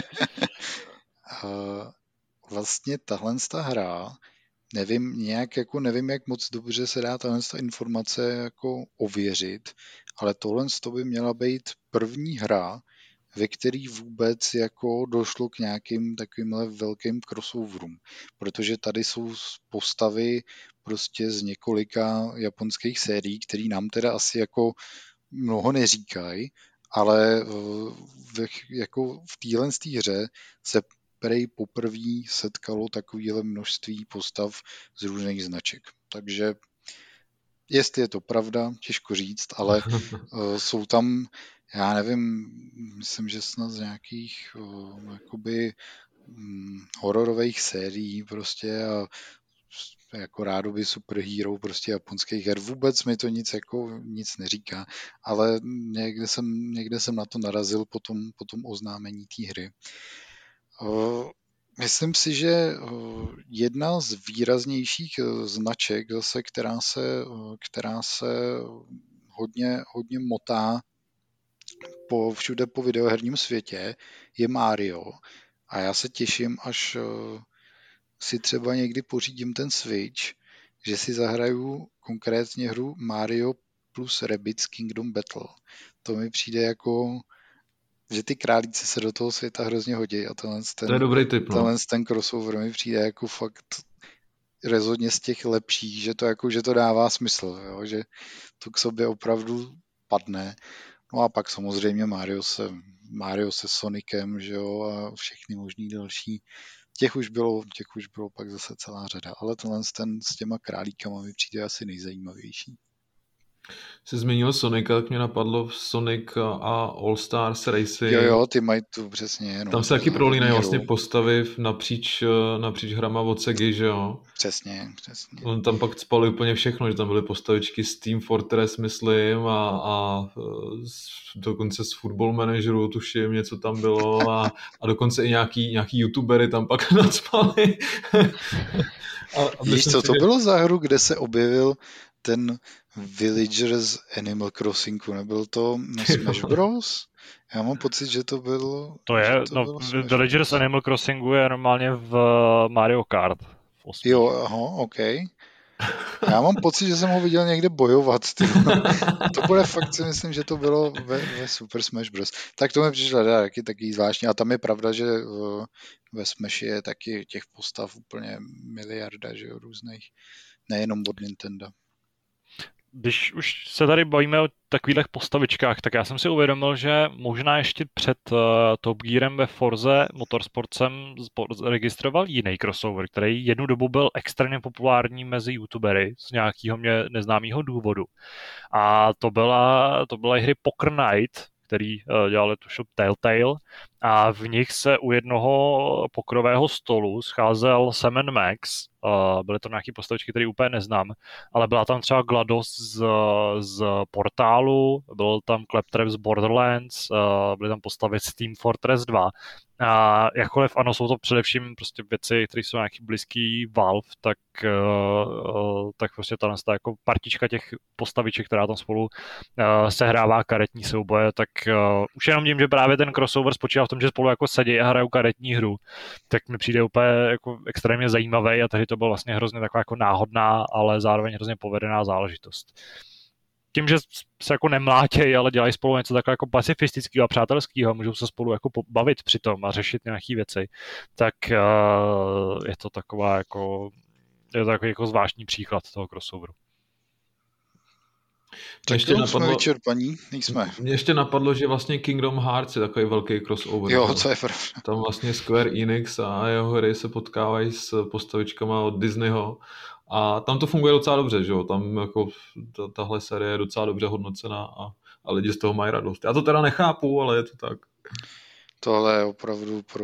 vlastně tahle hra, nevím, jak moc dobře se dá tahle informace jako ověřit, ale tohle by měla být první hra, ve který vůbec jako došlo k nějakým takovýmhle velkým crossoverům, protože tady jsou postavy prostě z několika japonských sérií, který nám teda asi jako mnoho neříkají, ale jako v téhle hře se prej poprvé setkalo takovéhle množství postav z různých značek. Takže jestli je to pravda, těžko říct, ale jsou tam, já nevím, myslím, že snad z nějakých jakoby hororových sérií prostě a jako rádoby superhero prostě japonských her. Vůbec mi to nic neříká, ale někde jsem na to narazil po tom oznámení té hry. Myslím si, že jedna z výraznějších značek zase, která se hodně motá všude po videoherním světě, je Mario. A já se těším, až si třeba někdy pořídím ten Switch, že si zahraju konkrétně hru Mario plus Rabbids Kingdom Battle. To mi přijde jako, že ty králíci se do toho světa hrozně hodí a to je dobrý tip, ten crossover mi přijde jako fakt rozhodně z těch lepších, že to dává smysl, jo? Že to k sobě opravdu padne. No a pak samozřejmě Mario se Sonicem, že jo, a všechny možný další. Těch už bylo pak zase celá řada, ale ten s těma králíkama mi přijde asi nejzajímavější. Jsi zmínil Sonika, tak mě napadlo Sonic a All Stars Racing. Jo, ty mají tu přesně. No, tam se taky prolínají vlastně postavy napříč hrama od Segy, že jo? Přesně. On tam pak spali úplně všechno, že tam byly postavičky z Team Fortress, myslím, a dokonce z Football Manageru, tuším, něco tam bylo a dokonce i nějaký youtubery tam pak nadspali. Víš, co to bylo za hru, kde se objevil ten Villagers Animal Crossingu, nebyl to Smash Bros? Já mám pocit, že to bylo... Villagers Animal Crossingu je normálně v Mario Kart. Jo, OK. Já mám pocit, že jsem ho viděl někde bojovat. To bude fakt, si myslím, že to bylo ve Super Smash Bros. Tak to mi přišlo taky zvláštní. A tam je pravda, že ve Smashi je taky těch postav úplně miliarda, že jo, různých. Nejenom od Nintendo. Když už se tady bavíme o takových postavičkách, tak já jsem si uvědomil, že možná ještě před Top Gearem ve Forze Motorsport jsem registroval jiný crossover, který jednu dobu byl extrémně populární mezi youtubery z nějakého mě neznámého důvodu. A to byla hry Poker Night, který dělali tuším Telltale, a v nich se u jednoho pokrového stolu scházel Sam & Max. Byly to nějaké postavičky, které úplně neznám, ale byla tam třeba GLaDOS z Portálu, byl tam Claptrap z Borderlands, byly tam postavy z Team Fortress 2. A jakkoliv ano, jsou to především prostě věci, které jsou nějaký blízký Valve, tak prostě ta jako partička těch postaviček, která tam spolu sehrává karetní souboje, tak už jenom tím, že právě ten crossover spočívá v tom, že spolu jako sedí a hrajou karetní hru, tak mi přijde úplně jako extrémně zajímavý a tehdy to byl vlastně hrozně taková jako náhodná, ale zároveň hrozně povedená záležitost. Tím, že se jako nemlátějí, ale dělají spolu něco takové jako pacifistického a přátelského, můžou se spolu jako bavit přitom a řešit nějaké věci, tak je to taková jako takový jako zvláštní příklad toho crossoveru. Jsme vyčerpaní, nejsme. Mně ještě napadlo, že vlastně Kingdom Hearts je takový velký crossover. Jo, to je pravda. Tam vlastně Square Enix a jeho hry se potkávají s postavičkama od Disneyho a tam to funguje docela dobře, že jo? Tam jako tahle série je docela dobře hodnocena a lidi z toho mají radost. Já to teda nechápu, ale je to tak. Tohle je opravdu pro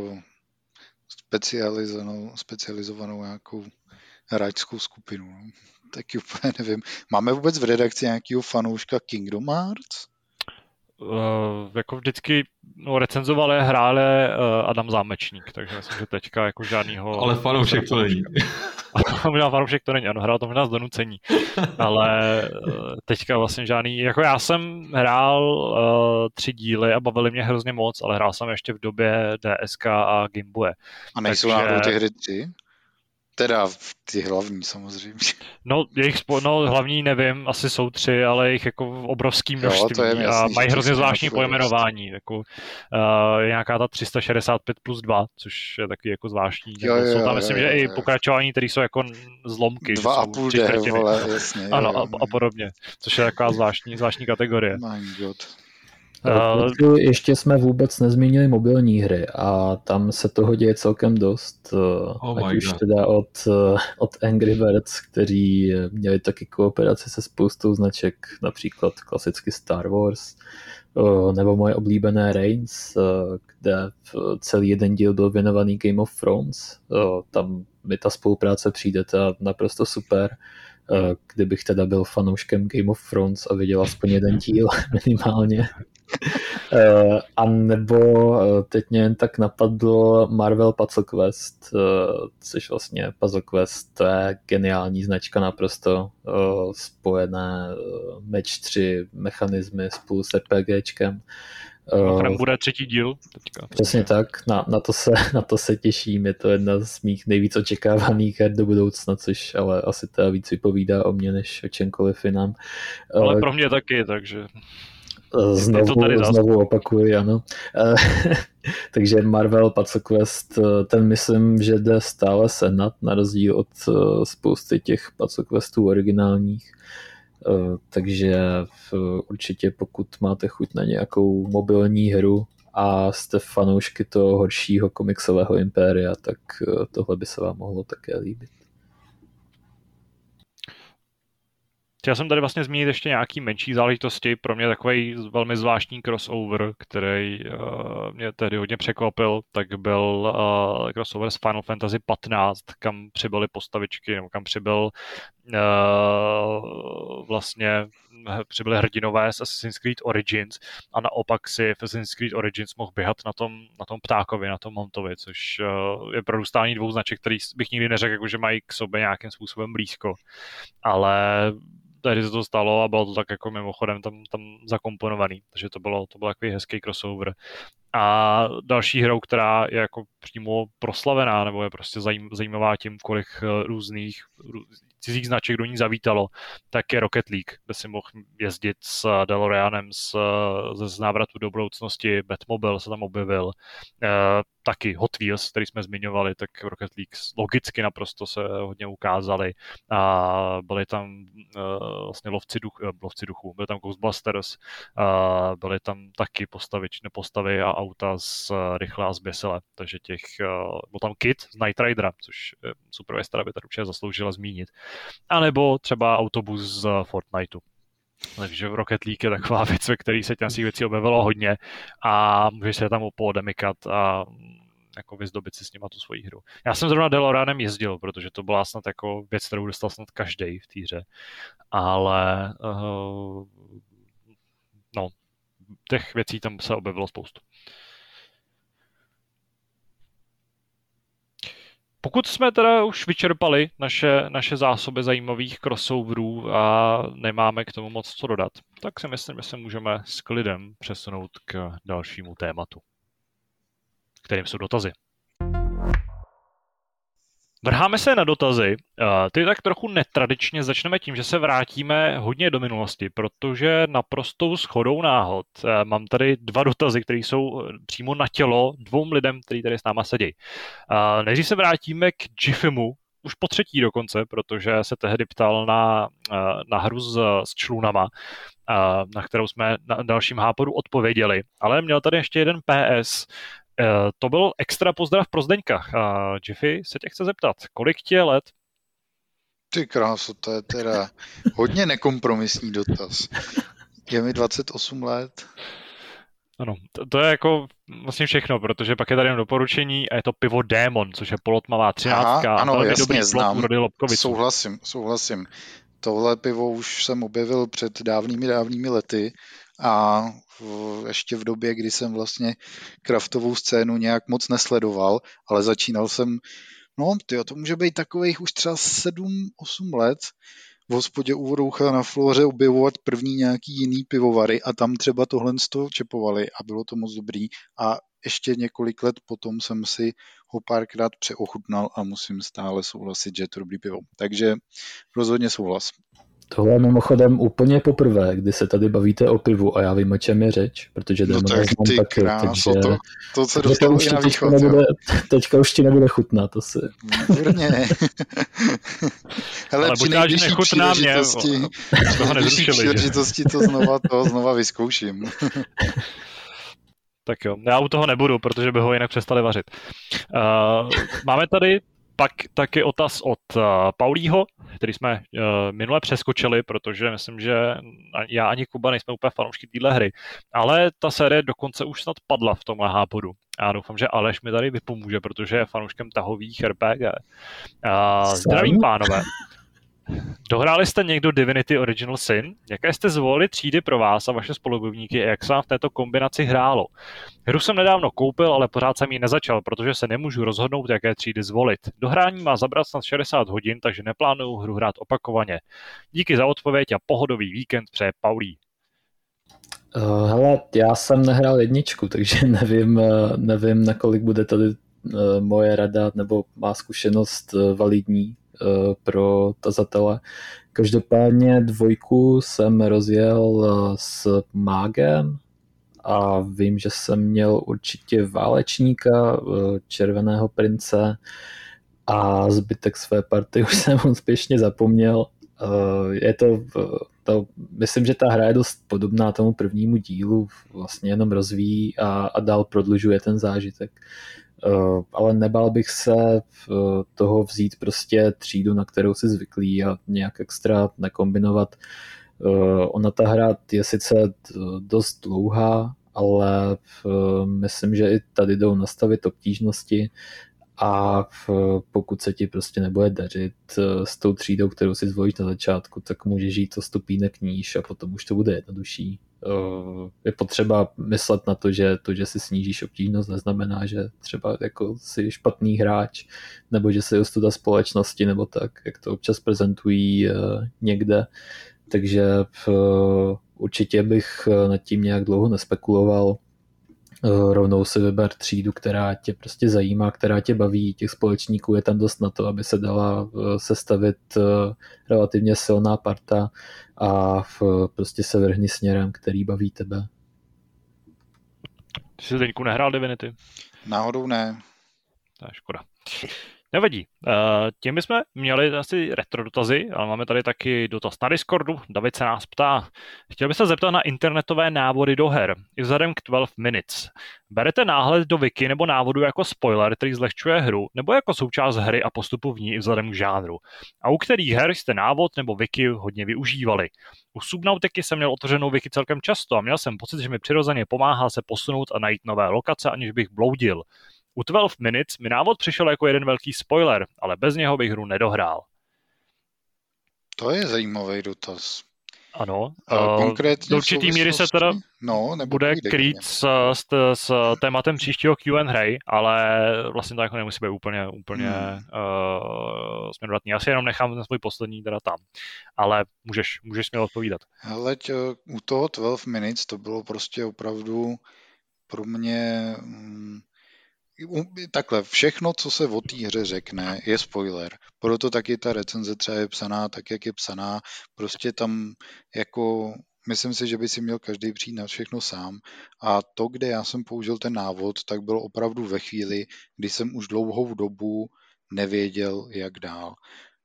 specializovanou nějakou hráčskou skupinu. No. Taky úplně nevím. Máme vůbec v redakci nějakého fanouška Kingdom Hearts? Jako vždycky recenzoval je hráli Adam Zámečník, takže myslím, že teďka jako žádnýho... Ale fanoušek to není. Možná fanoušek to není, ano, hrál to možná z donucení, ale teďka vlastně žádný... Jako já jsem hrál 3 díly a bavili mě hrozně moc, ale hrál jsem ještě v době DSK a Gameboye. A nejsou náhodou ty hry 3? Teda ty hlavní samozřejmě. No, hlavní nevím, asi jsou 3, ale jich jako obrovský množství a mají hrozně zvláštní pojmenování. Jako, je nějaká ta 365+2, což je taky jako zvláštní. Jsou tam, myslím, že i pokračování, které jsou jako zlomky. 2,5D, vole, jasně. Ano, a podobně, což je taková zvláštní kategorie. My God. Ještě jsme vůbec nezmínili mobilní hry a tam se toho děje celkem dost, ať už teda od Angry Birds, kteří měli taky kooperaci se spoustou značek, například klasicky Star Wars, nebo moje oblíbené Reigns, kde celý jeden díl byl věnovaný Game of Thrones. Tam mi ta spolupráce přijde teda naprosto super. Kdybych teda byl fanouškem Game of Thrones a viděl aspoň jeden díl minimálně. A nebo teď mě jen tak napadlo Marvel Puzzle Quest, což vlastně Puzzle Quest to je geniální značka, naprosto spojené match 3 mechanismy spolu s RPGčkem. Bude 3. díl teďka. Přesně tak, na to se těším, je to jedna z mých nejvíc očekávaných her do budoucna, což ale asi teda víc vypovídá o mě než o čemkoliv jinam. Ale pro mě taky, takže... Znovu opakuju, ano. Takže Marvel Puzzle Quest, ten myslím, že jde stále sehnat, na rozdíl od spousty těch Puzzle Questů originálních. Takže určitě pokud máte chuť na nějakou mobilní hru a jste fanoušky toho horšího komiksového impéria, tak tohle by se vám mohlo také líbit. Chtěl jsem tady vlastně zmínit ještě nějaký menší záležitosti. Pro mě takový velmi zvláštní crossover, který mě tehdy hodně překvapil, tak byl crossover z Final Fantasy 15, kam přibyly postavičky, nebo kam přibyly hrdinové z Assassin's Creed Origins a naopak si v Assassin's Creed Origins mohl běhat na tom ptákovi, na tom Montovi, což je prorůstání dvou značek, který bych nikdy neřekl, jako, že mají k sobě nějakým způsobem blízko. Ale tehdy se to stalo a bylo to tak jako mimochodem tam zakomponovaný, takže to bylo takový hezký crossover. A další hrou, která je jako přímo proslavená, nebo je prostě zajímavá tím, kolik různých cizích značek do ní zavítalo, tak je Rocket League, kde si mohl jezdit s DeLoreanem z Návratu do budoucnosti, Batmobile se tam objevil, taky Hot Wheels, který jsme zmiňovali, tak Rocket League logicky naprosto se hodně ukázali a byli tam vlastně lovci duchů, byli tam Ghostbusters, byly tam taky postavy a auta z Rychle a zběsile, takže byl tam Kid z Knight Ridera, což superstar by tady určitě zasloužila zmínit, anebo třeba autobus z Fortniteu. Takže Rocket League je taková věc, ve který se těch věcí objevilo hodně a můžeš se tam poodemykat a jako vyzdobit si s nima tu svoji hru. Já jsem zrovna DeLoreanem jezdil, protože to byla snad jako věc, kterou dostal snad každej v té hře, ale těch věcí tam se objevilo spoustu. Pokud jsme teda už vyčerpali naše zásoby zajímavých crossoverů a nemáme k tomu moc co dodat, tak si myslím, že se můžeme s klidem přesunout k dalšímu tématu, kterým jsou dotazy. Vrháme se na dotazy. Ty tak trochu netradičně začneme tím, že se vrátíme hodně do minulosti, protože naprostou shodou náhod mám tady 2 dotazy, které jsou přímo na tělo 2 lidem, kteří tady s náma sedí. Nejdřív se vrátíme k Jiffymu, už po 3. dokonce, protože se tehdy ptal na hru s člunama, na kterou jsme na dalším hápodu odpověděli, ale měl tady ještě jeden PS. To byl extra pozdrav pro Zdeňka. Jiffy se tě chce zeptat, kolik ti je let? Ty kráso, to je teda hodně nekompromisní dotaz. Je mi 28 let. Ano, to je jako vlastně všechno, protože pak je tady doporučení a je to pivo Démon, což je polotmavá 13. Ano, jasně, znám. Souhlasím. Tohle pivo už jsem objevil před dávnými lety a ještě v době, kdy jsem vlastně craftovou scénu nějak moc nesledoval, ale začínal jsem, to může být takových už třeba 7-8 let v hospodě u Vodoucha na Floře objevovat první nějaký jiný pivovary a tam třeba tohle z toho čepovali a bylo to moc dobrý a ještě několik let potom jsem si ho párkrát přeochutnal a musím stále souhlasit, že je to dobrý pivo. Takže rozhodně souhlas. Tohle je mimochodem úplně poprvé, kdy se tady bavíte o pivu a já vím, o čem je řeč, protože tak ty taky, kráso, to se dostalo i na východ. Teďka už ti nebude chutnat, to si... Výborně. Hele, při nejbližší příležitosti to znova vyzkouším. Tak jo, já u toho nebudu, protože by ho jinak přestali vařit. Máme tady pak taky otaz od Paulího, který jsme minule přeskočili, protože myslím, že já ani Kuba nejsme úplně fanoušky téhle hry. Ale ta série dokonce už snad padla v tomhle hápodu. Já doufám, že Aleš mi tady vypomůže, protože je fanouškem tahových RPG. Zdravím, pánové. Dohráli jste někdo Divinity Original Sin? Jaké jste zvolili třídy pro vás a vaše spolubojovníky a jak se vám v této kombinaci hrálo? Hru jsem nedávno koupil, ale pořád jsem ji nezačal, protože se nemůžu rozhodnout, jaké třídy zvolit. Dohrání má zabrat snad 60 hodin, takže neplánuju hru hrát opakovaně. Díky za odpověď a pohodový víkend přeje Paulí. Hele, já jsem nehrál 1, takže nevím, nakolik bude tady moje rada nebo má zkušenost validní pro tazatele. Každopádně 2 jsem rozjel s mágem a vím, že jsem měl určitě válečníka, červeného prince a zbytek své party už jsem úspěšně zapomněl. Je to, myslím, že ta hra je dost podobná tomu prvnímu dílu, vlastně jenom rozvíjí a dál prodlužuje ten zážitek. Ale nebál bych se toho vzít prostě třídu, na kterou si zvyklý a nějak extra nekombinovat. Ona ta hra je sice dost dlouhá, ale myslím, že i tady jdou nastavit obtížnosti a pokud se ti prostě nebude dařit s tou třídou, kterou si zvolíš na začátku, tak můžeš jít o stupínek níž a potom už to bude jednodušší. Je potřeba myslet na to, že si snížíš obtížnost, neznamená, že třeba jako jsi špatný hráč, nebo že jsi ostuda společnosti, nebo tak, jak to občas prezentují někde. Takže určitě bych nad tím nějak dlouho nespekuloval. Rovnou si vyber třídu, která tě prostě zajímá, která tě baví. Těch společníků je tam dost na to, aby se dala sestavit relativně silná parta a prostě se vrhni směrem, který baví tebe. Ty jsi Zdeňku nehrál Divinity? Náhodou ne. To je škoda. Nevadí. Tím bychom měli asi retro dotazy, ale máme tady taky dotaz na Discordu. David se nás ptá, chtěl bych se zeptat na internetové návody do her, i vzhledem k 12 Minutes. Berete náhled do wiki nebo návodu jako spoiler, který zlehčuje hru, nebo jako součást hry a postupu v ní i vzhledem k žánru? A u kterých her jste návod nebo wiki hodně využívali? U Subnautiky jsem měl otevřenou wiki celkem často a měl jsem pocit, že mi přirozeně pomáhá se posunout a najít nové lokace, aniž bych bloudil. U 12 Minutes mi návod přišel jako jeden velký spoiler, ale bez něho bych hru nedohrál. To je zajímavý dotaz. Ano. Konkrétně do určitý míry se teda bude krýt s tématem příštího Q&A, ale vlastně to jako nemusí být úplně směrodatný. Já si jenom nechám ten svůj poslední teda tam. Ale můžeš směl odpovídat. Ale u toho 12 Minutes to bylo prostě opravdu pro mě... Takhle, všechno, co se o té hře řekne, je spoiler. Proto taky ta recenze třeba je psaná tak, jak je psaná. Prostě tam jako, myslím si, že by si měl každý přijít na všechno sám. A to, kde já jsem použil ten návod, tak bylo opravdu ve chvíli, kdy jsem už dlouhou dobu nevěděl, jak dál.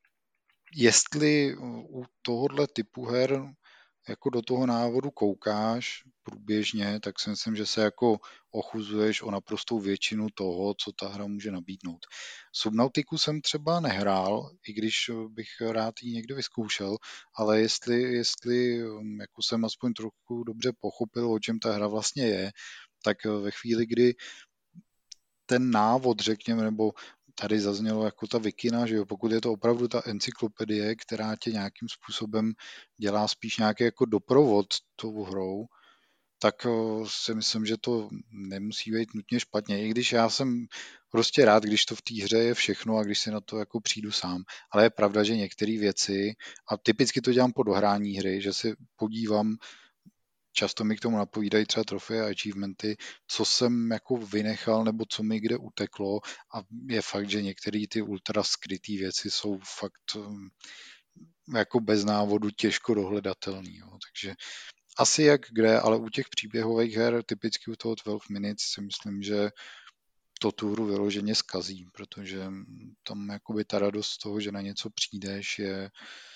Jestli u tohohle typu her jako do toho návodu koukáš průběžně, tak si myslím, že se jako ochuzuješ o naprostou většinu toho, co ta hra může nabídnout. Subnautiku jsem třeba nehrál, i když bych rád ji někdy vyzkoušel, ale jestli jako jsem aspoň trochu dobře pochopil, o čem ta hra vlastně je, tak ve chvíli, kdy ten návod, řekněme, nebo tady zaznělo jako ta wikina, že jo, pokud je to opravdu ta encyklopedie, která tě nějakým způsobem dělá spíš nějaký jako doprovod tou hrou, tak si myslím, že to nemusí být nutně špatně. I když já jsem prostě rád, když to v té hře je všechno a když si na to jako přijdu sám. Ale je pravda, že některé věci, a typicky to dělám po dohrání hry, že si podívám, často mi k tomu napovídají třeba trofeje a achievementy, co jsem jako vynechal nebo co mi kde uteklo a je fakt, že některé ty ultra skrytý věci jsou fakt jako bez návodu těžko dohledatelný. Jo. Takže asi jak kde, ale u těch příběhových her, typicky u toho 12 Minutes, si myslím, že to tu hru vyloženě zkazí, protože tam jakoby ta radost z toho, že na něco přijdeš, je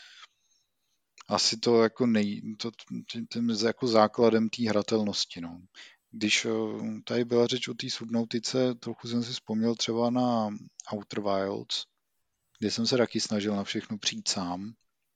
asi to jako tím jako základem té hratelnosti. No. Když tady byla řeč o té Subnautice, trochu jsem si vzpomněl třeba na Outer Wilds, kde jsem se taky snažil na všechno přijít sám.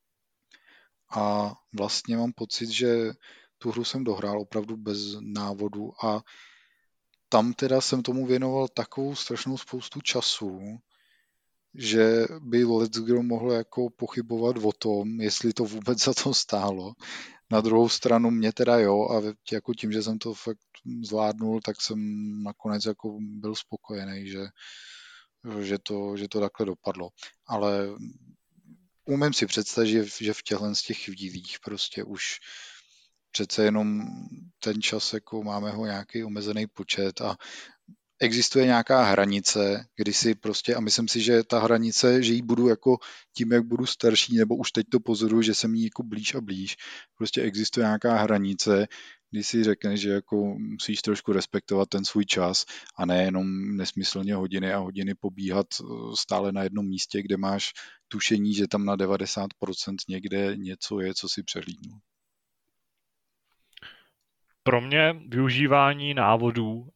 A vlastně mám pocit, že tu hru jsem dohrál opravdu bez návodu a tam teda jsem tomu věnoval takovou strašnou spoustu času, že by Let's Go mohlo jako pochybovat o tom, jestli to vůbec za to stálo. Na druhou stranu mě teda jo a jako tím, že jsem to fakt zvládnul, tak jsem nakonec jako byl spokojený, že to takhle dopadlo. Ale umím si představit, že v těchto z těch chvílích prostě už přece jenom ten čas, jako máme ho nějaký omezený počet a existuje nějaká hranice, kdy si prostě, a myslím si, že ta hranice, že jí budu jako tím, jak budu starší, nebo už teď to pozoruju, že jsem jí jako blíž a blíž, prostě existuje nějaká hranice, kdy si řekneš, že jako musíš trošku respektovat ten svůj čas a ne jenom nesmyslně hodiny a hodiny pobíhat stále na jednom místě, kde máš tušení, že tam na 90% někde něco je, co si přehlídnu. pro mě využívání návodů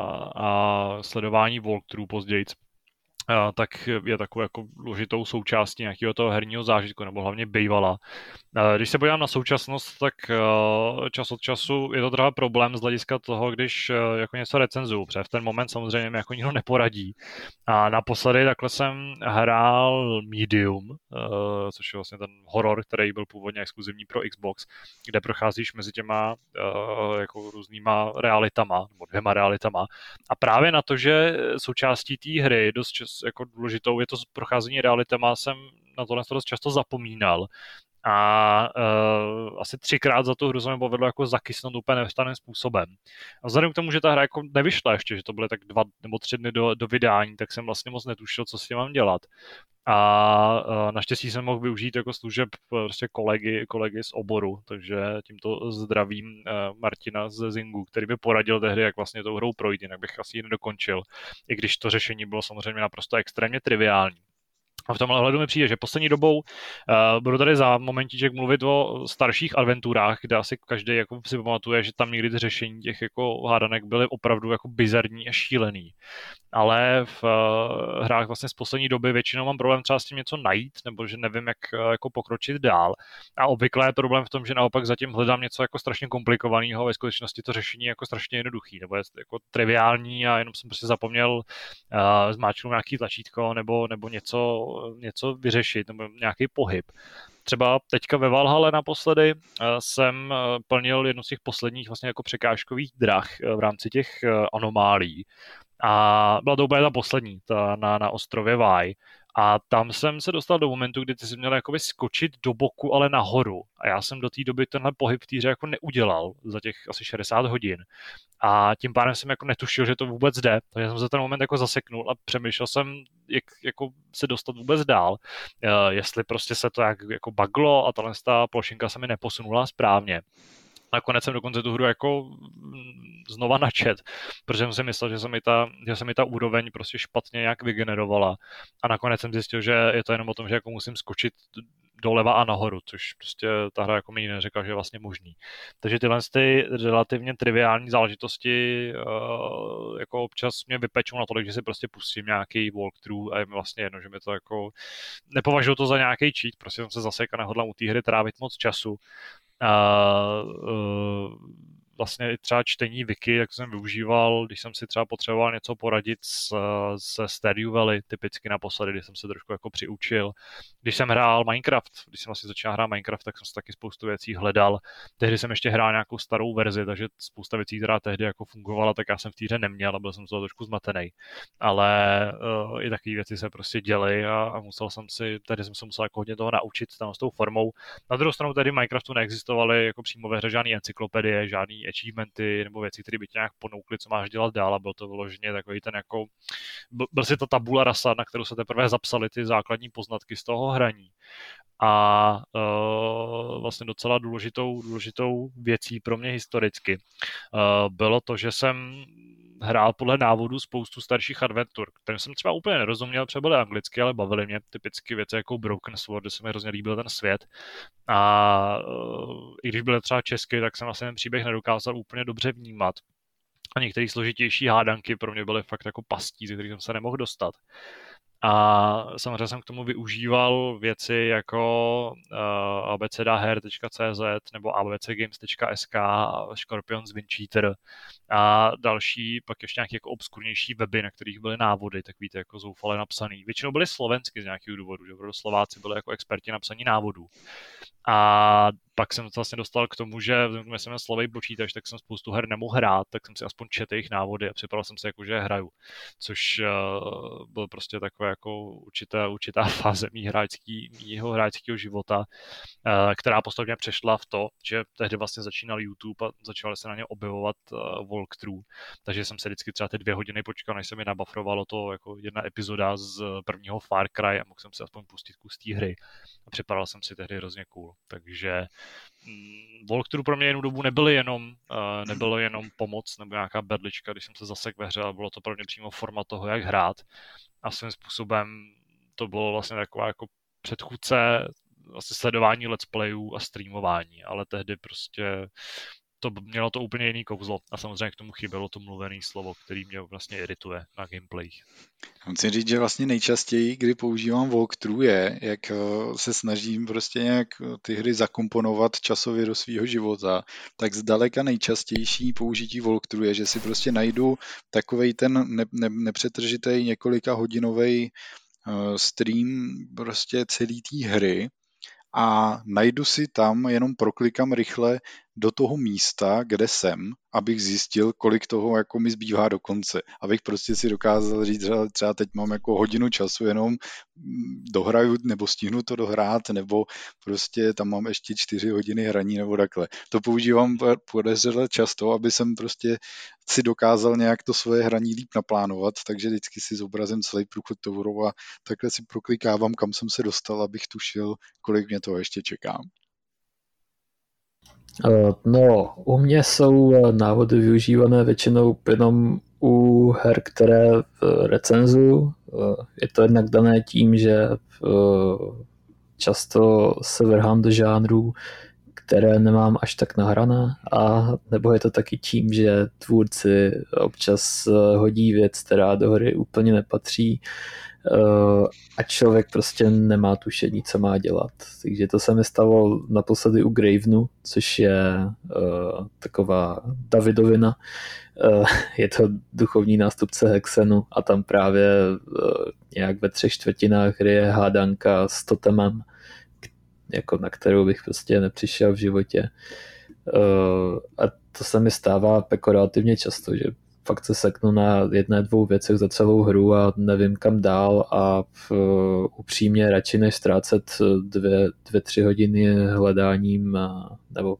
a sledování walkthrough později tak je takovou jako důležitou součástí nějakého toho herního zážitku, nebo hlavně bývala. Když se podívám na současnost, tak čas od času je to třeba problém z hlediska toho, když jako něco recenzuju, protože v ten moment samozřejmě mi jako nikdo neporadí. A naposledy takhle jsem hrál Medium, což je vlastně ten horor, který byl původně exkluzivní pro Xbox, kde procházíš mezi těma jako různýma realitama, nebo 2 realitama. A právě na to, že součástí té hry dost jako důležitou je to procházení realitama, jsem na tohle dost často zapomínal. A asi 3krát za tu hru se mi povedlo jako zakysnout úplně nevstaným způsobem. A vzhledem k tomu, že ta hra jako nevyšla ještě, že to byly tak 2 nebo 3 dny do vydání, tak jsem vlastně moc netušil, co s tím mám dělat. A naštěstí jsem mohl využít jako služeb prostě kolegy z oboru, takže tímto zdravím Martina z Zingu, který mi poradil tehdy, jak vlastně tou hrou projít, jinak bych asi ji nedokončil, i když to řešení bylo samozřejmě naprosto extrémně triviální. A v tomhle hledu mi přijde, že poslední dobou budu tady za momentíček mluvit o starších adventurách, kde asi každý jako si pamatuje, že tam někdy ty řešení těch jako hádanek byly opravdu jako bizarní a šílený. Ale v hrách vlastně z poslední doby většinou mám problém třeba s tím něco najít, nebo že nevím, jak jako pokročit dál. A obvykle je problém v tom, že naopak zatím hledám něco jako strašně komplikovaného, ve skutečnosti to řešení je jako strašně jednoduchý, nebo je jako triviální a jenom jsem prostě zapomněl zmáčknout nějaký tlačítko nebo něco vyřešit, nebo nějaký pohyb. Třeba teďka ve Valhalle naposledy jsem plnil jednu z těch posledních vlastně jako překážkových drah v rámci těch anomálí. A byla to úplně ta poslední, ta na ostrově Vaj. A tam jsem se dostal do momentu, kdy ty jsi měl jakoby skočit do boku, ale nahoru. A já jsem do té doby tenhle pohyb v té hře jako neudělal za těch asi 60 hodin. A tím pádem jsem jako netušil, že to vůbec jde. Takže jsem se ten moment jako zaseknul a přemýšlel jsem, jak jako se dostat vůbec dál. Jestli prostě se to jako buglo a ta plošinka se mi neposunula správně. Nakonec jsem dokonce tu hru jako znova načet, protože jsem si myslel, že se mi ta úroveň prostě špatně nějak vygenerovala. A nakonec jsem zjistil, že je to jenom o tom, že jako musím skočit doleva a nahoru, což prostě ta hra jako mi neřekla, že je vlastně možný. Takže tyhle ty relativně triviální záležitosti jako občas mě vypečou na tolik, že si prostě pustím nějaký walkthrough a je mi vlastně jedno, že mi to jako nepovažuji to za nějaký cheat, prostě jsem se zasek a nehodlám u té hry trávit moc času. Vlastně třeba čtení wiki, jak jsem využíval, když jsem si třeba potřeboval něco poradit se Stardew Valley, typicky naposledy, kdy jsem se trošku jako přiučil. Když jsem hrál Minecraft, když jsem vlastně začal hrát Minecraft, tak jsem si taky spoustu věcí hledal. Tehdy jsem ještě hrál nějakou starou verzi, takže spousta věcí, která tehdy jako fungovala, tak já jsem v té hře neměl a byl jsem z toho trošku zmatený. Ale i takové věci se prostě děly a tehdy jsem se musel jako hodně toho naučit s tou formou. Na druhou stranu tehdy Minecraftu neexistovaly jako přímo ve hře žádný encyklopedie, žádný achievementy nebo věci, které by tě nějak ponoukly, co máš dělat dál, a byl to vyloženě takový ten jako, byl si to tabula rasa, na kterou se teprve zapsaly ty základní poznatky z toho hraní. A vlastně docela důležitou věcí pro mě historicky bylo to, že jsem hrál podle návodu spoustu starších adventur, kterým jsem třeba úplně nerozuměl, třeba byly anglicky, ale bavily mě typicky věci jako Broken Sword, kde se mi hrozně líbil ten svět. A i když byly třeba česky, tak jsem vlastně ten příběh nedokázal úplně dobře vnímat. A některé složitější hádanky pro mě byly fakt jako pastí, ze kterých jsem se nemohl dostat. A samozřejmě jsem k tomu využíval věci jako abcdaher.cz nebo abcgames.sk, Scorpions Windcheater a další, pak ještě nějaké jako obskurnější weby, na kterých byly návody, tak víte, jako zoufale napsaný. Většinou byly slovensky z nějakého důvodu, že opravdu Slováci byli jako experti na psaní návodů. A pak jsem vlastně dostal k tomu, že když jsem slovej počítač, tak jsem spoustu her nemohl hrát, tak jsem si aspoň četl jejich návody a připadal jsem si jako, že hraju. Což byl prostě takové jako určitá fáze mýho hráčského života, která postupně přešla v to, že tehdy vlastně začínal YouTube a začaly se na ně objevovat walkthrough. Takže jsem se vždycky třeba ty 2 hodiny počkal, než se mi nabafrovalo to jako jedna epizoda z prvního Far Cry a mohl jsem si aspoň pustit kus té hry. A připadal jsem si tehdy hrozně cool. Takže walkthrough pro mě jednu dobu nebylo jenom pomoc nebo nějaká bedlička, když jsem se zasek ve hře, ale bylo to pro mě přímo forma toho, jak hrát. A svým způsobem to bylo vlastně taková jako předchůdce vlastně sledování let's playů a streamování, ale tehdy prostě mělo to úplně jiný kouzlo a samozřejmě k tomu chybělo to mluvené slovo, který mě vlastně irituje na gameplayích. Musím říct, že vlastně nejčastěji, kdy používám walkthrough je, jak se snažím prostě nějak ty hry zakomponovat časově do svého života, tak zdaleka nejčastější použití walkthrough je, že si prostě najdu takovej ten nepřetržitý několika hodinový stream prostě celý té hry a najdu si tam, jenom proklikám rychle do toho místa, kde jsem, abych zjistil, kolik toho jako mi zbývá do konce. Abych prostě si dokázal říct, že třeba teď mám jako hodinu času, jenom dohraju nebo stihnu to dohrát, nebo prostě tam mám ještě 4 hodiny hraní nebo takhle. To používám podezřele často, aby jsem prostě si dokázal nějak to svoje hraní líp naplánovat, takže vždycky si zobrazím celý průchod tou hrou a takhle si proklikávám, kam jsem se dostal, abych tušil, kolik mě toho ještě čeká. No, u mě jsou návody využívané většinou jenom u her, které recenzuju. Je to jednak dané tím, že často se vrhám do žánrů, které nemám až tak nahrané, a nebo je to taky tím, že tvůrci občas hodí věc, která do hry úplně nepatří, a člověk prostě nemá tušení, co má dělat. Takže to se mi stalo naposledy u Gravenu, což je taková Davidovina. Je to duchovní nástupce Hexenu a tam právě nějak ve 3/4 hry je hádanka s totemem, jako na kterou bych prostě nepřišel v životě. A to se mi stává jako relativně často, že fakt se seknu na 1-2 věcech za celou hru a nevím kam dál a upřímně radši než ztrácet 2-3 hodiny hledáním nebo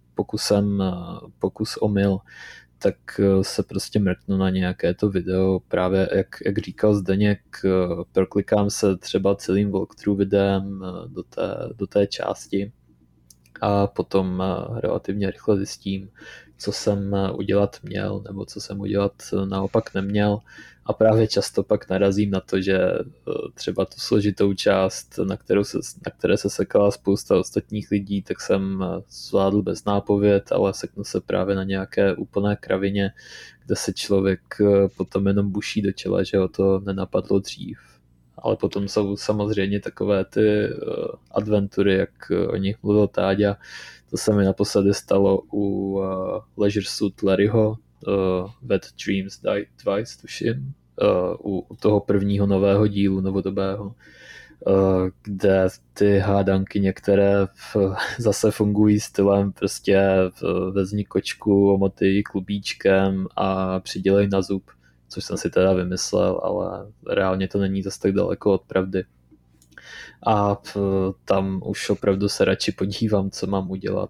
pokus omyl, tak se prostě mrknu na nějaké to video. Právě jak říkal Zdeněk, proklikám se třeba celým walkthrough videem do té části a potom relativně rychle zjistím, co jsem udělat měl nebo co jsem udělat naopak neměl, a právě často pak narazím na to, že třeba tu složitou část, na které se sekala spousta ostatních lidí, tak jsem zvládl bez nápověd, ale seknu se právě na nějaké úplné kravině, kde se člověk potom jenom buší do čela, že ho to nenapadlo dřív. Ale potom jsou samozřejmě takové ty adventury, jak o nich mluvil Táďa. To se mi naposledy stalo u Leisure Suit Larryho, Wet Dreams Die Twice, tuším, u toho prvního nového dílu novodobého, kde ty hádanky některé zase fungují stylem prostě vezmi kočku, omotej klubíčkem a přidělej na zub, což jsem si teda vymyslel, ale reálně to není zase tak daleko od pravdy. A tam už opravdu se radši podívám, co mám udělat,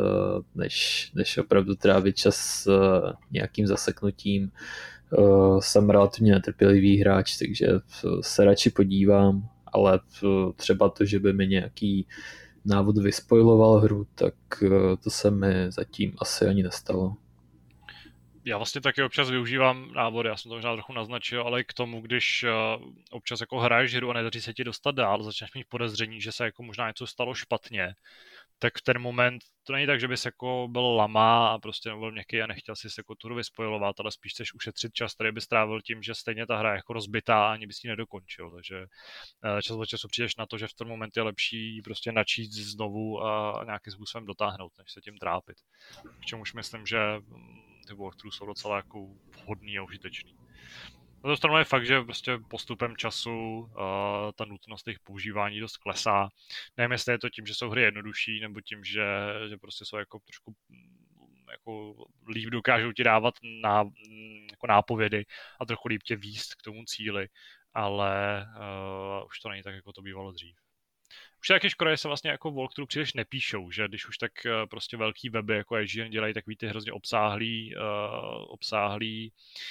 než opravdu trávit čas nějakým zaseknutím. Jsem relativně netrpělivý hráč, takže se radši podívám, ale třeba to, že by mi nějaký návod vyspoiloval hru, tak to se mi zatím asi ani nestalo. Já vlastně taky občas využívám návody, já jsem to možná trochu naznačil, ale k tomu, když občas jako hraješ hru a nedaří se ti dostat dál, začneš mít podezření, že se jako možná něco stalo špatně, tak v ten moment to není tak, že bys jako byl lama a prostě nebyl měkký a nechtěl si jako tu hru vyspojovat, ale spíš chceš ušetřit čas, který bys strávil tím, že stejně ta hra je jako rozbitá a ani bys ji nedokončil. Takže čas od času přijdeš na to, že v ten moment je lepší prostě načít znovu a nějakým způsobem dotáhnout, než se tím trápit. K čemuž myslím, že ty walkthrough jsou docela jako vhodný a užitečný. Na druhou stranu je fakt, že prostě postupem času ta nutnost jejich používání dost klesá. Nevím, jestli je to tím, že jsou hry jednodušší, nebo tím, že prostě jsou jako trošku jako líp dokážou ti dávat jako nápovědy a trochu líp tě víst k tomu cíli, ale už to není tak, jako to bývalo dřív. Už je taky škoda, že se vlastně jako walkthrough příliš nepíšou, že když už tak prostě velký weby jako IGN dělají takový ty hrozně obsáhlý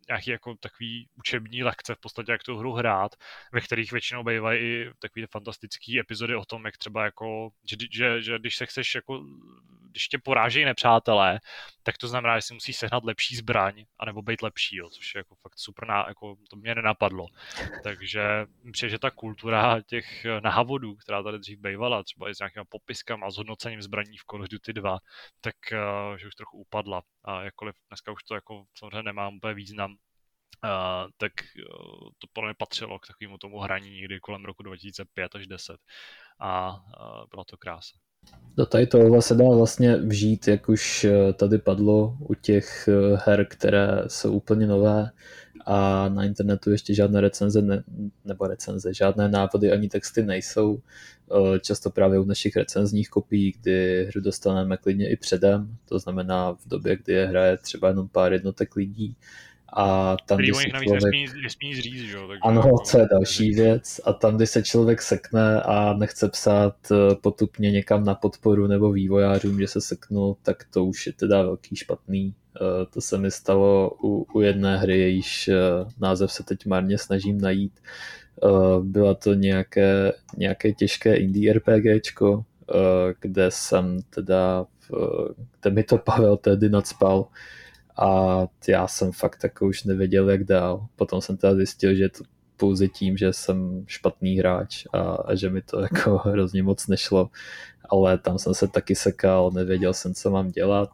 nějaký jako takový učební lekce v podstatě, jak tu hru hrát, ve kterých většinou bývají i takový fantastický epizody o tom, jak třeba jako, že když se chceš jako, když tě porážejí nepřátelé, tak to znamená, že si musíš sehnat lepší zbraň, anebo být lepší, jo, což je jako fakt super, jako to mě nenapadlo. Takže přijde, že ta kultura těch návodů, která tady dřív bývala, třeba i s nějakými popiskama a s hodnocením zbraní v Call of Duty 2, tak že už trochu upadla. A jakkoliv dneska už to jako samozřejmě nemá úplně význam, tak to podle mě patřilo k takovému tomu hraní někdy kolem roku 2005 až 10 a byla to krása. Do tady tohle se dá vlastně vžít, jak už tady padlo u těch her, které jsou úplně nové a na internetu ještě žádné recenze, žádné návody ani texty nejsou. Často právě u našich recenzních kopií, kdy hru dostaneme klidně i předem, to znamená v době, kdy je hraje třeba jenom pár jednotek lidí. A tam, který o nich navíc nesmí zříct, že jo? Ano, to je další věc. A tam, když se člověk sekne a nechce psát potupně někam na podporu nebo vývojářům, že se seknul, tak to už je teda velký špatný. To se mi stalo u jedné hry, jejíž název se teď marně snažím najít. Byla to nějaké těžké indie RPGčko, kde jsem teda, kde mi to Pavel tehdy nacpal. A já jsem fakt jako už nevěděl, jak dál. Potom jsem teda zjistil, že je to pouze tím, že jsem špatný hráč a že mi to jako hrozně moc nešlo. Ale tam jsem se taky sekal, nevěděl jsem, co mám dělat.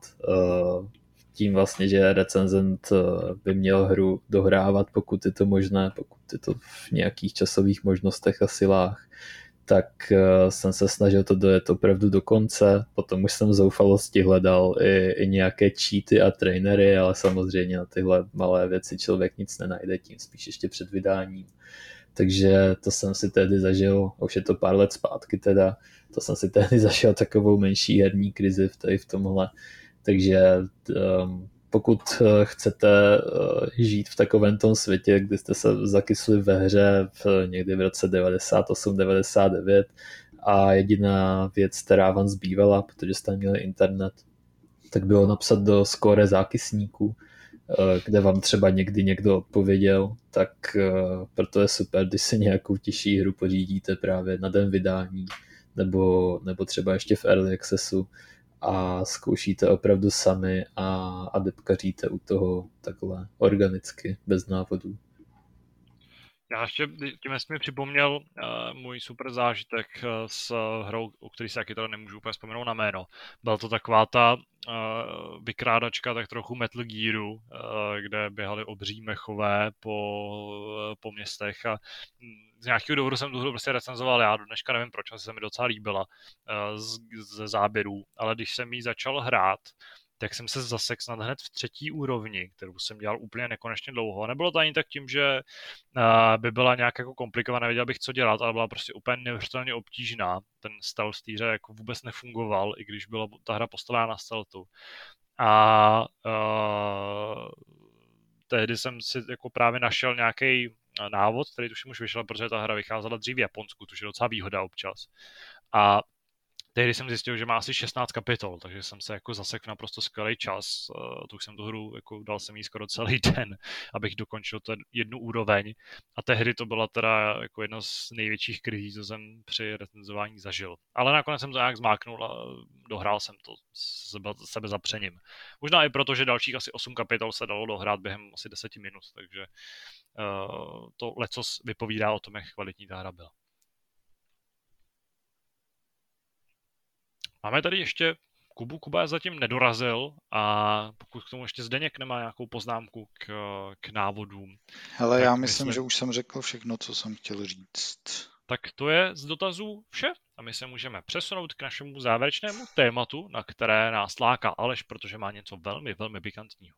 Tím vlastně, že recenzent by měl hru dohrávat, pokud je to možné, pokud je to v nějakých časových možnostech a silách, tak jsem se snažil to dojet opravdu do konce. Potom už jsem v zoufalosti hledal i nějaké cheaty a trainery, ale samozřejmě na tyhle malé věci člověk nic nenajde, tím spíš ještě před vydáním. Takže to jsem si tehdy zažil, už je to pár let zpátky teda, to jsem si tehdy zažil takovou menší herní krizi v tomhle. Takže pokud chcete žít v takovém tom světě, kdy jste se zakysli ve hře někdy v roce 98-99 a jediná věc, která vám zbývala, protože jste měli internet, tak bylo napsat do skóre zákysníku, kde vám třeba někdy někdo odpověděl, tak proto je super, když si nějakou těžší hru pořídíte právě na den vydání nebo třeba ještě v Early Accessu a zkoušíte opravdu sami a depkaříte u toho takhle organicky, bez návodů. Já ještě tím jsi mi připomněl můj super zážitek s hrou, o který se taky teda nemůžu úplně vzpomenout na jméno. Byla to taková ta vykrádačka tak trochu Metal Gearu, kde běhali obří mechové po městech a z nějakého důvodu jsem tu hru prostě recenzoval já, do dneška nevím proč, se mi docela líbila ze záběrů, ale když jsem ji začal hrát, tak jsem se zasek snad hned v 3. úrovni, kterou jsem dělal úplně nekonečně dlouho. Nebylo to ani tak tím, že by byla nějak jako komplikovaná, nevěděl bych, co dělat, ale byla prostě úplně neuvěřitelně obtížná. Ten stealth v té hře jako vůbec nefungoval, i když byla ta hra postavená na stealthu. A tehdy jsem si jako právě našel nějaký návod, který tuším už vyšel, protože ta hra vycházela dřív v Japonsku, což je docela výhoda občas. A tehdy jsem zjistil, že má asi 16 kapitol, takže jsem se jako zasek naprosto skvělý čas. Tu jsem tu hru, jako dal jsem jí skoro celý den, abych dokončil tu jednu úroveň. A tehdy to byla teda jako jedna z největších krizí, co jsem při recenzování zažil. Ale nakonec jsem to nějak zmáknul a dohrál jsem to sebe zapřením. Možná i proto, že dalších asi 8 kapitol se dalo dohrát během asi 10 minut, takže to lecos vypovídá o tom, jak kvalitní ta hra byla. Máme tady ještě Kubu. Kuba zatím nedorazil a pokud k tomu ještě Zdeněk nemá nějakou poznámku k návodům. Hele, já myslím, že už jsem řekl všechno, co jsem chtěl říct. Tak to je z dotazů vše a my se můžeme přesunout k našemu závěrečnému tématu, na které nás láká Aleš, protože má něco velmi, velmi pikantního.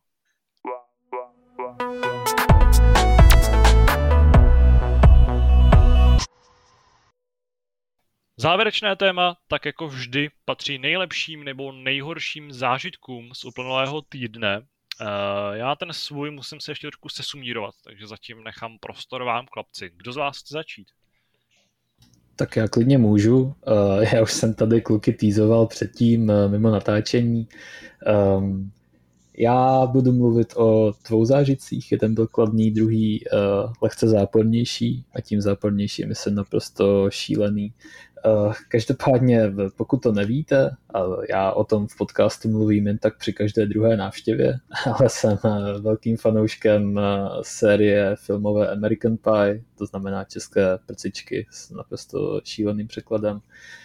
Závěrečné téma, tak jako vždy, patří nejlepším nebo nejhorším zážitkům z uplynulého týdne. Já ten svůj musím se ještě trošku sesumírovat, takže zatím nechám prostor vám, chlapci. Kdo z vás chce začít? Tak já klidně můžu. Já už jsem tady kluky teasoval předtím mimo natáčení. Já budu mluvit o 2 zážitcích, jeden byl kladný, druhý lehce zápornější a tím zápornějším jsem naprosto šílený. Každopádně, pokud to nevíte, a já o tom v podcastu mluvím jen tak při každé druhé návštěvě, ale jsem velkým fanouškem série filmové American Pie, to znamená české prcičky s naprosto šíleným překladem.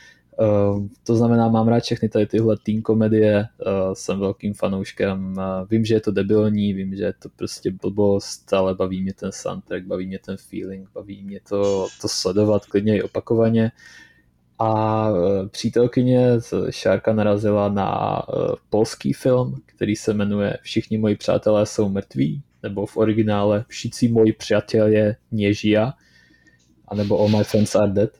To znamená, mám rád všechny tady tyhle teen komedie, jsem velkým fanouškem, vím, že je to debilní, vím, že je to prostě blbost, ale baví mě ten soundtrack, baví mě ten feeling, baví mě to sledovat klidně i opakovaně. A přítelkyně Šárka narazila na polský film, který se jmenuje Všichni moji přátelé jsou mrtví, nebo v originále Všichni moji přátelé nežija, anebo All my friends are dead.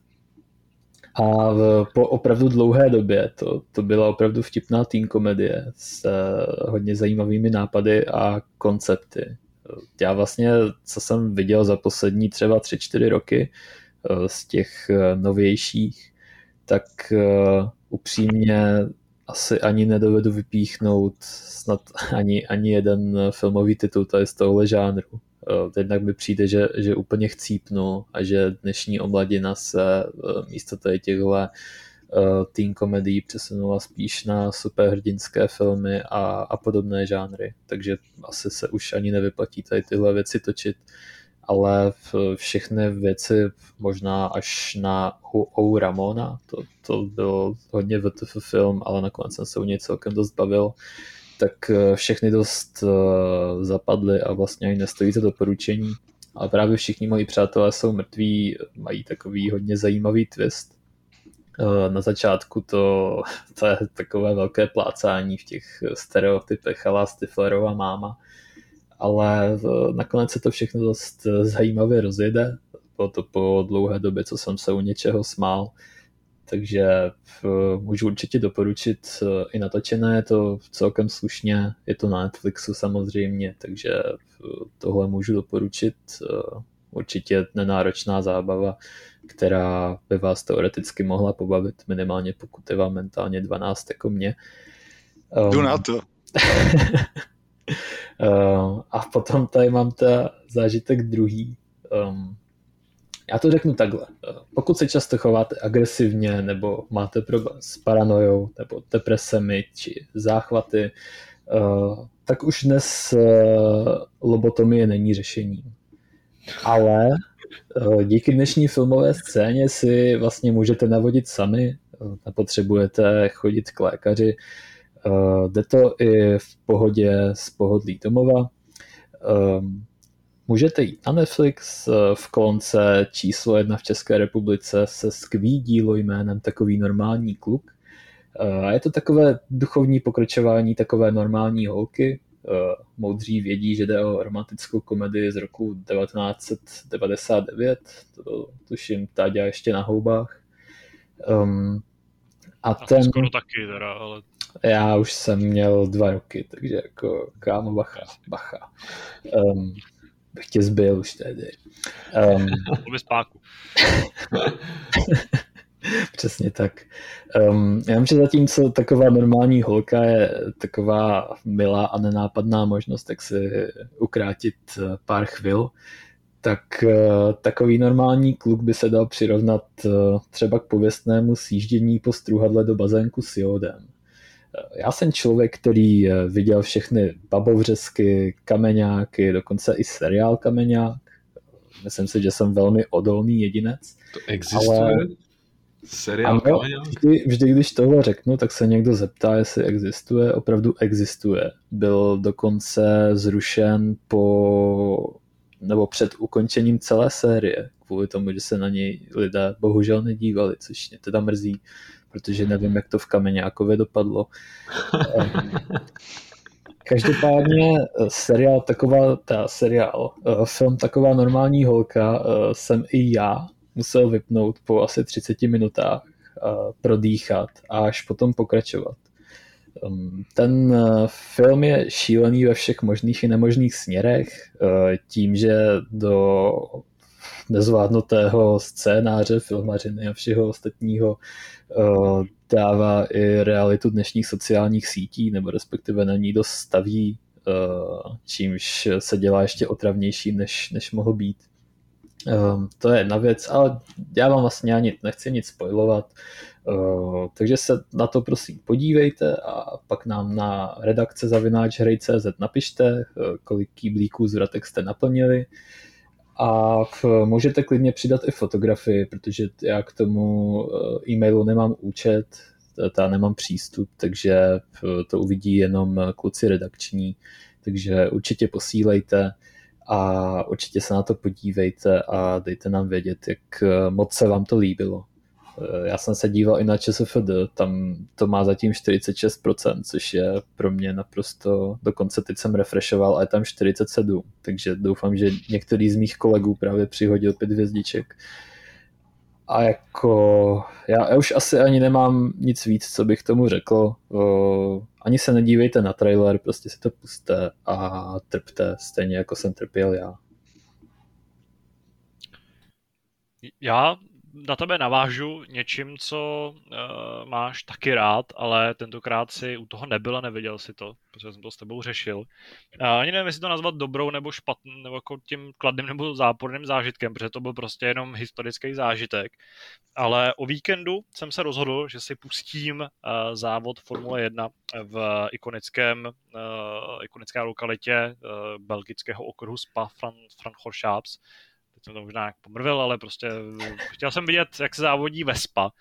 A po opravdu dlouhé době to byla opravdu vtipná teen komedie s hodně zajímavými nápady a koncepty. Já vlastně, co jsem viděl za poslední třeba 3-4 roky z těch novějších, tak upřímně asi ani nedovedu vypíchnout snad ani jeden filmový titul tady z tohohle žánru. Jednak mi přijde, že úplně chcípnu a že dnešní omladina se místo tady těchto teen komedií přesunula spíš na superhrdinské filmy a podobné žánry. Takže asi se už ani nevyplatí tady tyhle věci točit, ale všechny věci, možná až na Ou Ramona, to byl hodně WTF film, ale nakonec jsem se u něj celkem dost bavil, tak všechny dost zapadly a vlastně ani nestojí za doporučení. Ale právě Všichni moji přátelé jsou mrtví, mají takový hodně zajímavý twist. Na začátku to je takové velké plácání v těch stereotypech Chala Stiflerová máma, ale nakonec se to všechno dost zajímavě rozjede. Bylo to po dlouhé době, co jsem se u něčeho smál. Takže můžu určitě doporučit i natočené, je to celkem slušně, je to na Netflixu samozřejmě, takže tohle můžu doporučit. Určitě nenáročná zábava, která by vás teoreticky mohla pobavit, minimálně pokud je vám mentálně 12 jako mě. Jdu na to. A potom tady mám ta zážitek druhý. Já to řeknu takhle. Pokud se často chováte agresivně nebo máte problém s paranojou nebo depresemi či záchvaty, tak už dnes lobotomie není řešením. Ale díky dnešní filmové scéně si vlastně můžete navodit sami, nepotřebujete chodit k lékaři, jde to i v pohodě z pohodlí domova. Můžete jít na Netflix, v kolonce číslo 1 v České republice se skví dílo jménem Takový normální kluk. A je to takové duchovní pokračování takové normální holky. Moudří vědí, že jde o romantickou komedii z roku 1999, to tuším Táďa ještě na houbách. A ten... skoro taky teda, ale... Já už jsem měl 2 roky, takže jako kámo bacha. Bych tě zbyl už tedy. Bez páku. Přesně tak. Já vím, že zatímco taková normální holka je taková milá a nenápadná možnost, jak si ukrátit pár chvil, tak takový normální kluk by se dal přirovnat třeba k pověstnému sjíždění po strůhadle do bazénku s jódem. Já jsem člověk, který viděl všechny Babovřesky, Kameňáky, dokonce i seriál Kameňák. Myslím si, že jsem velmi odolný jedinec. To existuje? Ale... Seriál Kameňák? Vždy, když tohle řeknu, tak se někdo zeptá, jestli existuje. Opravdu existuje. Byl dokonce zrušen nebo před ukončením celé série, kvůli tomu, že se na něj lidé bohužel nedívali, což mě teda mrzí, protože nevím, jak to v Kameňákově dopadlo. Každopádně film Taková normální holka jsem i já musel vypnout po asi 30 minutách, prodýchat a až potom pokračovat. Ten film je šílený ve všech možných i nemožných směrech, tím, že do nezvládnutého scénáře, filmařiny a všeho ostatního dává i realitu dnešních sociálních sítí, nebo respektive na ní dost staví, čímž se dělá ještě otravnější, než mohl být. To je jedna věc, ale já vám vlastně ani nechci nic spoilovat, takže se na to prosím podívejte a pak nám na redakce@hraj.cz napište, kolik kýblíků z vratek jste naplnili a můžete klidně přidat i fotografii, protože já k tomu e-mailu nemám účet, nemám přístup, takže to uvidí jenom kluci redakční, takže určitě posílejte a určitě se na to podívejte a dejte nám vědět, jak moc se vám to líbilo. Já jsem se díval i na ČSFD, tam to má zatím 46%, což je pro mě naprosto, dokonce teď jsem refreshoval a je tam 47%, takže doufám, že některý z mých kolegů právě přihodil 5 hvězdiček. A jako, já už asi ani nemám nic víc, co bych tomu řekl. Ani se nedívejte na trailer, prostě si to pusťte a trpte, stejně jako jsem trpěl já. Já na tebe navážu něčím, co máš taky rád, ale tentokrát si u toho nebyl a neviděl si to, protože jsem to s tebou řešil. Ani nevím, jestli to nazvat dobrou nebo špatným, nebo jako tím kladným nebo záporným zážitkem, protože to byl prostě jenom historický zážitek. Ale o víkendu jsem se rozhodl, že si pustím závod Formule 1 v ikonické lokalitě belgického okruhu Spa-Francorchamps. Teď jsem to možná nějak pomrvil, ale prostě chtěl jsem vidět, jak se závodí ve Spa.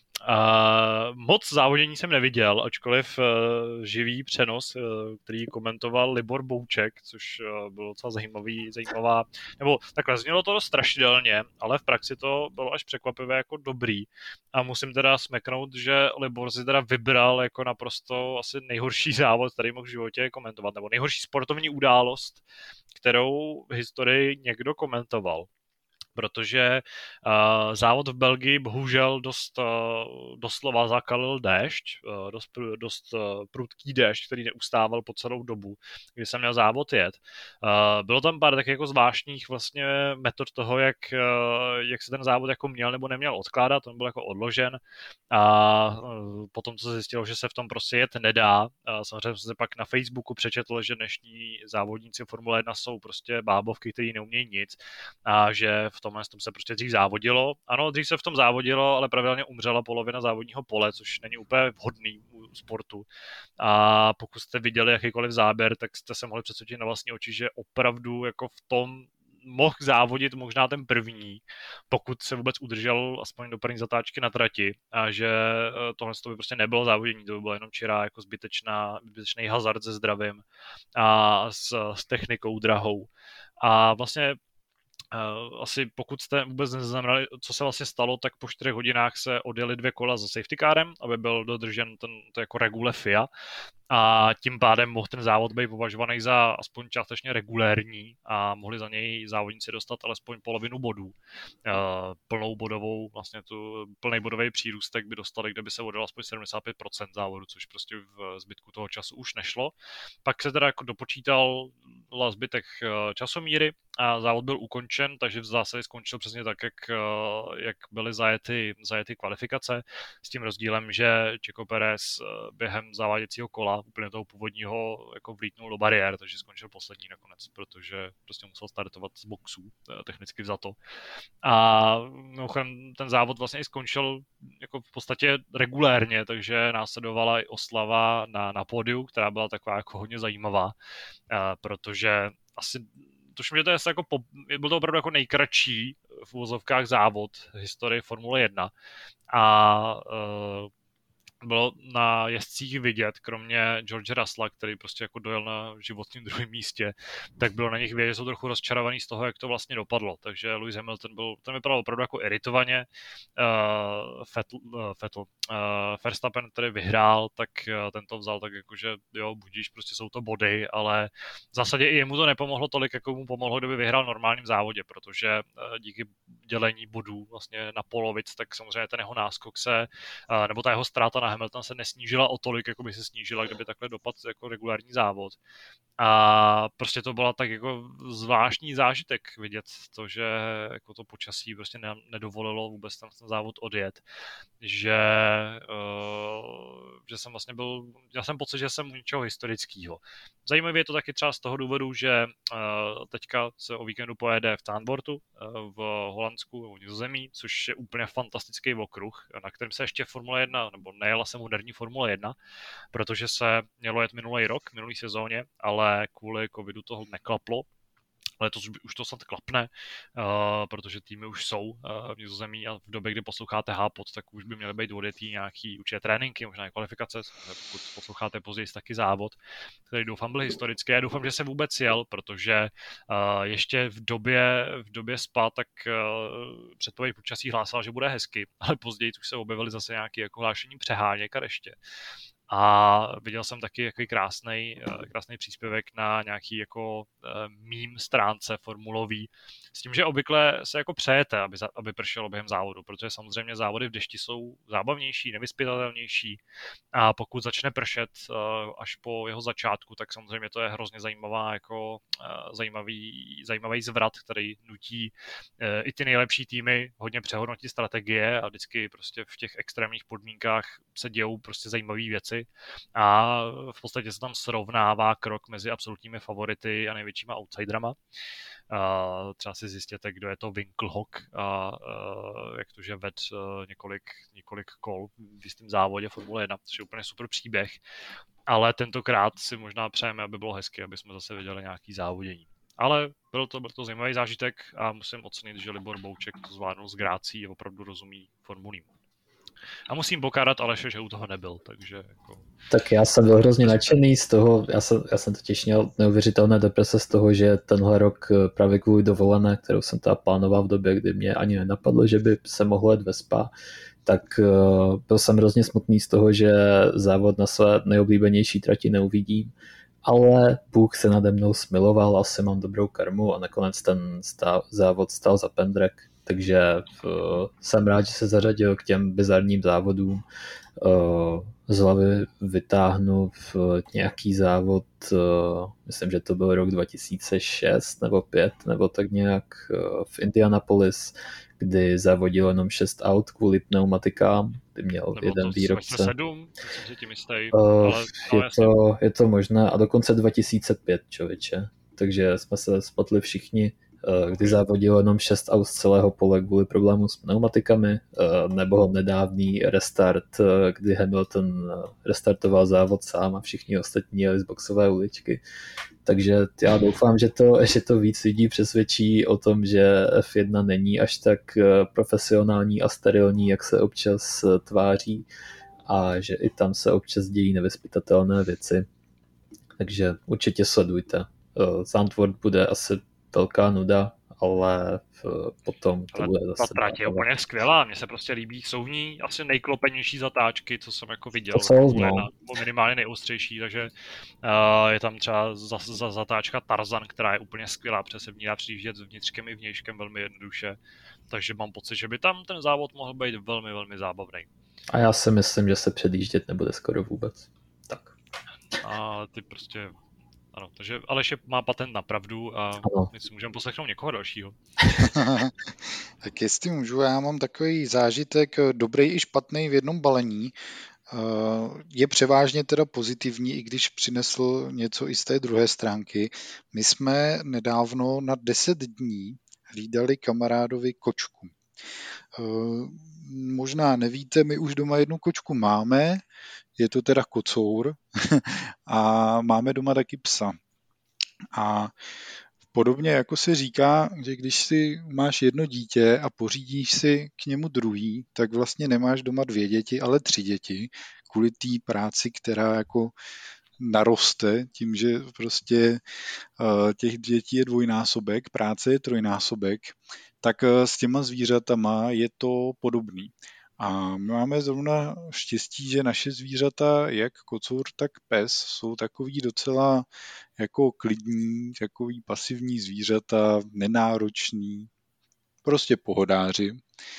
Moc závodění jsem neviděl, ačkoliv živý přenos, který komentoval Libor Bouček, což bylo docela zajímavá, nebo takhle znělo to strašidelně, ale v praxi to bylo až překvapivě jako dobrý. A musím teda smeknout, že Libor si teda vybral jako naprosto asi nejhorší závod, který mohl v životě komentovat, nebo nejhorší sportovní událost, kterou v historii někdo komentoval. Protože závod v Belgii bohužel doslova zakalil déšť, dost prudký déšť, který neustával po celou dobu, kdy jsem měl závod jet. Bylo tam pár tak jako zvláštních vlastně metod toho, jak se ten závod jako měl nebo neměl odkládat, on byl jako odložen a potom co se zjistilo, že se v tom prostě jet nedá. Samozřejmě jsem se pak na Facebooku přečetl, že dnešní závodníci Formule 1 jsou prostě bábovky, kteří neumějí nic a že v tomhle se prostě dřív závodilo. Ano, dřív se v tom závodilo, ale pravidelně umřela polovina závodního pole, což není úplně vhodný u sportu. A pokud jste viděli jakýkoliv záběr, tak jste se mohli přesvědčit na vlastní oči, že opravdu jako v tom mohl závodit možná ten první, pokud se vůbec udržel aspoň do první zatáčky na trati a že tohle by prostě nebylo závodění, to by bylo jenom čirá jako zbytečný hazard se zdravím a s technikou drahou. A vlastně asi pokud jste vůbec nezaznamenali, co se vlastně stalo, tak po 4 hodinách se odjeli 2 kola za safety carem, aby byl dodržen to jako regule FIA a tím pádem mohl ten závod být považovaný za aspoň částečně regulérní a mohli za něj závodníci dostat alespoň polovinu bodů. Plný bodový přírůstek by dostali, kde by se odjelo aspoň 75% závodu, což prostě v zbytku toho času už nešlo. Pak se teda jako dopočítal zbytek časomíry a závod byl ukončen, takže v zásadě skončil přesně tak, jak byly zajety kvalifikace, s tím rozdílem, že Checo Pérez během záváděcího kola úplně toho původního jako vlítnul do bariér, takže skončil poslední nakonec, protože prostě musel startovat z boxů, technicky vzato. A ten závod vlastně i skončil jako v podstatě regulérně, takže následovala i oslava na pódiu, která byla taková jako hodně zajímavá, protože asi tuším, že to je jako byl to opravdu jako nejkratší v uvozovkách závod v historii Formule 1 a bylo na jezdcích vidět, kromě George Russella, který prostě jako dojel na životním druhém místě, tak bylo na nich vidět, že jsou trochu rozčarovaný z toho, jak to vlastně dopadlo. Takže Lewis Hamilton ten vypadal opravdu jako iritovaně. Verstappen, který vyhrál, tak ten to vzal tak jako, že jo, budíš, prostě jsou to body, ale v zásadě i jemu to nepomohlo tolik, jako mu pomohlo, kdyby vyhrál v normálním závodě, protože díky dělení bodů vlastně na polovic, tak samozřejmě ten jeho náskok nebo ta jeho ztráta na Hamilton se nesnížila o tolik, jako by se snížila, kdyby takhle dopadl jako regulární závod. A prostě to byla tak jako zvláštní zážitek vidět to, že jako to počasí prostě nedovolilo vůbec ten závod odjet, že jsem vlastně měl jsem pocit, že jsem u něčeho historického. Zajímavé je to taky třeba z toho důvodu, že teďka se o víkendu pojede v Zandvoortu v Holandsku nebo v Nizozemí, což je úplně fantastický okruh, na kterém se ještě Formule 1, nebo nejela se moderní Formule 1, protože se mělo jet minulý sezóně, ale kvůli covidu toho neklaplo. Letos už to snad klapne, protože týmy už jsou v Nizozemí a v době, kdy posloucháte Hápod, tak už by měly být odjetý nějaký určitě tréninky, možná i kvalifikace, pokud posloucháte později taky závod, který doufám byl historický. Já doufám, že se vůbec jel, protože ještě v době spa, tak předpověď počasí hlásala, že bude hezky, ale později už se objevily zase nějaké jako hlášení přeháněk a deště. A viděl jsem taky jaký krásný příspěvek na nějaký jako meme stránce formulový, s tím, že obvykle se jako přejete, aby pršelo během závodu, protože samozřejmě závody v dešti jsou zábavnější, nevyzpytatelnější a pokud začne pršet až po jeho začátku, tak samozřejmě to je hrozně zajímavý zvrat, který nutí i ty nejlepší týmy hodně přehodnotit strategie a vždycky prostě v těch extrémních podmínkách se dějou prostě zajímavé věci a v podstatě se tam srovnává krok mezi absolutními favority a největšíma outsiderama. Třeba si zjistěte, kdo je to Winkelhock a jak to, že ved několik kol v jistém závodě Formule 1, což je úplně super příběh. Ale tentokrát si možná přejeme, aby bylo hezky, aby jsme zase viděli nějaký závodění. Ale byl to zajímavý zážitek a musím ocenit, že Libor Bouček to zvládnul s grácí a opravdu rozumí formulím. A musím pokárat Aleše, že u toho nebyl, takže jako... Tak já jsem byl hrozně nadšený z toho, já jsem totiž měl neuvěřitelné deprese z toho, že tenhle rok právě kvůli dovolené, kterou jsem teda plánoval v době, kdy mě ani nenapadlo, že by se mohlo jet ve Spa, tak byl jsem hrozně smutný z toho, že závod na své nejoblíbenější trati neuvidím, ale Bůh se nade mnou smiloval, asi mám dobrou karmu a nakonec ten závod stál za pendrek. Takže jsem rád, že se zařadil k těm bizarním závodům. Z hlavy vytáhnu nějaký závod, myslím, že to byl rok 2006 nebo 5, nebo tak nějak v Indianapolis, kdy závodil jenom 6 aut kvůli pneumatikám, kdy měl jeden výrobce. 7, myslím, že tím jistý, je to možné a dokonce 2005, člověče. Takže jsme se spotli všichni, kdy závodil jenom 6 aut z celého pole kvůli problému s pneumatikami, nebo nedávný restart, kdy Hamilton restartoval závod sám a všichni ostatní jeli z boxové uličky. Takže já doufám, že to víc lidí přesvědčí o tom, že F1 není až tak profesionální a sterilní, jak se občas tváří a že i tam se občas dějí nevyzpytatelné věci. Takže určitě sledujte. Zandvoort bude asi velká nuda, ale potom to bude zase... Ta trať je úplně skvělá, mně se prostě líbí, jsou v ní asi nejklopenější zatáčky, co jsem jako viděl. Minimálně nejostřejší, takže je tam třeba zatáčka Tarzan, která je úplně skvělá, protože se v ní dá přijíždět vnitřkem i vnějškem velmi jednoduše, takže mám pocit, že by tam ten závod mohl být velmi, velmi zábavný. A já si myslím, že se předjíždět nebude skoro vůbec. Tak. A ty prostě... Ano, takže Aleš má patent na pravdu a my si můžeme poslechnout někoho dalšího. Tak jestli můžu, já mám takový zážitek dobrý i špatný v jednom balení. Je převážně teda pozitivní, i když přinesl něco i z té druhé stránky. My jsme nedávno na 10 dní hlídali kamarádovi kočku. Možná nevíte, my už doma jednu kočku máme, je to teda kocour a máme doma taky psa. A podobně jako se říká, že když si máš jedno dítě a pořídíš si k němu druhý, tak vlastně nemáš doma 2 děti, ale 3 děti, kvůli té práci, která jako naroste tím, že prostě těch dětí je dvojnásobek, práce je trojnásobek, tak s těma zvířatama je to podobný. A my máme zrovna štěstí, že naše zvířata, jak kocour, tak pes, jsou takový docela jako klidní, takový pasivní zvířata, nenároční, prostě pohodáři.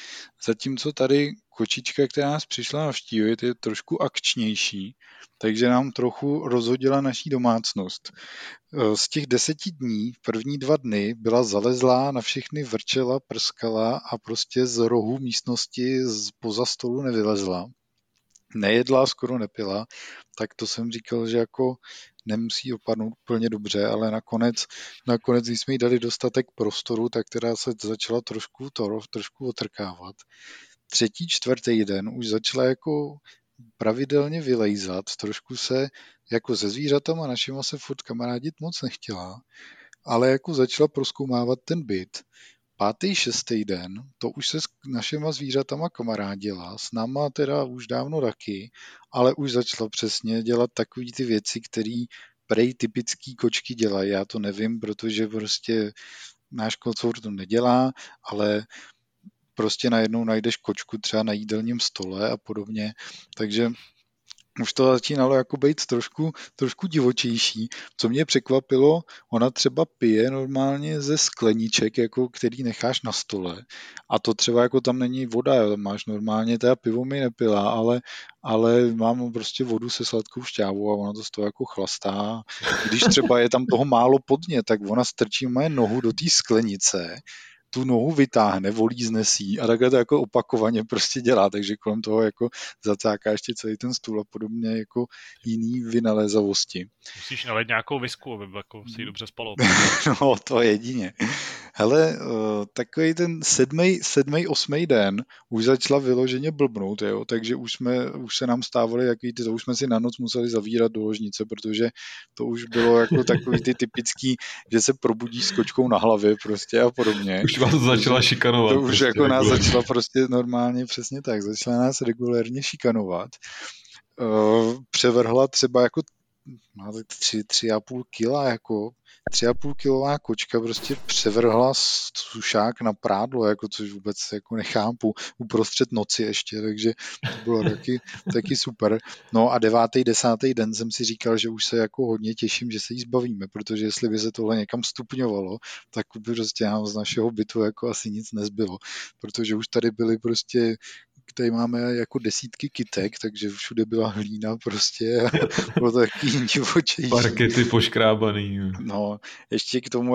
zatímco tady kočička, která nás přišla navštívit, je trošku akčnější, takže nám trochu rozhodila naší domácnost. Z těch 10 dní, první 2 dny byla zalezlá, na všechny vrčela, prskala a prostě z rohu místnosti poza stolu nevylezla. Nejedla, skoro nepila, tak to jsem říkal, že jako nemusí opadnout úplně dobře, ale nakonec když jsme jí dali dostatek prostoru, tak teda se začala trošku otrkávat. 3., 4. den už začala jako pravidelně vylejzat, trošku se jako se zvířatama našima se furt kamarádit moc nechtěla, ale jako začala prozkoumávat ten byt. 5., 6. den, to už se s našima zvířatama kamarádila, s náma teda už dávno taky, ale už začala přesně dělat takový ty věci, které prej typický kočky dělají. Já to nevím, protože prostě náš kocour to nedělá, ale prostě najednou najdeš kočku třeba na jídelním stole a podobně, takže už to začínalo jako být trošku divočejší. Co mě překvapilo, ona třeba pije normálně ze skleniček, jako který necháš na stole. A to třeba jako tam není voda, jo. Máš normálně, teda pivo mi nepila, ale mám prostě vodu se sladkou šťávou a ona to z toho jako chlastá. Když třeba je tam toho málo podně, tak ona strčí moje nohu do té sklenice, tu nohu vytáhne, volízne si ji a takhle to jako opakovaně prostě dělá, takže kolem toho jako zacáká ještě celý ten stůl a podobně jako jiný vynalézavosti. Musíš nalít nějakou visku, aby jako si ji dobře spalo. No, to jedině. Hele, takový ten 7., 8. den už začala vyloženě blbnout, jo? Takže už se nám stávaly to už jsme si na noc museli zavírat do ložnice, protože to už bylo jako takový ty typický, že se probudí s kočkou na hlavě prostě a podobně. Už vás začala šikanovat. To už prostě jako nás začala prostě normálně přesně tak, začala nás regulérně šikanovat. Převrhla třeba jako má tak 3,5 kila, jako 3,5 kilová kočka prostě převrhla sušák na prádlo, jako, což vůbec jako nechápu, uprostřed noci ještě, takže to bylo taky super. No a 9., 10. den jsem si říkal, že už se jako hodně těším, že se jí zbavíme, protože jestli by se tohle někam stupňovalo, tak by prostě nám z našeho bytu jako asi nic nezbylo, protože už tady byly prostě tady máme jako desítky kytek, takže všude byla hlína prostě a bylo to takový divočejší. Parkety poškrábaný. No, ještě k tomu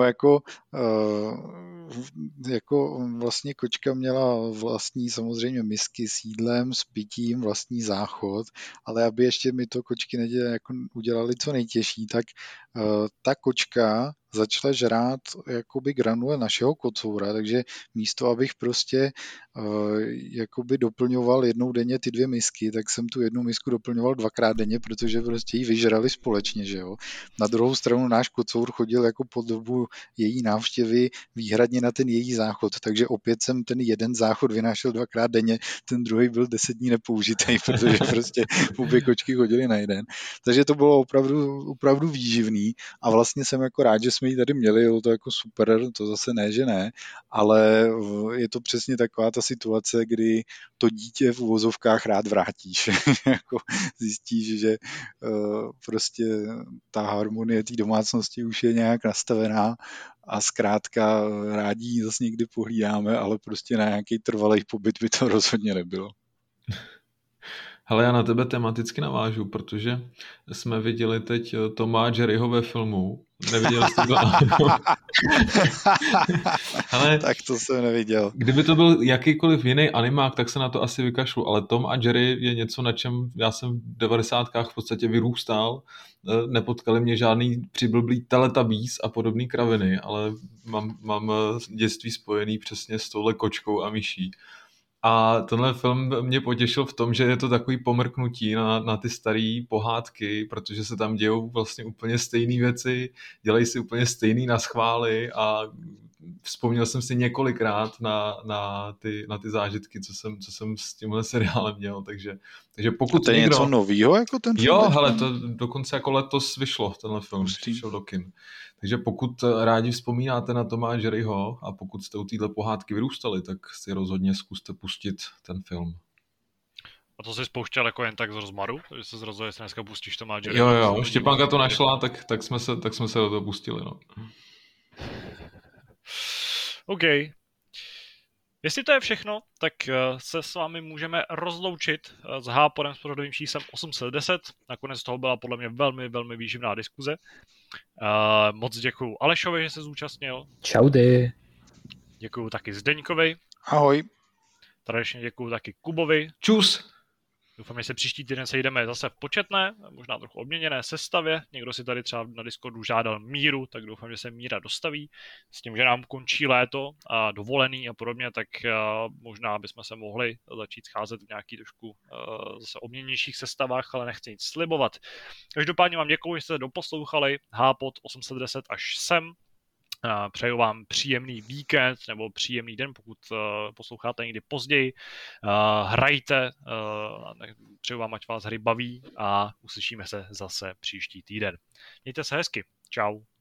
jako vlastně kočka měla vlastní samozřejmě misky s jídlem, s pitím, vlastní záchod, ale aby ještě mi to kočky jako udělali co nejtěžší, tak ta kočka začala žrát jakoby granule našeho kocoura, takže místo, abych prostě jakoby doplňoval jednou denně ty 2 misky, tak jsem tu jednu misku doplňoval 2krát denně, protože prostě ji vyžrali společně, že jo. Na druhou stranu náš kocour chodil jako po dobu její návštěvy výhradně na ten její záchod, takže opět jsem ten jeden záchod vynášel 2krát denně, ten druhý byl 10 dní nepoužitý, protože prostě obě kočky chodily na jeden. Takže to bylo opravdu výživný a vlastně jsem jako rád, že jsme ji tady měli, bylo to jako super, to zase ne, že ne, ale je to přesně taková ta situace, kdy to dítě v uvozovkách rád vrátíš. Jako zjistíš, že prostě ta harmonie té domácnosti už je nějak nastavená a zkrátka rádi zase někdy pohlídáme, ale prostě na nějaký trvalý pobyt by to rozhodně nebylo. Hele, já na tebe tematicky navážu, protože jsme viděli teď Toma a Jerryho ve filmu. Neviděl jsi to? Ale tak to jsem neviděl. Kdyby to byl jakýkoliv jiný animák, tak se na to asi vykašlu, ale Tom a Jerry je něco, na čem já jsem v 90kách v podstatě vyrůstal. Nepotkali mě žádný přiblblý Teletubbies a podobný kraviny, ale mám dětství spojený přesně s touhle kočkou a myší. A tenhle film mě potěšil v tom, že je to takový pomrknutí na ty staré pohádky, protože se tam dějou vlastně úplně stejné věci, dělají si úplně stejný naschvály a vzpomněl jsem si několikrát na ty zážitky, co jsem s tímhle seriálem měl, takže pokud to je někdo... něco novýho jako ten film? Jo, hele, to dokonce jako letos vyšlo, tenhle film, přišel do kin. Takže pokud rádi vzpomínáte na Toma a Jerryho a pokud jste u téhle pohádky vyrůstali, tak si rozhodně zkuste pustit ten film. A to jsi spouštěl jako jen tak z rozmaru? Že se rozhodl, jestli dneska pustíš Toma a Jerry? Jo, Štěpánka to našla, tak jsme se do toho pustili, no. OK. Jestli to je všechno, tak se s vámi můžeme rozloučit s Háporem s pořadovým číslem 810. Nakonec toho byla podle mě velmi, velmi výživná diskuze. Moc děkuju Alešovi, že se zúčastnil. Čaudy. Děkuju taky Zdeňkovi. Ahoj. Tradičně děkuju taky Kubovi. Čus! Doufám, že se příští týden sejdeme zase v početné, možná trochu obměněné sestavě. Někdo si tady třeba na Discordu žádal Míru, tak doufám, že se Míra dostaví. S tím, že nám končí léto a dovolený a podobně, tak možná bychom se mohli začít scházet v nějaký trošku zase obměnějších sestavách, ale nechci nic slibovat. Každopádně vám děkuji, že jste doposlouchali Hápod 810 až sem. Přeju vám příjemný víkend nebo příjemný den, pokud posloucháte někdy později. Hrajte, přeju vám, ať vás hry baví a uslyšíme se zase příští týden. Mějte se hezky. Čau.